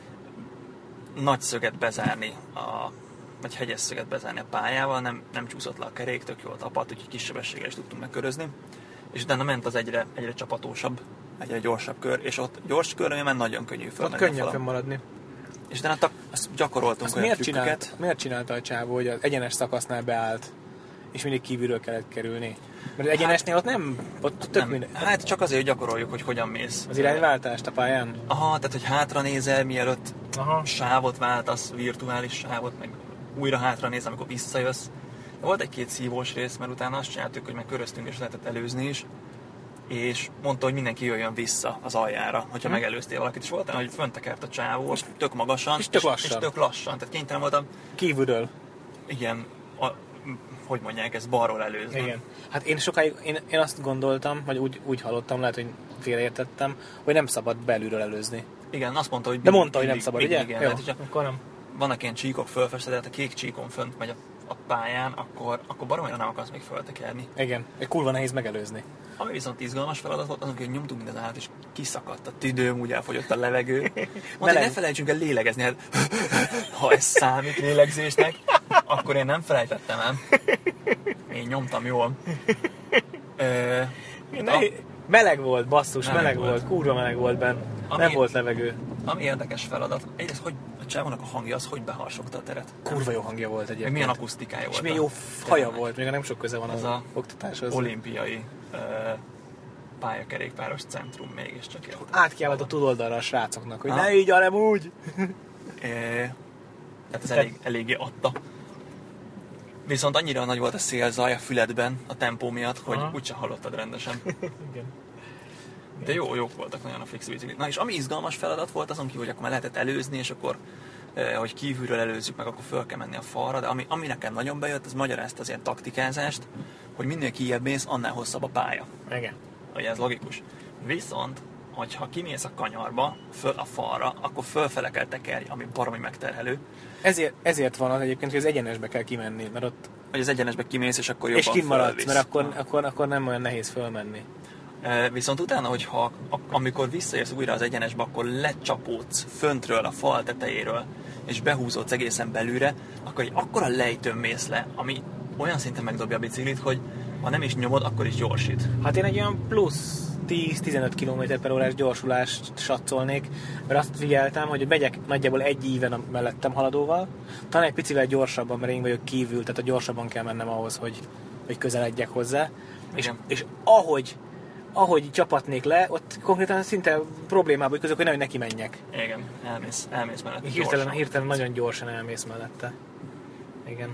Nagy szöget bezárni, a, vagy hegyes szöget bezárni a pályával, nem, nem csúszott le a kerék, tök jól tapadt, úgyhogy kis sebességgel is tudtunk megkörözni. És utána ment az egyre, egyre csapatósabb, egyre gyorsabb kör, és ott gyors körön már nagyon könnyű Ott fölmenni a könnyen falam. fönnmaradni. És utána tak, azt gyakoroltunk Azt olyan miért, trükköket. csinált, miért csinálta a csávó, hogy az egyenes szakasznál beállt, és mindig kívülről kellett kerülni? Mert az egyenesnél ott nem, ott tök Nem, minden. hát csak azért, hogy gyakoroljuk, hogy hogyan mész. Az irányváltást a pályán? Aha, tehát hogy hátra nézel, mielőtt Aha. sávot váltasz, virtuális sávot, meg újra hátra nézel, amikor visszajössz. De volt egy-két szívós rész, mert utána azt csináltuk, hogy meg köröztünk és lehetett előzni is, és mondta, hogy mindenki jöjjön vissza az aljára, hogyha Hm. megelőztél valakit, és volt olyan, hogy föntekert a csávó, és tök magasan, és tök lassan. és tök lassan, tehát kénytelen voltam, Kívülről. igen, a, hogy mondják, ezt balról előzni. Igen. Hát én sokáig, én, én azt gondoltam, vagy úgy, úgy hallottam, lehet, hogy félreértettem, hogy nem szabad belülről előzni. Igen, azt mondta, hogy De mondta, hogy nem mindig- szabad, mindig ugye? Igen, Jó, hát, hogyha akkor nem. vannak ilyen csíkok fölfestve, tehát a kék csíkon fönt megy a, a pályán, akkor, akkor baromira nem akarsz még föltekerni. Igen, egy kurva nehéz megelőzni. Ami viszont izgalmas feladat volt, azon, hogy nyomtunk minden állat, és kiszakadt a tüdőm, úgy elfogyott a levegő. Mondta, hogy Meleg. ne felejtsünk el lélegezni, hát ha ez számít lélegzésnek, akkor én nem felejtettem el. Én nyomtam jól. Ö, Nehéz, Meleg volt, basszus, meleg, Meleg volt. volt. kurva meleg volt benn. Ami- Nem volt levegő. Ami érdekes feladat, egyrészt, hogy a csávónak a hangja az hogy beharsogta a teret. Kurva jó hangja volt Meg egyébként. milyen akusztikája volt. És milyen a jó haja teremnek. volt, még nem sok köze van Ez az a oktatáshoz. Olimpiai uh, pályakerékpáros centrum mégiscsak érted. Átkiállt a túloldalra a srácoknak, hogy Ha? ne így, hanem úgy. E, tehát ez elég, eléggé adta. Viszont annyira nagy volt a szélzaj a füledben a tempó miatt, hogy Aha. úgyse hallottad rendesen. Igen. De jó, jók voltak nagyon a fix biciklik. Na és ami izgalmas feladat volt azon kívül, hogy akkor már lehetett előzni, és akkor eh, hogy kívülről előzzük meg, akkor föl kell menni a falra, de ami, ami nekem nagyon bejött, az magyarázta az ilyen taktikázást, hogy minél kijebb mész, annál hosszabb a pálya. Igen. Ugye ez logikus. Viszont, hogyha kimész a kanyarba, föl a falra, akkor fölfele kell tekerj, ami baromi megterhelő. Ezért, ezért van az egyébként, hogy az egyenesbe kell kimenni, mert ott Hogy az egyenesbe kimész, és akkor jobban és kimaradsz, fölvisz. mert akkor, Na. akkor, akkor nem olyan nehéz fölmenni. E, Viszont utána, hogyha amikor visszaérsz újra az egyenesbe, akkor lecsapódsz föntről, a fal tetejéről, és behúzódsz egészen belülre, akkor egy akkora lejtőn mész le, ami olyan szinten megdobja a biciklit, hogy ha nem is nyomod, akkor is gyorsít. Hát én egy olyan plusz tíz-tizenöt kilométer per órás gyorsulást satszolnék, mert azt figyeltem, hogy megyek nagyjából egy íven a mellettem haladóval, talán egy picivel gyorsabban, mert én vagyok kívül, tehát a gyorsabban kell mennem ahhoz, hogy, hogy közeledjek hozzá. És, Igen. és ahogy, ahogy csapatnék le, ott konkrétan szinte problémába ütközök, hogy nehogy neki menjek. Igen, elmész, elmész mellett. Hirtelen, gyorsan. hirtelen nagyon gyorsan elmész mellette. Igen.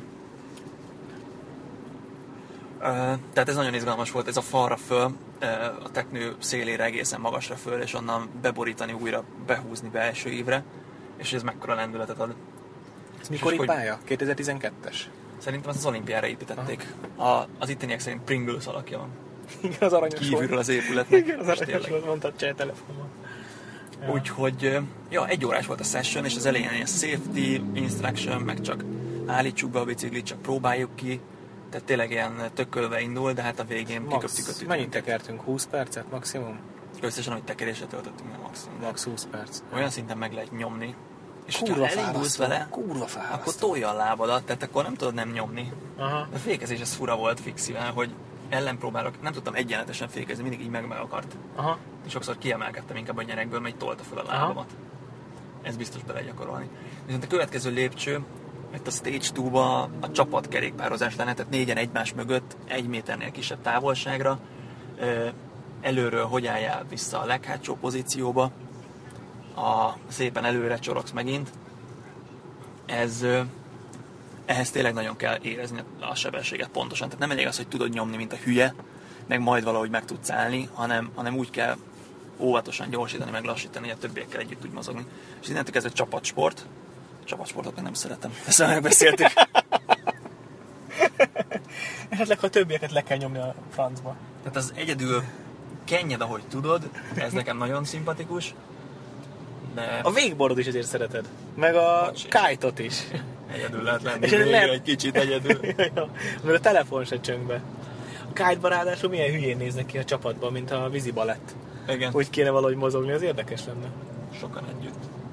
Ö, tehát ez nagyon izgalmas volt, ez a falra föl, ö, a teknő szélére egészen magasra föl, és onnan beborítani újra, behúzni belső évre, és ez mekkora lendületet ad. Ez mikori hogy- pálya? kétezer-tizenkettes? Szerintem ezt az olimpiára építették. A, az itteniek szerint Pringles alakja van. Igen, az aranyos Kívülről volt. az épületnek. Igen, az és aranyos tényleg. volt, mondtad cseh telefonban. Ja. Úgyhogy, ö, ja, egy órás volt a session, és az elején ilyen safety, instruction, meg csak állítsuk be a biciklit, csak próbáljuk ki. Tehát tényleg ilyen tökölve indul, de hát a végén kiköptük a Max, tükröt. mennyit tekertünk? húsz percet maximum? Összesen, hogy tekerésre töltöttünk meg maximum. De Max húsz perc. olyan szinten meg lehet nyomni. És Kurva ha elindulsz fárasztó. vele, Kurva fárasztó. akkor tolja a lábadat, tehát akkor nem tudod nem nyomni. Aha. A fékezés ez fura volt fixivel, hogy ellenpróbálok, nem tudtam egyenletesen fékezni, mindig így meg meg akart. Aha. És sokszor kiemelkedtem inkább a nyerekből, mert így tolta fel a Aha. lábamat. Ez biztos bele gyakorolni. Viszont a következő lépcső, itt a Stage kettőba a csapatkerékpározás lenne, tehát négyen egymás mögött, egy méternél kisebb távolságra, ö, előről hogy álljál vissza a leghátsó pozícióba, a, szépen előre csorogsz megint. Ez, ö, ehhez tényleg nagyon kell érezni a sebességet pontosan. Tehát nem elég az, hogy tudod nyomni, mint a hülye, meg majd valahogy meg tudsz állni, hanem, hanem úgy kell óvatosan gyorsítani, meg lassítani, hogy a többiekkel együtt tudj mozogni. És innentől kezdve csapatsport. Csapatsportot meg nem szeretem. Ezt már megbeszéltük. Esetleg, ha többieket le kell nyomni a francba. Tehát az egyedül kenjed, ahogy tudod, ez nekem nagyon szimpatikus, de A wakeboardot is ezért szereted. Meg a Bocsi. kite-ot is. egyedül lehet lenni, És ez végre nem- egy kicsit egyedül. Ja, meg a telefon se csöng be. A kite-ban ráadásul milyen hülyén néznek ki a csapatban, mint a vízi balett. Igen, Úgy kéne valahogy mozogni, az érdekes lenne. sokan együtt.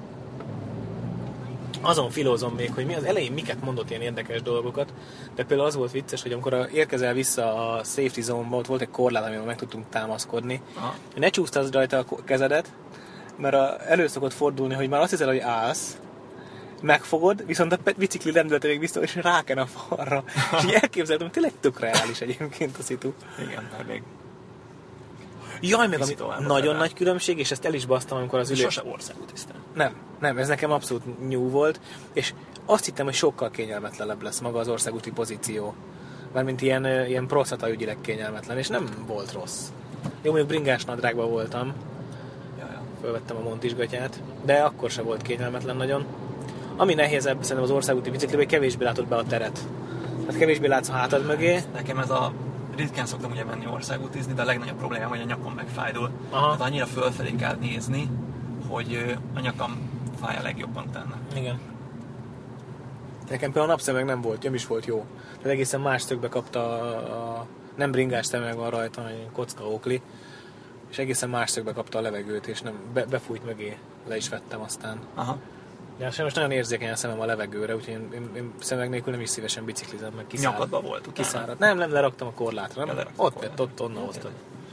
Azon filózom még, hogy mi az elején miket mondott ilyen érdekes dolgokat, de például az volt vicces, hogy amikor a- érkezel vissza a safety zone-ba, ott volt egy korlát, amivel meg tudtunk támaszkodni. Aha. Ne csúsztasd rajta a ko- kezedet, mert a, elő szokott fordulni, hogy már azt hiszed, hogy állsz, megfogod, viszont a pe- bicikli lendülete még biztos, és ráken a falra. És így elképzeltem, hogy tényleg tök reális egyébként a szitu. Igen, elég. Jaj, meg Viszi ami tovább a nagyon pedál. nagy különbség, és ezt el is basztam, amikor az ülés... Sose országútisztán. Nem, nem, ez nekem abszolút new volt, és azt hittem, hogy sokkal kényelmetlenebb lesz maga az országúti pozíció. Mármint ilyen, ö, ilyen prostataügyileg kényelmetlen, és nem volt rossz. Jó, mondjuk bringás nadrágban voltam, Ja, ja. fölvettem a montisgatyát, de akkor se volt kényelmetlen nagyon. Ami nehézebb szerintem az országúti bicikliben, hogy kevésbé látod be a teret. Hát kevésbé látsz a hátad mögé. Nekem ez a... Ritkán szoktam ugye menni országútizni, de a legnagyobb problémám, hogy a nyakom megfájdul. Aha. Hát annyira fölfelé kell nézni, hogy ö, a nyakam fáj a legjobban utána. Igen. Nekem például a napszemeg nem volt, nem is volt jó. Tehát egészen más szögbe kapta a, a nem bringás szemeg van rajta, hanem kocka ókli, és egészen más szögbe kapta a levegőt, és nem be, befújt mögé, le is vettem aztán. Aha. De most nagyon érzékeny a szemem a levegőre, úgyhogy én, én, én szemeg nélkül nem is szívesen biciklizem, meg kiszárad. Nyakadban volt utána? Kiszárad. Nem, nem leraktam a korlátra, nem? Ja, leraktam a ott vett, korlátra. ott onnan hoztad.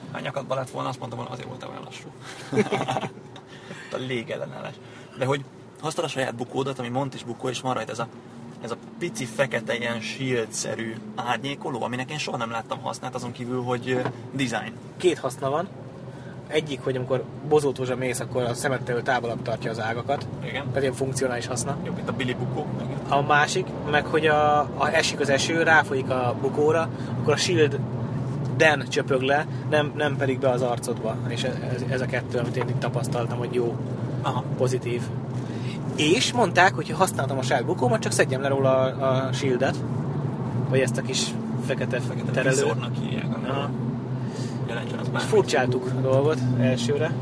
Ha nyakadba lett volna, azt mondtam volna, azért volt olyan lassú. A légellenállás. De hogy hoztad a saját bukódat, ami Montis bukó, és van rajta ez a, ez a pici fekete ilyen shield-szerű árnyékoló, aminek én soha nem láttam használt, azon kívül, hogy uh, design. Két haszna van. Egyik, hogy amikor bozótózsa mész, akkor a szemettől távolabb tartja az ágakat. Igen. Tehát ilyen funkcionális haszna. Jobb, mint a Billy bukó. A másik, meg hogy a, a esik az eső, ráfolyik a bukóra, akkor a shield den csöpög le, nem, nem pedig be az arcodba. És ez, ez a kettő, amit én itt tapasztaltam, hogy jó, Aha. pozitív. És mondták, hogy ha használtam a saját bukómat, csak szedjem le róla a, a shieldet, vagy ezt a kis fekete, fekete terelő. Vizornak hívják. Furcsáltuk a dolgot elsőre.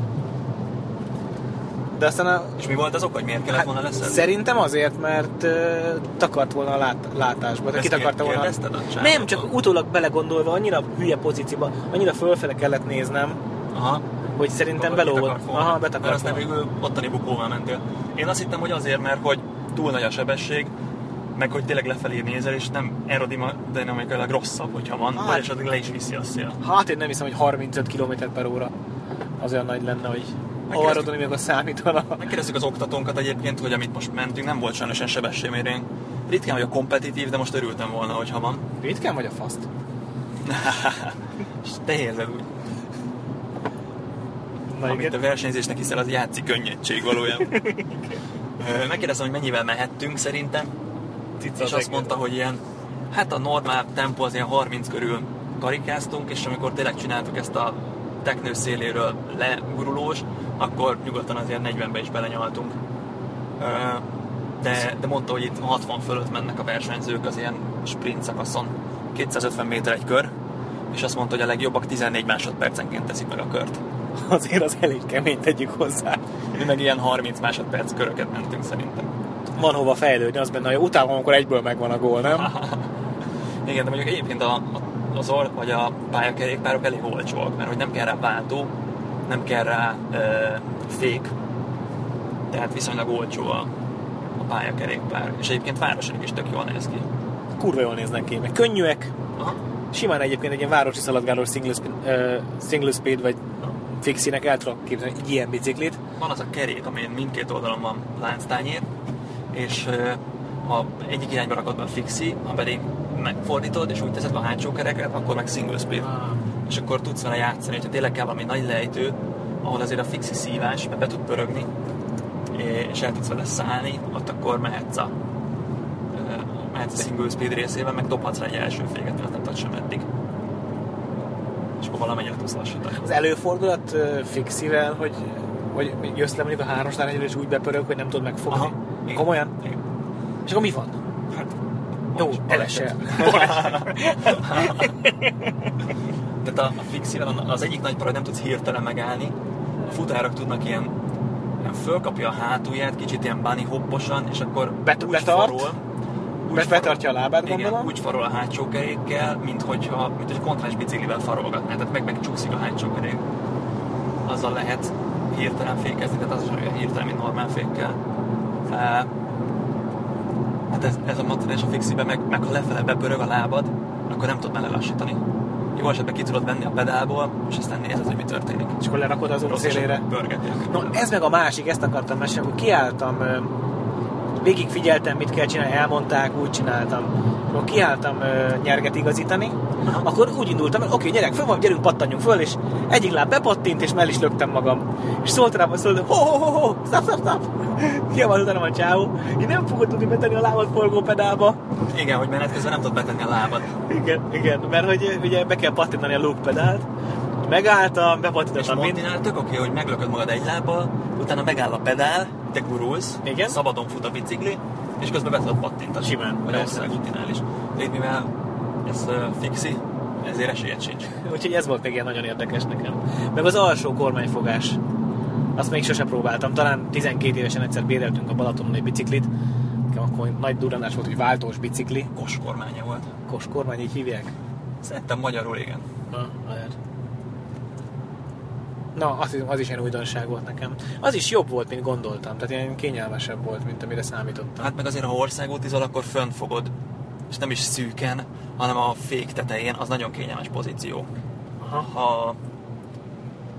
De aztán a... És mi volt az ok, hogy miért kellett volna leszedni? Szerintem azért, mert uh, takart volna a lát, látásba. Ezt kitakarta volna. A Nem, csak utólag belegondolva, annyira hülye pozícióba, annyira fölfele kellett néznem, aha. hogy szerintem Akkor belógott. Aha, betakart. Mert aztán végül ottani bukóval mentél. Én azt hittem, hogy azért, mert hogy túl nagy a sebesség, meg hogy tényleg lefelé nézel, és nem aerodinamikailag rosszabb, hogyha van, hát, vagy esetleg le is viszi a szél. Hát én nem hiszem, hogy harmincöt kilométer per óra az olyan nagy lenne, hogy aerodinamika számítana. Megkérdeztük az oktatónkat egyébként, hogy amit most mentünk, nem volt sajnos ilyen sebességmérőnk. Ritkán vagyok kompetitív, de most örültem volna, hogyha van. Ritkán vagy a faszt? És te érzed úgy. Na, amit igen. A versenyzésnek hiszel, az játszik könnyedség valójában. Megkérdeztem, hogy mennyivel mehettünk szerintem. Cica és azt mondta, hogy ilyen, hát a normál tempó az ilyen harminc körül karikáztunk, és amikor tényleg csináltuk ezt a teknő széléről legurulós, akkor nyugodtan azért negyvenbe is belenyaltunk. De, de mondta, hogy itt hatvan fölött mennek a versenyzők az ilyen sprint szakaszon. kétszázötven méter egy kör, és azt mondta, hogy a legjobbak tizennégy másodpercenként teszik meg a kört. Azért az elég kemény, tegyük hozzá. Mi meg ilyen harminc másodperc köröket mentünk szerintem. Van hova fejlődni, az benne, hogy utána amikor egyből megvan a gól, nem? Igen, de mondjuk egyébként a, a, az or, vagy a pályakerékpárok elég olcsóak, mert hogy nem kell rá váltó, nem kell rá e, fék, tehát viszonylag olcsó a, a pályakerékpár. És egyébként városok is tök jól néz ki. Kurva jól néznek ki, meg könnyűek. Aha. Simán egyébként egy ilyen városi szaladgálós single, uh, single speed, vagy fixinek el tudok képzelni egy ilyen biciklit. Van az a kerék, amin mindkét oldalon van lánctányér, és ha egyik irányba rakod be a fixi, ha pedig megfordítod, és úgy teszed a hátsó kereket, akkor meg single speed. Ah. És akkor tudsz vele játszani, hogyha tényleg kell valami nagy lejtő, ahol azért a fixi szívás, mert be tud pörögni, és el tudsz vele szállni, ott akkor mehetsz a, mehetsz a single speed részében, meg dobhatsz rá egy első féket, mert nem tudod sem eddig. És akkor valamennyire tudsz lassítani. Az előfordulat uh, fixivel, hogy, hogy jössz le mondjuk a hármasnál egyről, és úgy bepörög, hogy nem tudod megfogni. Aha. Komolyan? Igen. És akkor mi van? Hát, jó, elesel. Tehát a, a fixivel az egyik nagy para, hogy nem tudsz hirtelen megállni. A futárak tudnak ilyen, ilyen fölkapja a hátulját, kicsit ilyen bunny hopposan, és akkor Bet- úgy betart. farol. Úgy betartja a lábát, igen, gondolom? úgy farol a hátsó kerékkel, mint hogyha mint egy kontrás biciklivel farolgatná, tehát meg megcsúszik a hátsó kerék. Azzal lehet hirtelen fékezni, tehát az is olyan hirtelen, mint normál fékkel. Uh, hát ez, ez a materiális a fixiben, meg, meg ha lefele bepörög a lábad, akkor nem tudod lelassítani. Jó esetben ki tudod venni a pedálból, és aztán nézed, hogy mi történik. És akkor lerakod az út szélére. Pörgetják. No, ez meg a másik, ezt akartam mesélni, hogy kiálltam, végigfigyeltem, mit kell csinálni, elmondták, úgy csináltam. Akkor kiálltam nyerget igazítani, aha. Akkor úgy indultam, hogy oké, okay, gyerek, föl van, gyerünk, pattanjunk föl, és egyik láb bepattint, és mellé is löktem magam. És szólt rám, hogy szólt, ho, ho, ho, ho, stop, stop, stop. Kiabált utána a csávó. Én nem fogod tudni betenni a lábad forgópedálba. Igen, hogy menet közben nem tudod betenni a lábad. Igen, igen, mert hogy ugye be kell pattintani a loop pedált. Megálltam, bepattintottam. És Montinál tök oké, hogy meglököd magad egy lábbal, utána megáll a pedál, te gurulsz, igen? Szabadon fut a bicikli, és közben be tudod pattintani. Simán. Vagy a Montinál is. De itt mivel ez uh, fixi, ezért esélyed sincs. Úgyhogy ez volt még ilyen nagyon érdekes nekem. Meg az alsó kormányfogás. Azt még sose próbáltam. Talán tizenkét évesen egyszer béreltünk a Balatonon egy biciklit. Akkor nagy durranás volt, hogy váltós bicikli. Kos kormánya volt. Kos kormány, így hívják? Szerintem magyarul, igen. Na, lehet. Na, az, az is ilyen újdonság volt nekem. Az is jobb volt, mint gondoltam. Tehát ilyen kényelmesebb volt, mint amire számítottam. Hát meg azért, ha országútizol, akkor fönt fogod. És nem is szűken, hanem a fék tetején. Az nagyon kényelmes pozíció. Aha. Ha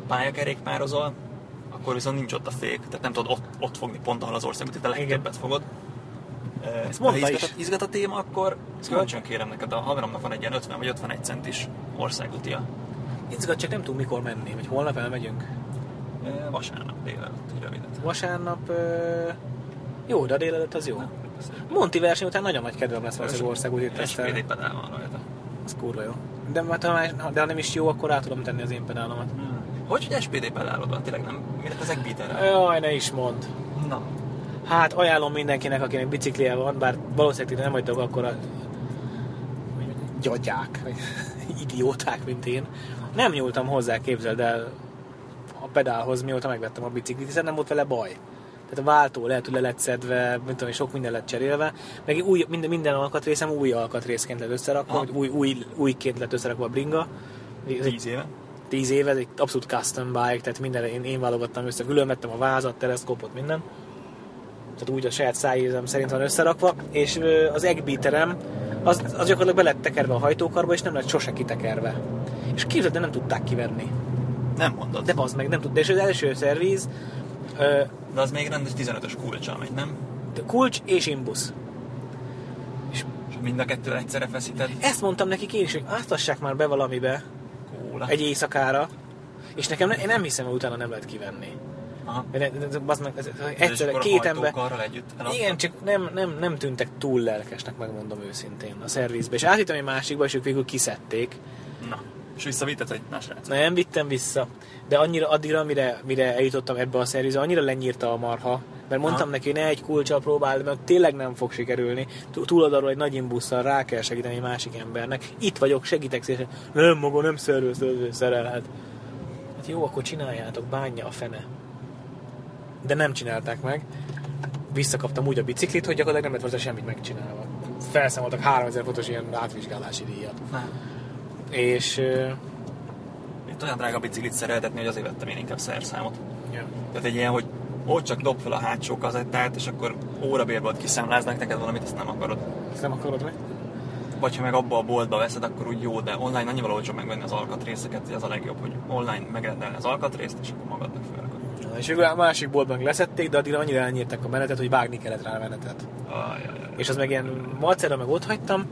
pályakerékpározol, akkor viszont nincs ott a fék, tehát nem tudod ott, ott fogni pont, ahol az országúti, te legtöbbet fogod. Ezt Ha mondta izgat, is. a, izgat a téma, akkor kölcsön kérem neked, a haveromnak van egy ilyen ötven vagy ötvenegy centis országútia. Izgat, csak nem tudunk mikor menni, vagy holnap elmegyünk. E, vasárnap délelőtt, egy rövidet. Vasárnap... Ö... Jó, de a délelőtt az jó. Monti verseny után nagyon nagy kedvem lesz az országúti es pé dé tesztelni. pedál van rajta. Az kurva jó. De, hát, ha más- de ha nem is jó, akkor át tudom tenni az én pedálomat. Hogy, hogy es pé dé pedálod van? Tényleg nem? Mi lett az Egbeaterrel? Jaj, ne is mondd. Na. Hát ajánlom mindenkinek, akinek biciklije van, bár valószínűleg ti nem vagytok akkora gyagyák, vagy idióták, mint én. Nem nyúltam hozzá, képzeld el, a pedálhoz, mióta megvettem a biciklit, hiszen nem volt vele baj. Tehát a váltó lehet, hogy le lett szedve, mint tudom, sok minden lett cserélve, meg új, minden, minden alkatrészem új alkatrészként lett összerakva, vagy új, új, újként lett összerakva a bringa. Ez egy Tíz éve. tíz éve, ez egy abszolút custom bike, tehát minden, én, én válogattam össze, külön vettem a vázat, teleszkópot, minden. Tehát úgy a saját szájízem szerint van összerakva, és ö, az Egbeaterem, az, az gyakorlatilag be lett tekerve a hajtókarba, és nem lett sose kitekerve. És képzeld, de nem tudták kivenni. Nem mondod. De bazd meg, nem tudták. És az első szerviz, ö, De az még rendes tizenötös kulccsal megy, nem? kulcs és imbusz. És mind a kettőre egyszerre feszíted. Ezt mondtam nekik én is, hogy áztassák már be valamibe, Kóla. egy éjszakára, és nekem ne, én nem hiszem, hogy utána nem lehet kivenni. Aha. De, de, de, de bazd meg, ez, ez, És egyszer, akkor a két ember... hajtókarral együtt eladtad? Igen, csak nem, nem, nem tűntek túl lelkesnek, megmondom őszintén, a szervizbe. És átvittem egy másikba, és ők végül kiszedték. Na. És visszavitted, hogy na srác. Nem vittem vissza. De annyira, addigra, mire, mire eljutottam ebbe a szervizbe, annyira lenyírta a marha. Mert mondtam Aha. neki, hogy ne egy kulccsal próbáld, mert tényleg nem fog sikerülni. Túloldalról egy nagy imbusszal rá kell segíteni egy másik embernek. Itt vagyok, segítek szépen. Nem, maga nem szervez, szerelhet. Hát jó, akkor csináljátok, bánja a fene. De nem csinálták meg. Visszakaptam úgy a biciklit, hogy gyakorlatilag nem lett volna semmit megcsinálva. Felszámoltak háromezer fontos ilyen átvizsgálási díjat. Nem. És... ö, Itt olyan drága biciklit szereltetni, hogy azért vettem én inkább szerszámot. ja. Tehát egy ilyen, hogy ott csak dob fel a hátsó kazettát, és akkor órabérból kiszámláznak neked valamit, ezt nem akarod. Ezt nem akarod meg? Vagy ha meg abba a boltba veszed, akkor úgy jó, de online annyival olcsóbb megvenni az alkatrészeket, hogy az a legjobb, hogy online megrendelni az alkatrészt, és akkor magadnak felrakod. Ja, és végül a másik boltban leszették, de addigra annyira elnyírták a menetet, hogy vágni kellett rá a menetet. Ajajaj. És az meg ilyen macera, meg ott hagytam,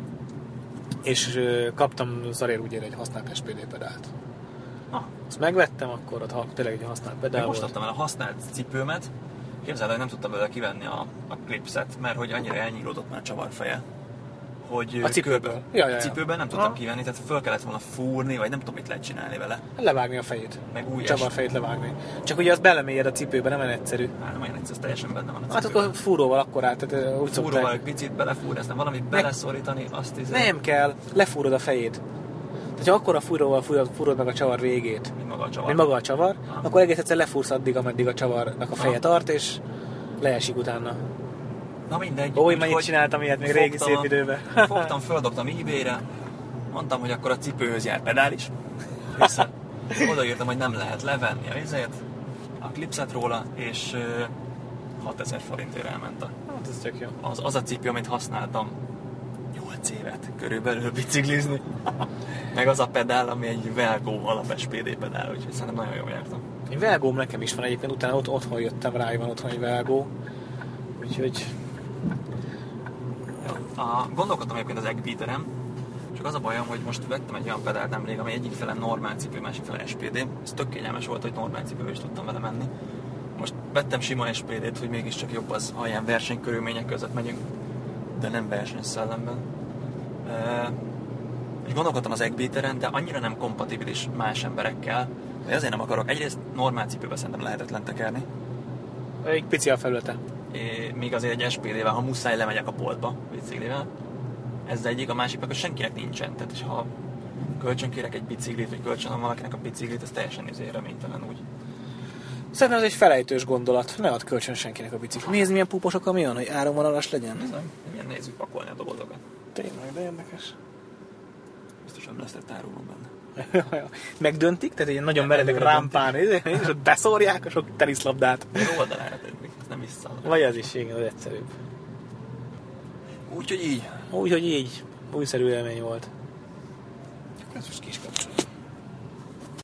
és ö, kaptam szarér úgy egy használt es pé dé pedált. Ah, Azt megvettem, akkor ott ha- tényleg egy használt pedál Én most volt. adtam el a használt cipőmet, képzeld, hogy nem tudtam belőle kivenni a, a klipszet, mert hogy annyira elnyílódott már a csavarfeje, hogy A cipőből? körbe- Ja, ja, ja. A cipőben nem tudtam Ha. kivenni, tehát föl kellett volna fúrni, vagy nem tudom, mit lehet csinálni vele. Levágni a fejét. Meg új Csavarfejét levágni. Csak ugye az belemélyed a cipőbe, nem olyan egyszerű. Hát nem olyan egyszer, teljesen benne van a Hát cipőben. akkor fúróval akkor át, tehát ö, úgy Fúróval szokták. egy picit belefúr, aztán valamit beleszorítani, azt izé, Nem kell, lefúrod a fejét. Tehát ha akkor a fúróval fúrod, fúrod meg a csavar végét, mint maga a csavar. mint maga a csavar, Aha. akkor egész egyszer lefúrsz addig, ameddig a csavarnak a feje Aha. tart, és leesik utána. Na mindegy. Ó, én úgyhogy mennyit csináltam ilyet még régi fogtam szép a- időben. Fogtam, földobtam eBay-re, mondtam, hogy akkor a cipőhöz jár pedál is. Viszont odaírtam, hogy nem lehet levenni a vizet, a klipszet róla, és ö, hatezer forintért elment a, Hát ez csak jó. az, az a cipő, amit használtam nyolc évet körülbelül biciklizni. Meg az a pedál, ami egy Velgo alap es pé dé pedál, úgyhogy szerintem nagyon jól jártam. Egy Velgóm nekem is van egyébként, utána ott, otthon jöttem rá, hogy van otthon egy Velgó. Úgyhogy A, gondolkodtam egyébként az Egbeaterem, csak az a bajom, hogy most vettem egy olyan pedált nemrég, ami egyik fele normál cipő, másik fele es pé dé. Ez tök kényelmes volt, hogy normál cipővel is tudtam vele menni. Most vettem sima es pé dét, hogy mégiscsak jobb az, ha ilyen versenykörülmények között megyünk, de nem versenyszellemben. E, és gondolkodtam az Egbeateren, de annyira nem kompatibilis más emberekkel, hogy azért nem akarok. Egyrészt normál cipőbe szerintem lehetetlen tekerni, egy pici a felülete. É, még azért egy es pé dé-vel, ha muszáj lemegyek a boltba biciklivel. Ez az egyik, a másik meg, hogy senkinek nincsen. Tehát, és ha kölcsön kérek egy biciklit, vagy kölcsön valakinek a biciklit, ez teljesen izé reménytelen úgy. Szerintem ez egy felejtős gondolat. Ne add kölcsön senkinek a biciklit. Nézd, milyen púpos a kamion, hogy áramvonalas legyen. Bizony, ilyen nézzük pakolni a dobozokat. Tényleg, de érdekes. Biztos nem lesz egy tároló benne. Megdöntik, tehát egy nagyon Nem, meredek előre rámpán, és ott beszórják a sok teniszlabdát. A oldalára tennék, ez nem vissza. Vagy az is, igen, az egyszerűbb. Úgyhogy így. Úgyhogy így, újszerű élmény volt. Ez most ki is kapcsolom.